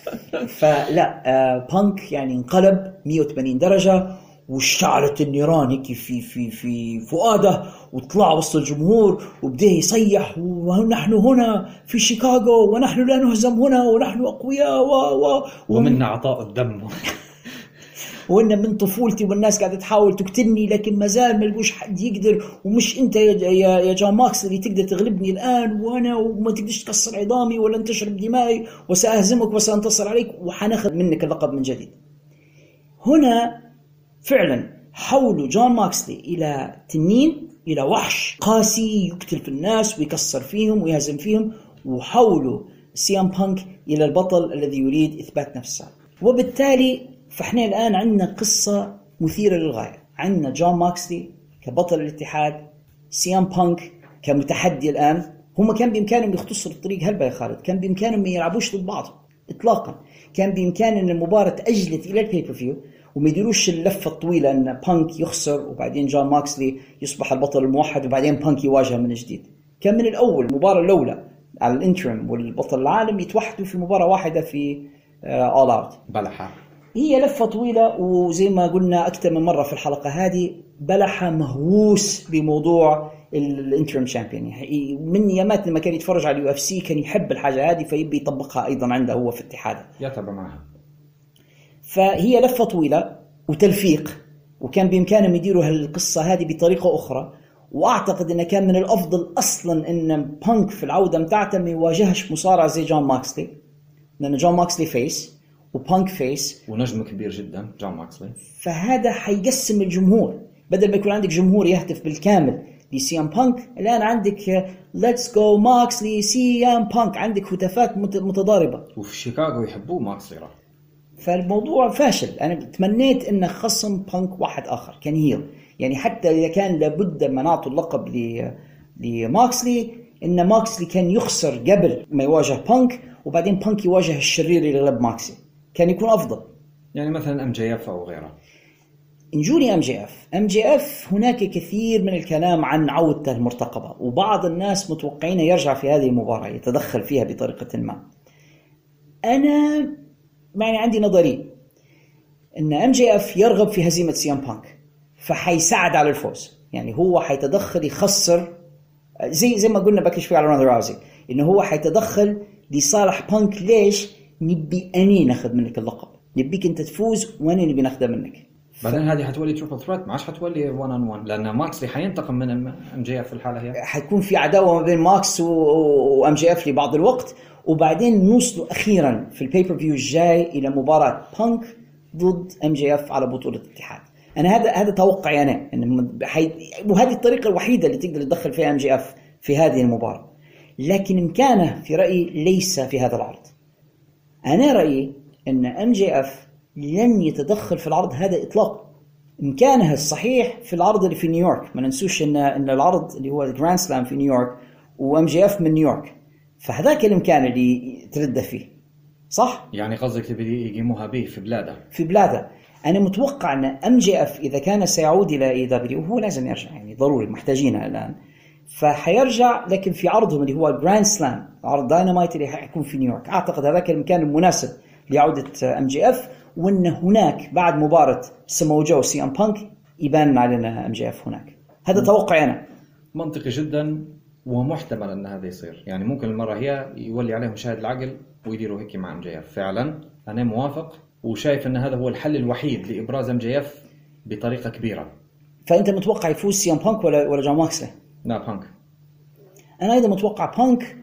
فلا بانك يعني انقلب 180 درجة، واشتعلت النيران هيك في فؤاده، وطلع وسط الجمهور وبدأ يصيح، ونحن هنا في شيكاغو، ونحن لا نهزم هنا، ونحن أقوياء ومنا عطاء الدم وإن من طفولتي والناس قاعدة تحاول تقتلني، لكن ما زال ما لقوش حد يقدر، ومش أنت يا جون ماكس اللي تقدر تغلبني الآن، وأنا وما تقدرش تكسر عظامي ولا تشرب دمائي، وسأهزمك وسأنتصر عليك وحناخذ منك اللقب من جديد. هنا فعلا حولوا جون ماكسلي إلى تنين، إلى وحش قاسي يقتل في الناس ويكسر فيهم ويهزم فيهم، وحولوا سيام بانك إلى البطل الذي يريد إثبات نفسه. وبالتالي فإحنا الآن عندنا قصة مثيرة للغاية. عندنا جون ماكسلي كبطل الاتحاد، سيام بانك كمتحدي الآن. هم كان بإمكانهم يختصروا الطريق هلبا يا خالد، كان بإمكانهم ما يلعبوش ضد بعض إطلاقا، كان بإمكان أن المباراة تأجلت إلى البيبر فيو وما يديروش اللفة الطويلة أن بانك يخسر وبعدين جون ماكسلي يصبح البطل الموحد وبعدين بانك يواجه من جديد. كان من الأول المباراة الأولى على الانترم والبطل العالم يتوحدوا في مباراة واحدة في all out. بلحة هي لفة طويلة، وزي ما قلنا أكثر من مرة في الحلقة هذه بلحة مهووس بموضوع الانترم شامبيون. من يامات لما كان يتفرج على UFC كان يحب الحاجة هذه فيبي يطبقها أيضا عنده هو في اتحاده، يتابع معها. فهي لفة طويلة وتلفيق، وكان بإمكانهم يديروا هالقصة هذه بطريقة أخرى. وأعتقد أنه كان من الأفضل أصلا أن بانك في العودة متاعته ما يواجهش مصارع زي جون ماكسلي، لأن جون ماكسلي فيس وبانك فيس ونجم كبير جدا جون ماكسلي، فهذا حيقسم الجمهور. بدل ما يكون عندك جمهور يهتف بالكامل لسيام بانك، الآن عندك ليتس جو ماكسلي سيام بانك، عندك هتافات متضاربة. وفي شيكاغو يحبوه ماكسلي راح. فالموضوع فاشل. أنا تمنيت أن خصم بانك واحد آخر كان هيل، يعني حتى إذا كان لابد ما نعطوا اللقب لماكسلي، إن ماكسلي كان يخسر قبل ما يواجه بانك وبعدين بانك يواجه الشرير اللي غلب ماكسلي، كان يكون أفضل. يعني مثلا MJF أو غيره. نجوني MJF هناك كثير من الكلام عن عودته المرتقبة، وبعض الناس متوقعين يرجع في هذه المباراة يتدخل فيها بطريقة ما. أنا يعني عندي نظري إن MJF يرغب في هزيمة سيام بانك فحيساعد على الفوز، يعني هو حيتدخل يخسر زي ما قلنا بكش فيه على روندا راوزي، إنه هو حيتدخل لصالح بانك. ليش؟ نبي أني ناخذ منك اللقب، نبيك أنت تفوز وأنا نبي ناخذه منك. بعدين هذه حتولي تريبل ثريت، ما عادش حتولي 1-on-1، لأن ماكسلي حينتقم من MJF في الحالة هي. حيكون في عداوة ما بين ماكس وMJF لبعض الوقت، وبعدين نوصلوا أخيرا في البيبر فيو الجاي إلى مباراة بانك ضد MJF على بطولة الاتحاد. أنا هذا توقعي أنا، وهذه الطريقة الوحيدة اللي تقدر تدخل فيها MJF في هذه المباراة. لكن إمكانه في رأيي ليس في هذا العرض. أنا رأيي أن MJF لن يتدخل في العرض هذا إطلاقا. إمكانه الصحيح في العرض اللي في نيويورك، ما ننسوش أن العرض اللي هو الجراند سلام في نيويورك وMJF من نيويورك، فهذاك الإمكان اللي ترده فيه صح؟ يعني قصدك تبي يقيموها به في بلاده. أنا متوقع أن MJF إذا كان سيعود إلى AEW وهو لازم يرجع، يعني ضروري محتاجينه الآن، فحيرجع لكن في عرضهم اللي هو الجراند سلام، عرض داينامايت اللي حيكون في نيويورك. أعتقد هذاك المكان المناسب لعودة MJF، وأن هناك بعد مباراة سمو جو سيام بانك يبان علينا MJF هناك. هذا توقعي أنا. منطقي جدا ومحتمل أن هذا يصير، يعني ممكن المرة هي يولي عليهم شاهد العقل ويديروا هيك مع MJF. فعلا أنا موافق وشايف أن هذا هو الحل الوحيد لإبراز MJF بطريقة كبيرة. فأنت متوقع يفوز سيام بانك ولا جون ماكسلي؟ لا بانك. أنا أيضا متوقع بانك،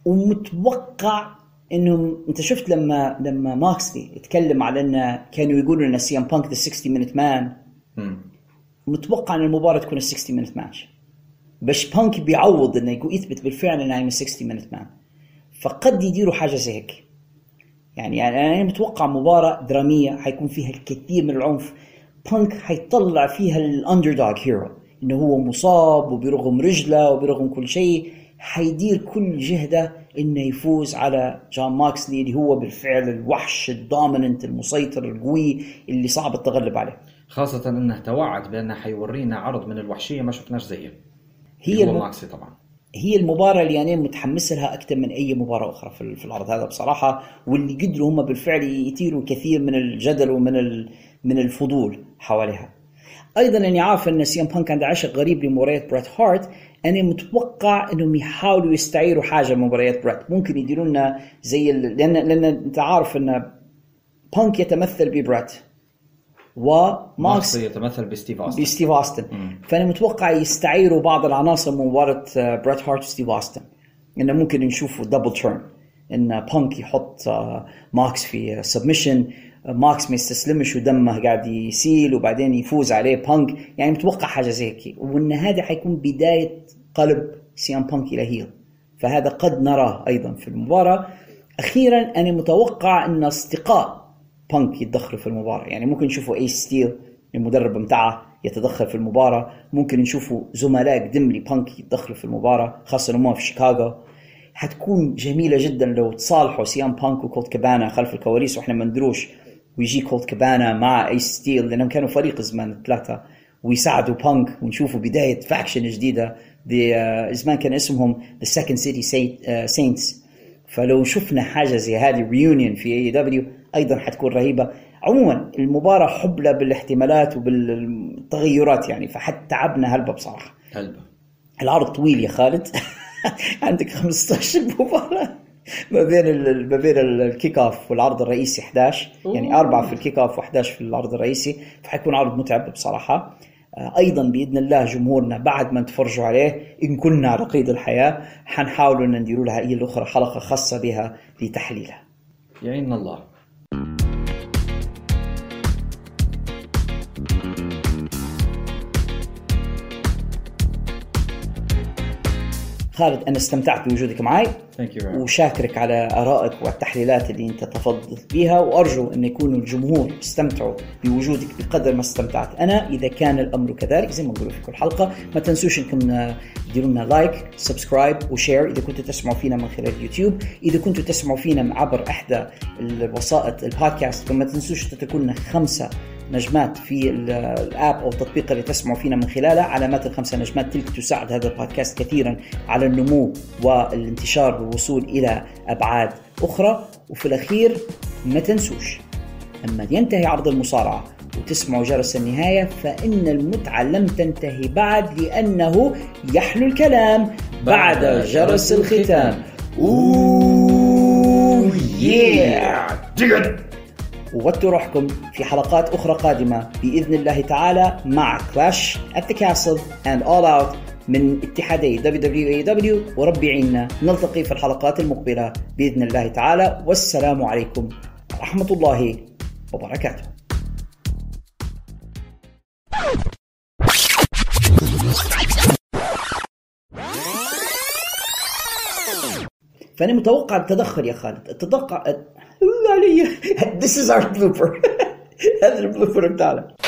ومتوقع إنه أنت شفت لما ماكسلي يتكلم على إنه كانوا يقولوا إن سيام بانك the 60 minute man. متوقع إن المباراة تكون 60 minute match، بس بانك بيعوض إنه يقول يثبت بالفعل إنه 60 minute man، فقد يديروا حاجة زي هيك. يعني أنا متوقع مباراة درامية حيكون فيها الكثير من العنف. بانك حيطلع فيها الأندردوغ هيرو، إنه هو مصاب وبرغم رجله وبرغم كل شيء حيدير كل جهده إنه يفوز على جون ماكسلي اللي هو بالفعل الوحش الدوميننت المسيطر القوي اللي صعب التغلب عليه. خاصة إنه توعد بأنه حيورينا عرض من الوحشية ما شفناش زيه. هي ماكسلي طبعا. هي المباراة اللي أنا متحمس لها أكثر من أي مباراة أخرى في العرض هذا بصراحة، واللي قدروا هم بالفعل يثيروا كثير من الجدل من الفضول حواليها. أيضا أني عارف أن سيام بانك عنده عشق غريب لمباريات بريت هارت. أنا متوقع أنهم يحاولوا يستعيروا حاجة من مباريات بريت، ممكن يديروا لنا زي لأن أنت عارف أن بانك يتمثل ببريت وماكس يتمثل بستيف أوستن. فأنا متوقع يستعيروا بعض العناصر من مباراة بريت هارت وستيف أوستن، إنه ممكن نشوفوا دبل تيرن، إن بانك يحط ماكس في سبميشن، ماكس ما يستسلمش ودمه قاعد يسيل وبعدين يفوز عليه بانك. يعني متوقع حاجة زي كي، وإن هذا حيكون بداية قلب سيام بانك إلى هيل، فهذا قد نراه أيضا في المباراة. أخيرا أنا متوقع أن أصدقاء بانك يتدخلوا في المباراة، يعني ممكن نشوفوا أيس ستيل المدرب متاعه يتدخل في المباراة. ممكن نشوفوا زملاء قدم لي بانك يتدخلوا في المباراة، خاصة انهم في شيكاغو. حتكون جميلة جدا لو تصالحوا سيام بانك وكولت كابانا خلف الكواليس واحنا ما ندروش، ويجي كولت كابانا مع ايس ستيل لانهم كانوا فريق زمان الثلاثة، ويساعدوا بانك ونشوفوا بداية فاكشن جديدة. زمان كان اسمهم The Second City Saints. فلو شفنا حاجة زي هذه ريونيون في AEW أيضا حتكون رهيبة. عموما المباراة حبلة بالاحتمالات وبالتغيرات يعني، فحتى تعبنا هلبة بصراحة. العرض طويل يا خالد. عندك 15 مباراة ما بين الكيك اوف والعرض الرئيسي 11، يعني 4 في الكيك اوف و11 في العرض الرئيسي، فحيكون عرض متعب بصراحة. أيضا بإذن الله جمهورنا بعد ما تفرجوا عليه إن كنا على قيد الحياة حنحاولوا أن نديروا لها هي الأخرى حلقة خاصة بها لتحليلها. يعين الله. خالد أنا استمتعت بوجودك معي، وشاكرك على آرائك والتحليلات اللي أنت تفضلت بها، وأرجو أن يكون الجمهور استمتعوا بوجودك بقدر ما استمتعت أنا. إذا كان الأمر كذلك زي ما نقول في كل حلقة، ما تنسوش أنكم تديروا لنا لايك سبسكرايب وشير إذا كنتوا تسمعوا فينا من خلال يوتيوب. إذا كنتوا تسمعوا فينا عبر إحدى الوسائط البودكاست فما تنسوش تتركوا لنا 5 نجمات في الاب او التطبيق اللي تسمعوا فينا من خلاله. علامات ال5 نجمات تلك تساعد هذا البودكاست كثيرا على النمو والانتشار والوصول الى ابعاد اخرى. وفي الاخير ما تنسوش لما ينتهي عرض المصارعه وتسمعوا جرس النهايه فان المتعه لم تنتهي بعد، لانه يحلو الكلام بعد جرس الختام. اوه yeah. ووتوا روحكم في حلقات أخرى قادمة بإذن الله تعالى مع Clash at the Castle and All Out من اتحادي WWE ورب يعيننا. نلتقي في الحلقات المقبلة بإذن الله تعالى، والسلام عليكم ورحمة الله وبركاته. فأنا متوقع التدخل يا خالد، التدخل علي. This is our blooper. هذا البلوبر بتاعنا.